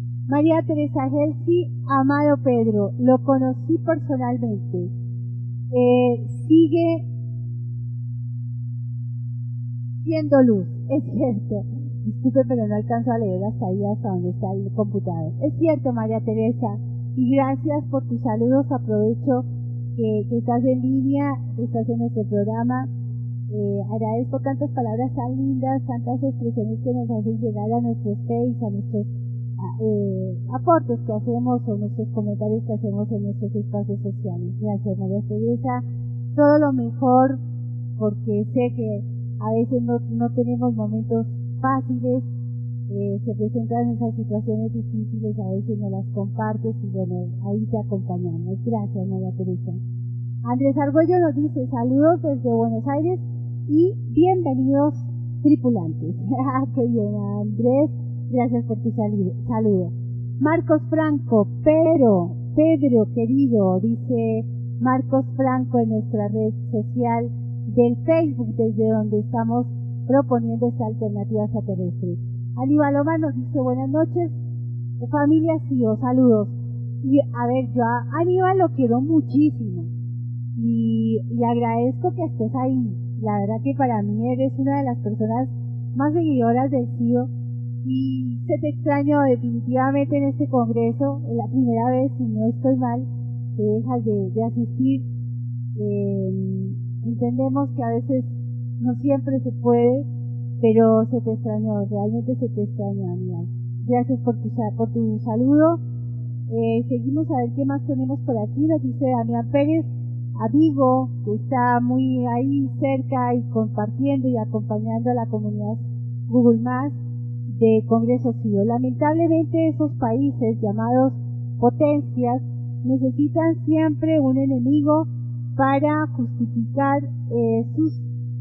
María Teresa Gelsi, amado Pedro, lo conocí personalmente. eh, sigue siendo luz, es cierto. Disculpe, pero no alcanzo a leer hasta ahí, hasta donde está el computador. Es cierto, María Teresa, y gracias por tus saludos. Aprovecho que, que estás en línea, que estás en nuestro programa. Eh, agradezco tantas palabras tan lindas, tantas expresiones que nos hacen llegar a nuestros face, a nuestros eh, aportes que hacemos o nuestros comentarios que hacemos en nuestros espacios sociales. Gracias, María Teresa. Todo lo mejor, porque sé que a veces no, no tenemos momentos fáciles, eh, se presentan esas situaciones difíciles, a veces no las compartes y bueno, ahí te acompañamos. Gracias, María Teresa. Andrés Argüello nos dice saludos desde Buenos Aires y bienvenidos tripulantes. ¡Qué bien, Andrés! Gracias por tu saludo. saludo. Marcos Franco, Pedro, Pedro querido, dice Marcos Franco en nuestra red social del Facebook, desde donde estamos proponiendo esta alternativa extraterrestre. Aníbal Omar nos dice buenas noches, familia C I O, saludos. Y a ver, yo a Aníbal lo quiero muchísimo y, y agradezco que estés ahí. La verdad que para mí eres una de las personas más seguidoras del C I O y se te extraño definitivamente en este congreso. Es la primera vez, si no estoy mal, que dejas de, de asistir. Eh, entendemos que a veces no siempre se puede, pero se te extrañó, realmente se te extrañó, Aníbal. Gracias por tu, por tu saludo. Eh, seguimos a ver qué más tenemos por aquí. Nos dice Damián Pérez, amigo, que está muy ahí cerca y compartiendo y acompañando a la comunidad Google Más de Congreso C I O. Lamentablemente esos países llamados potencias necesitan siempre un enemigo para justificar eh, sus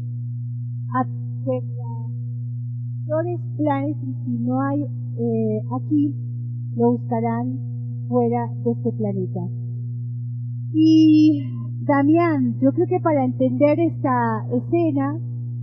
aterradores planes, y si no hay eh, aquí, lo buscarán fuera de este planeta. Y Damián, yo creo que para entender esta escena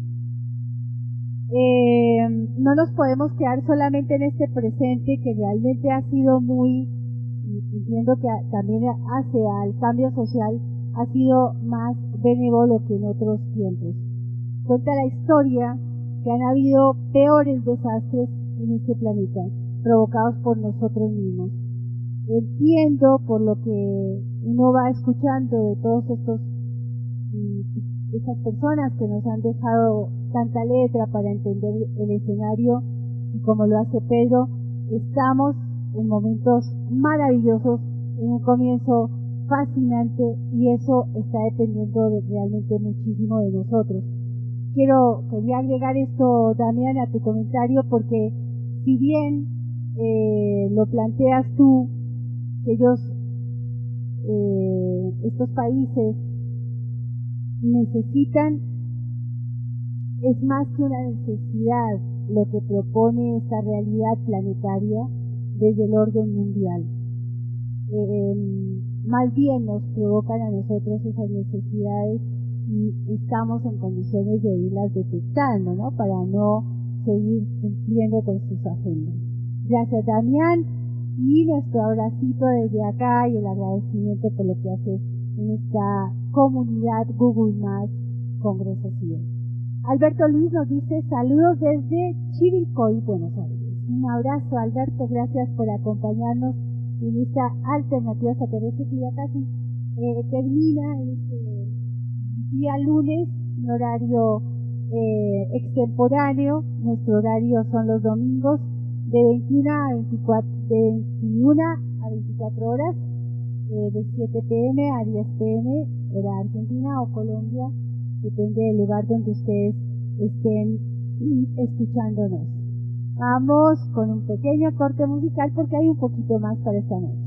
eh, no nos podemos quedar solamente en este presente, que realmente ha sido muy, entiendo que también hace al cambio social, ha sido más benévolo que en otros tiempos. Cuenta la historia que han habido peores desastres en este planeta, provocados por nosotros mismos. Entiendo, por lo que uno va escuchando de todos estos estas personas que nos han dejado tanta letra para entender el escenario, y como lo hace Pedro, estamos en momentos maravillosos, en un comienzo fascinante, y eso está dependiendo de realmente muchísimo de nosotros. Quiero, quería agregar esto, Damián, a tu comentario, porque si bien eh, lo planteas tú, que ellos, eh, estos países necesitan, es más que una necesidad lo que propone esta realidad planetaria desde el orden mundial. Eh, más bien nos provocan a nosotros esas necesidades y estamos en condiciones de irlas detectando, ¿no? Para no seguir cumpliendo con sus agendas. Gracias, Damián, y nuestro abracito desde acá y el agradecimiento por lo que haces en esta comunidad Google Más Congreso C I O. Alberto Luis nos dice saludos desde Chivilcoy, Buenos Aires. Un abrazo, Alberto, gracias por acompañarnos en esta alternativa extraterrestre que ya casi eh, termina en este día lunes, un horario eh, extemporáneo. Nuestro horario son los domingos de veintiuna a veinticuatro, de veintiuna a veinticuatro horas, eh, de siete pe eme a diez pe eme, hora Argentina o Colombia, depende del lugar donde ustedes estén escuchándonos. Vamos con un pequeño corte musical porque hay un poquito más para esta noche.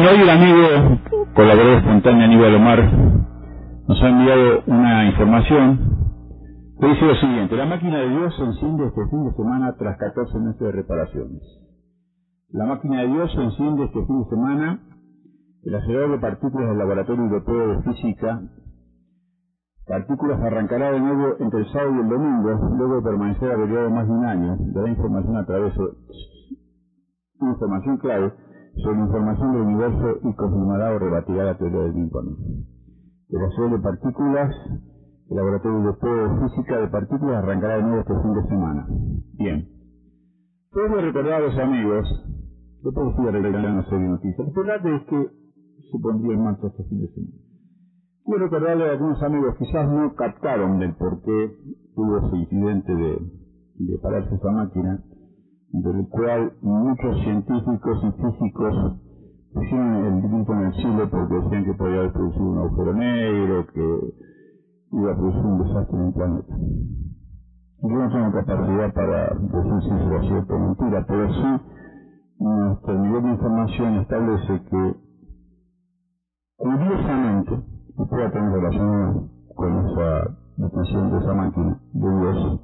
hoy el amigo colaborador espontáneo Aníbal Omar nos ha enviado una información que dice lo siguiente: la máquina de Dios se enciende este fin de semana tras catorce meses de reparaciones. La máquina de Dios se enciende este fin de semana. El acelerador de partículas del Laboratorio Europeo de Física Partículas arrancará de nuevo entre el sábado y el domingo, luego de permanecer averiado más de un año. Dará información a través de información clave sobre la información del universo y confirmará o rebatirá la teoría del Big Bang. El acelerador de partículas, el Laboratorio Europeo de Física de Partículas arrancará de nuevo este fin de semana. Bien. Puedo recordar a los amigos, después de sigue regalando una serie de noticias, recordar es que se pondría en marcha este fin de semana. Quiero recordarle a algunos amigos, quizás no captaron del por qué tuvo ese incidente de, de pararse esa máquina, del cual muchos científicos y físicos pusieron el grito en el cielo porque decían que podía haber producido un agujero negro, que iba a producir un desastre en el planeta. Yo no tengo capacidad para decir si eso es cierto o mentira, pero sí nuestro nivel de información establece que, curiosamente, y pueda tener relación con esa detención de esa máquina de Dios,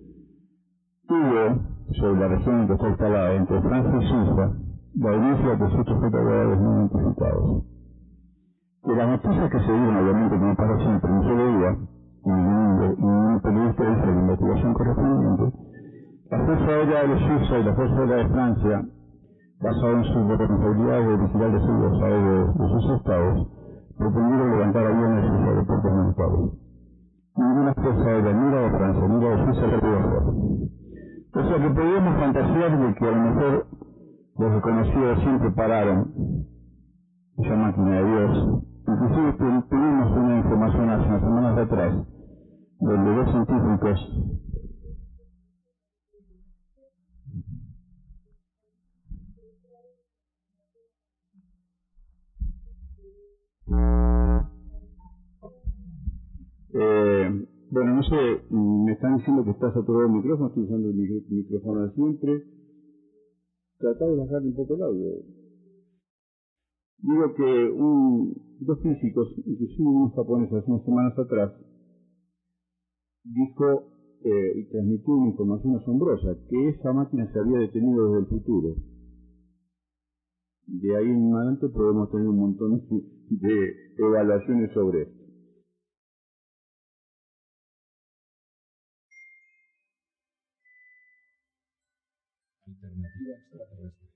hubo sobre la región en que está instalada entre Francia y Suiza la denuncia de presuntos objetos voladores no identificados. De las noticias que se dieron, obviamente, como pasa siempre, no se veía, y un periodista hizo la investigación correspondiente, la Fuerza Aérea de Suiza y la Fuerza Aérea de Francia, basado en su responsabilidad de vigilar los seguros aéreos de sus estados, propusieron levantar aviones en sus aeropuertos militares. Ninguna fuerza aérea, ni la de Francia, ni la de Suiza lo pudo hacer. O sea que podríamos fantasear de que a lo mejor los desconocidos siempre pararon esa máquina de Dios. Inclusive tuvimos una información hace unas semanas atrás, donde dos científicos Eh, bueno, no sé, me están diciendo que está saturado el micrófono, estoy usando el micro, micrófono de siempre. Tratar de bajar un poco el audio. Digo que un, dos físicos, inclusive un japonés hace unas semanas atrás, dijo eh, y transmitió una información asombrosa, que esa máquina se había detenido desde el futuro. De ahí en adelante podemos tener un montón de evaluaciones sobre esto. Alternativa extraterrestre.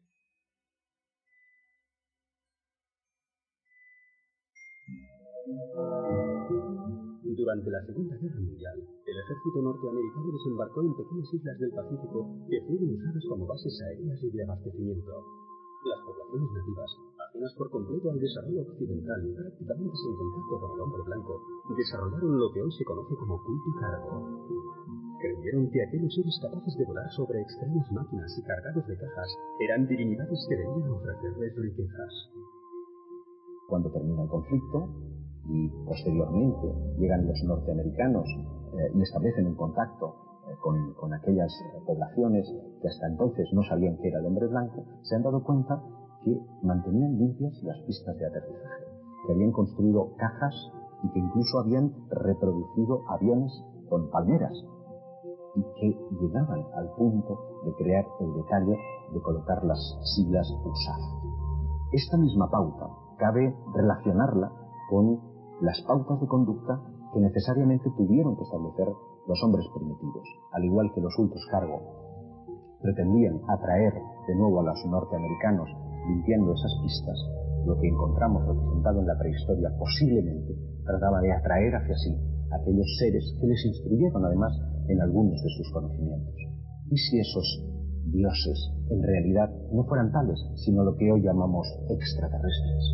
Durante la Segunda Guerra Mundial, el ejército norteamericano desembarcó en pequeñas islas del Pacífico que fueron usadas como bases aéreas y de abastecimiento. Las poblaciones nativas, ajenas por completo al desarrollo occidental y prácticamente sin contacto con el hombre blanco, desarrollaron lo que hoy se conoce como culto cargo. Creyeron que aquellos seres capaces de volar sobre extrañas máquinas y cargados de cajas eran divinidades que debían ofrecerles riquezas. Cuando termina el conflicto y posteriormente llegan los norteamericanos eh, y establecen un contacto eh, con, con aquellas eh, poblaciones que hasta entonces no sabían que era el hombre blanco, se han dado cuenta que mantenían limpias las pistas de aterrizaje, que habían construido cajas y que incluso habían reproducido aviones con palmeras, y que llegaban al punto de crear el detalle de colocar las siglas U S A F. Esta misma pauta cabe relacionarla con las pautas de conducta que necesariamente tuvieron que establecer los hombres primitivos, al igual que los ultros cargo pretendían atraer de nuevo a los norteamericanos limpiando esas pistas. Lo que encontramos representado en la prehistoria posiblemente trataba de atraer hacia sí a aquellos seres que les instruyeron además en algunos de sus conocimientos. ¿Y si esos dioses en realidad no fueran tales, sino lo que hoy llamamos extraterrestres?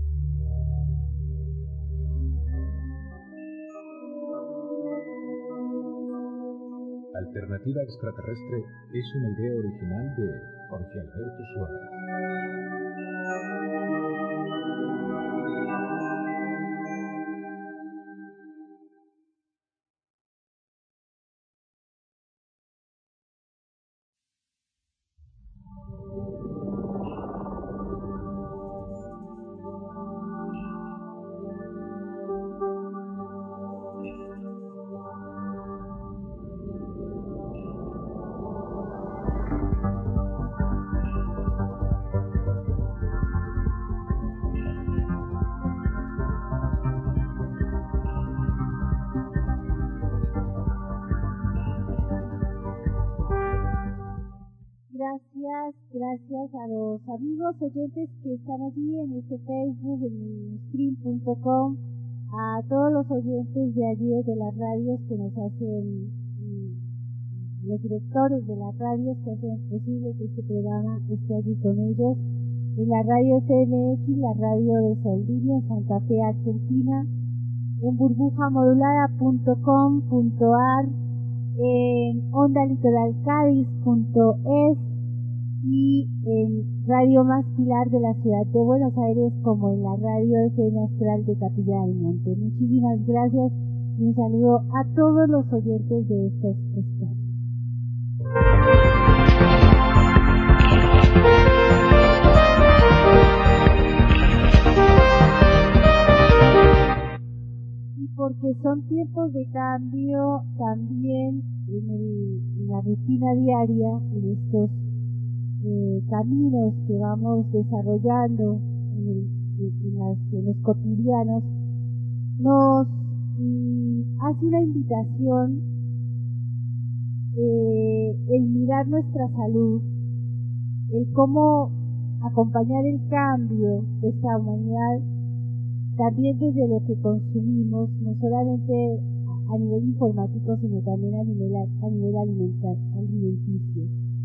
Alternativa extraterrestre es una idea original de Jorge Alberto Suárez. gracias, gracias a los amigos oyentes que están allí en este Facebook, en stream punto com, a todos los oyentes de allí de las radios que nos hacen, los directores de las radios que hacen posible que este programa esté allí con ellos, en la radio F M X, la radio de Soldivia en Santa Fe, Argentina, en burbuja modulada punto com punto a r, en onda litoral cádiz punto es y en Radio Más Pilar de la ciudad de Buenos Aires, como en la radio F M Astral de Capilla del Monte. Muchísimas gracias y un saludo a todos los oyentes de estos espacios. Porque son tiempos de cambio también en, el, en la rutina diaria, en estos eh, caminos que vamos desarrollando en, el, en, las, en los cotidianos, nos mm, hace una invitación eh, el mirar nuestra salud, el cómo acompañar el cambio de esta humanidad también desde lo que consumimos, no solamente a nivel informático, sino también a nivel, a nivel alimentar, alimenticio.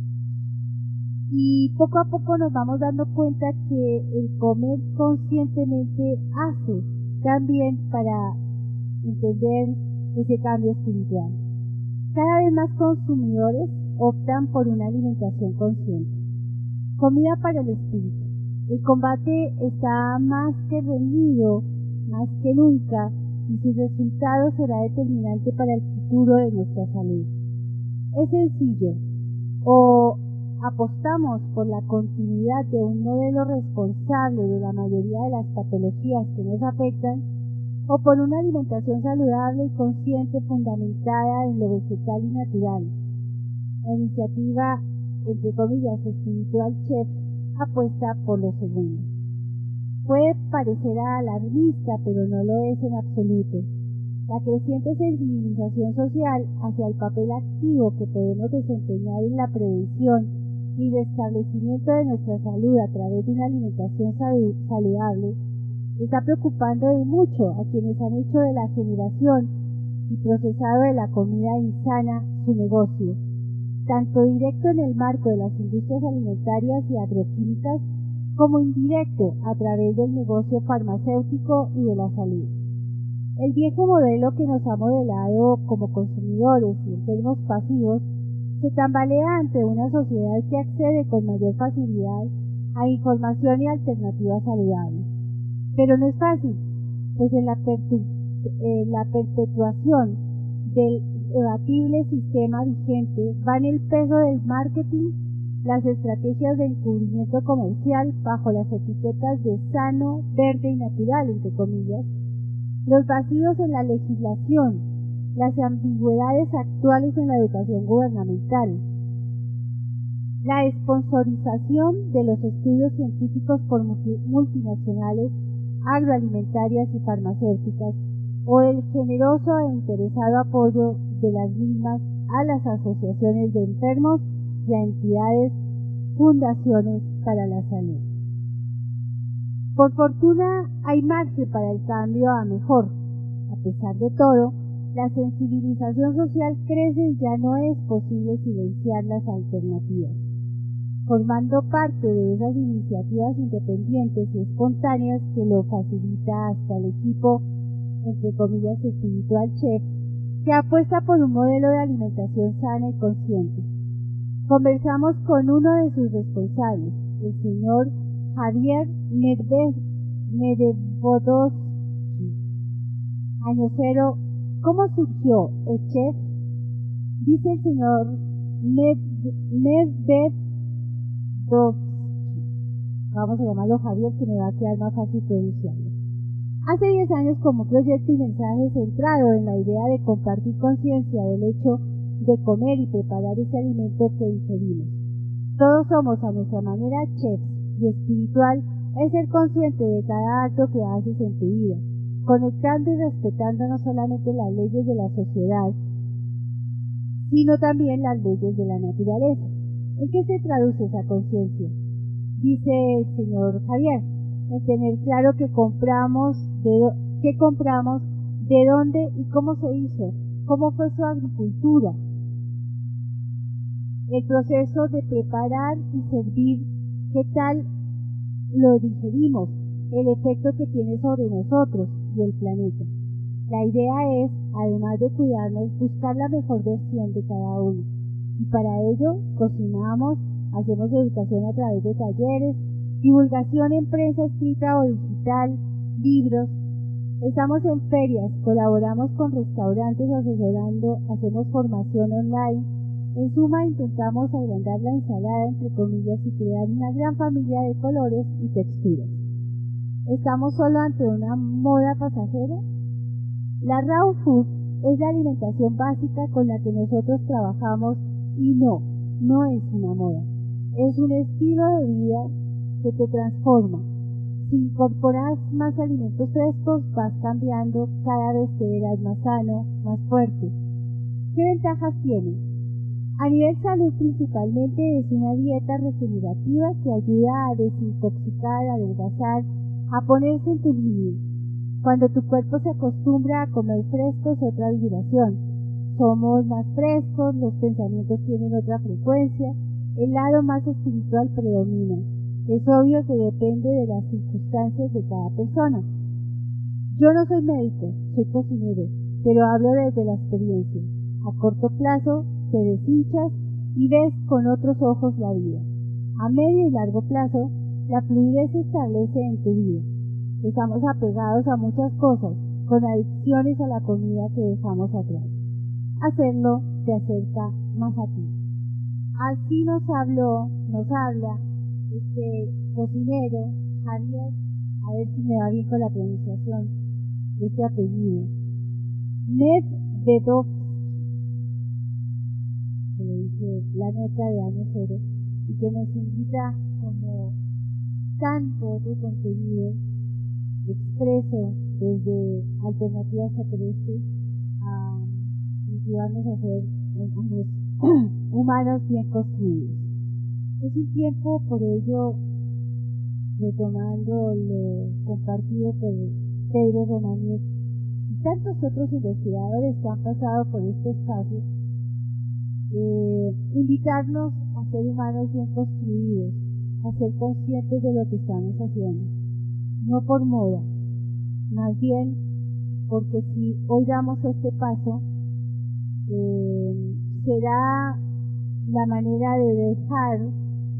Y poco a poco nos vamos dando cuenta que el comer conscientemente hace también para entender ese cambio espiritual. Cada vez más consumidores optan por una alimentación consciente. Comida para el espíritu. El combate está más que reñido, más que nunca, y su resultado será determinante para el futuro de nuestra salud. Es sencillo, o apostamos por la continuidad de un modelo responsable de la mayoría de las patologías que nos afectan, o por una alimentación saludable y consciente fundamentada en lo vegetal y natural. La iniciativa, entre comillas, espiritual chef, apuesta por lo segundo. Puede parecer alarmista, pero no lo es en absoluto. La creciente sensibilización social hacia el papel activo que podemos desempeñar en la prevención y restablecimiento de nuestra salud a través de una alimentación saludable está preocupando de mucho a quienes han hecho de la generación y procesado de la comida insana su negocio, tanto directo en el marco de las industrias alimentarias y agroquímicas, como indirecto a través del negocio farmacéutico y de la salud. El viejo modelo que nos ha modelado como consumidores y enfermos pasivos se tambalea ante una sociedad que accede con mayor facilidad a información y alternativas saludables. Pero no es fácil, pues en la, en la perpetuación del debatible sistema vigente van el peso del marketing, las estrategias de encubrimiento comercial bajo las etiquetas de sano, verde y natural, entre comillas, los vacíos en la legislación, las ambigüedades actuales en la educación gubernamental, la esponsorización de los estudios científicos por multinacionales agroalimentarias y farmacéuticas, o el generoso e interesado apoyo de las mismas a las asociaciones de enfermos y a entidades, fundaciones para la salud. Por fortuna hay margen para el cambio a mejor. A pesar de todo, la sensibilización social crece y ya no es posible silenciar las alternativas. Formando parte de esas iniciativas independientes y espontáneas que lo facilita hasta el equipo, entre comillas, espiritual chef, que apuesta por un modelo de alimentación sana y consciente. Conversamos con uno de sus responsables, el señor Javier Medvedovsky. Año cero, ¿cómo surgió el chef? Dice el señor Medvedovsky. Vamos a llamarlo Javier, que me va a quedar más fácil pronunciarlo. Hace diez años, como proyecto y mensaje centrado en la idea de compartir conciencia del hecho de comer y preparar ese alimento que ingerimos. Todos somos a nuestra manera chefs, y espiritual es ser consciente de cada acto que haces en tu vida, conectando y respetando no solamente las leyes de la sociedad, sino también las leyes de la naturaleza. ¿En qué se traduce esa conciencia? Dice el señor Javier, en tener claro que compramos, de do, qué compramos, de dónde y cómo se hizo, cómo fue su agricultura, el proceso de preparar y servir, qué tal lo digerimos, el efecto que tiene sobre nosotros y el planeta. La idea es, además de cuidarnos, buscar la mejor versión de cada uno. Y para ello cocinamos, hacemos educación a través de talleres, divulgación en prensa escrita o digital, libros. Estamos en ferias, colaboramos con restaurantes asesorando, hacemos formación online. En suma, intentamos agrandar la ensalada, entre comillas, y crear una gran familia de colores y texturas. ¿Estamos solo ante una moda pasajera? La raw food es la alimentación básica con la que nosotros trabajamos y no, no es una moda. Es un estilo de vida que te transforma. Si incorporas más alimentos frescos, vas cambiando, cada vez te verás más sano, más fuerte. ¿Qué ventajas tiene? A nivel salud principalmente es una dieta regenerativa que ayuda a desintoxicar, a adelgazar, a ponerse en tu línea. Cuando tu cuerpo se acostumbra a comer fresco es otra vibración. Somos más frescos, los pensamientos tienen otra frecuencia, el lado más espiritual predomina. Es obvio que depende de las circunstancias de cada persona. Yo no soy médico, soy cocinero, pero hablo desde la experiencia. A corto plazo te deshinchas y ves con otros ojos la vida. A medio y largo plazo, la fluidez se establece en tu vida. Estamos apegados a muchas cosas, con adicciones a la comida que dejamos atrás. Hacerlo te acerca más a ti. Así nos habló, nos habla este cocinero, Javier, a ver si me va bien con la pronunciación de este apellido, Medvedovsky, que lo dice la nota de año cero, y que nos invita, como tanto otro contenido expreso desde Alternativas Extraterrestres, a motivarnos a ser humanos, humanos bien construidos. Es un tiempo, por ello, retomando lo compartido por Pedro Romaniuk y tantos otros investigadores que han pasado por este espacio, eh, invitarnos a ser humanos bien construidos, a ser conscientes de lo que estamos haciendo, no por moda, más bien porque si hoy damos este paso, eh, será la manera de dejar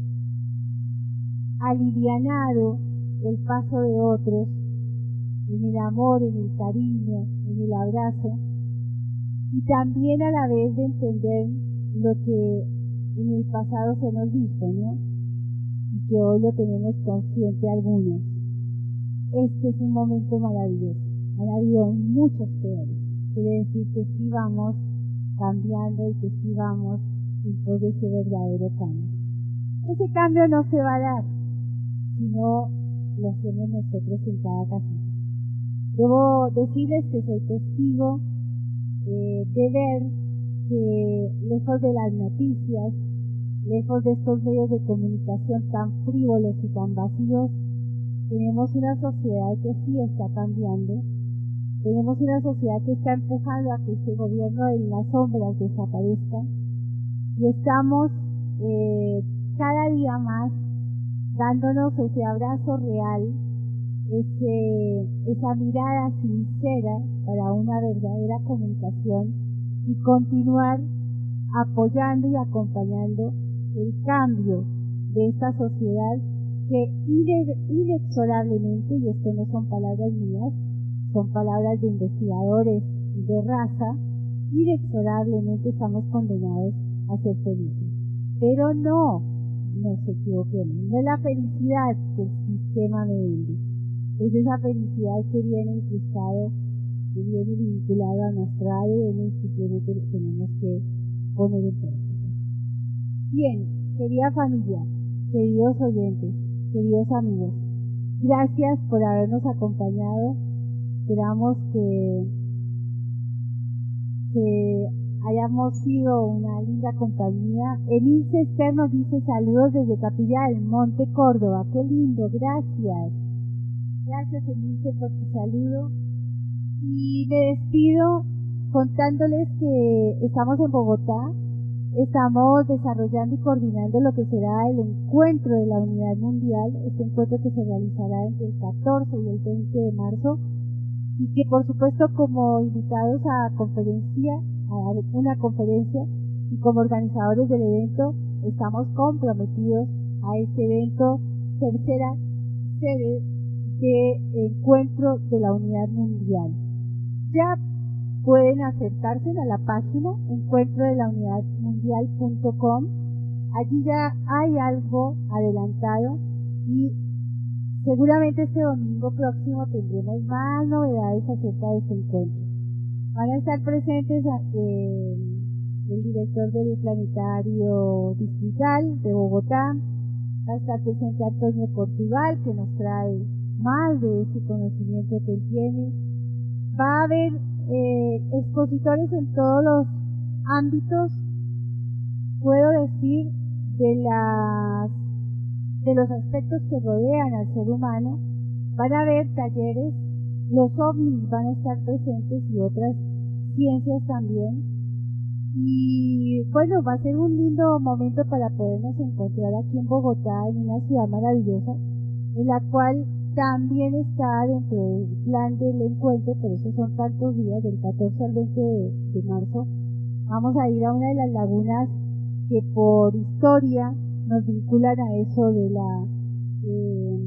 alivianado el paso de otros en el amor, en el cariño, en el abrazo, y también a la vez de entender lo que en el pasado se nos dijo, ¿no? Y que hoy lo tenemos consciente algunos. Este es un momento maravilloso. Han habido muchos peores. Quiere decir que sí vamos cambiando y que sí vamos en pos de ese verdadero cambio. Ese cambio no se va a dar si no lo hacemos nosotros en cada casita. Debo decirles que soy testigo eh, de ver que lejos de las noticias, lejos de estos medios de comunicación tan frívolos y tan vacíos, tenemos una sociedad que sí está cambiando. Tenemos una sociedad que está empujando a que este gobierno en las sombras desaparezca, y estamos eh, cada día más dándonos ese abrazo real, ese, esa mirada sincera para una verdadera comunicación y continuar apoyando y acompañando el cambio de esta sociedad que inexorablemente, y esto no son palabras mías, son palabras de investigadores de raza, inexorablemente estamos condenados a ser felices. Pero no nos equivoquemos, no es la felicidad que el sistema me vende, es esa felicidad que viene incrustado, que viene vinculado a nuestro A D N y simplemente lo tenemos que poner en práctica. Bien, querida familia, queridos oyentes, queridos amigos, gracias por habernos acompañado. Esperamos que se hayamos sido una linda compañía. Emil Cester nos dice saludos desde Capilla del Monte, Córdoba. Qué lindo, gracias. Gracias, Emilce, por tu saludo. Y me despido contándoles que estamos en Bogotá. Estamos desarrollando y coordinando lo que será el encuentro de la Unidad Mundial, este encuentro que se realizará entre el catorce y el veinte de marzo, y que por supuesto como invitados a conferencia, a dar una conferencia, y como organizadores del evento, estamos comprometidos a este evento, tercera sede de encuentro de la Unidad Mundial. Ya pueden acercarse a la página encuentro de la unidad mundial punto com. Allí ya hay algo adelantado y seguramente este domingo próximo tendremos más novedades acerca de este encuentro. Van a estar presentes eh, el director del Planetario Distrital de Bogotá, va a estar presente Antonio Portugal, que nos trae más de ese conocimiento que él tiene. Va a haber eh, expositores en todos los ámbitos, puedo decir, de las de los aspectos que rodean al ser humano. Van a haber talleres, los ovnis van a estar presentes y otras ciencias también. Y bueno, va a ser un lindo momento para podernos encontrar aquí en Bogotá, en una ciudad maravillosa, en la cual también está dentro del plan del encuentro, por eso son tantos días, del catorce al veinte de, de marzo. Vamos a ir a una de las lagunas que por historia nos vinculan a eso de la eh,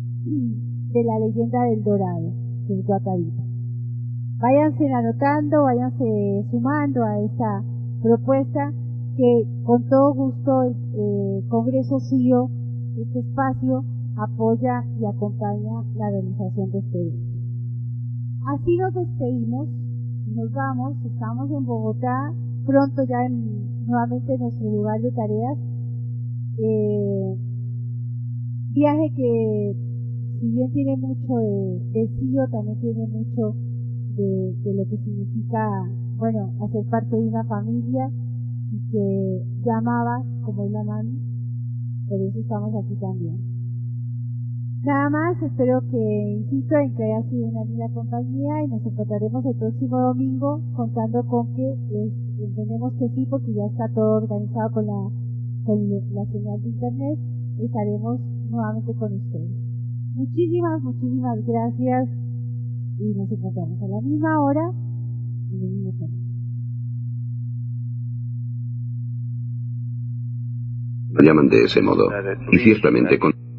de la leyenda del Dorado, que es Guatavita. Váyanse anotando, váyanse sumando a esta propuesta que con todo gusto el eh, Congreso C I O, este espacio, apoya y acompaña la realización de este evento. Así nos despedimos, nos vamos, estamos en Bogotá, pronto ya en, nuevamente en nuestro lugar de tareas. Eh, viaje que si bien tiene mucho de, de C I O, también tiene mucho de, de lo que significa, bueno, hacer parte de una familia y que llamaba como es la mami, por eso estamos aquí también. Nada más, espero que, insisto, en que haya sido una linda compañía y nos encontraremos el próximo domingo contando con que es, entendemos que sí, porque ya está todo organizado con la, con la señal de internet, estaremos nuevamente con ustedes. Muchísimas, muchísimas gracias y nos encontramos a la misma hora en el mismo canal. Lo llaman de ese modo y ciertamente con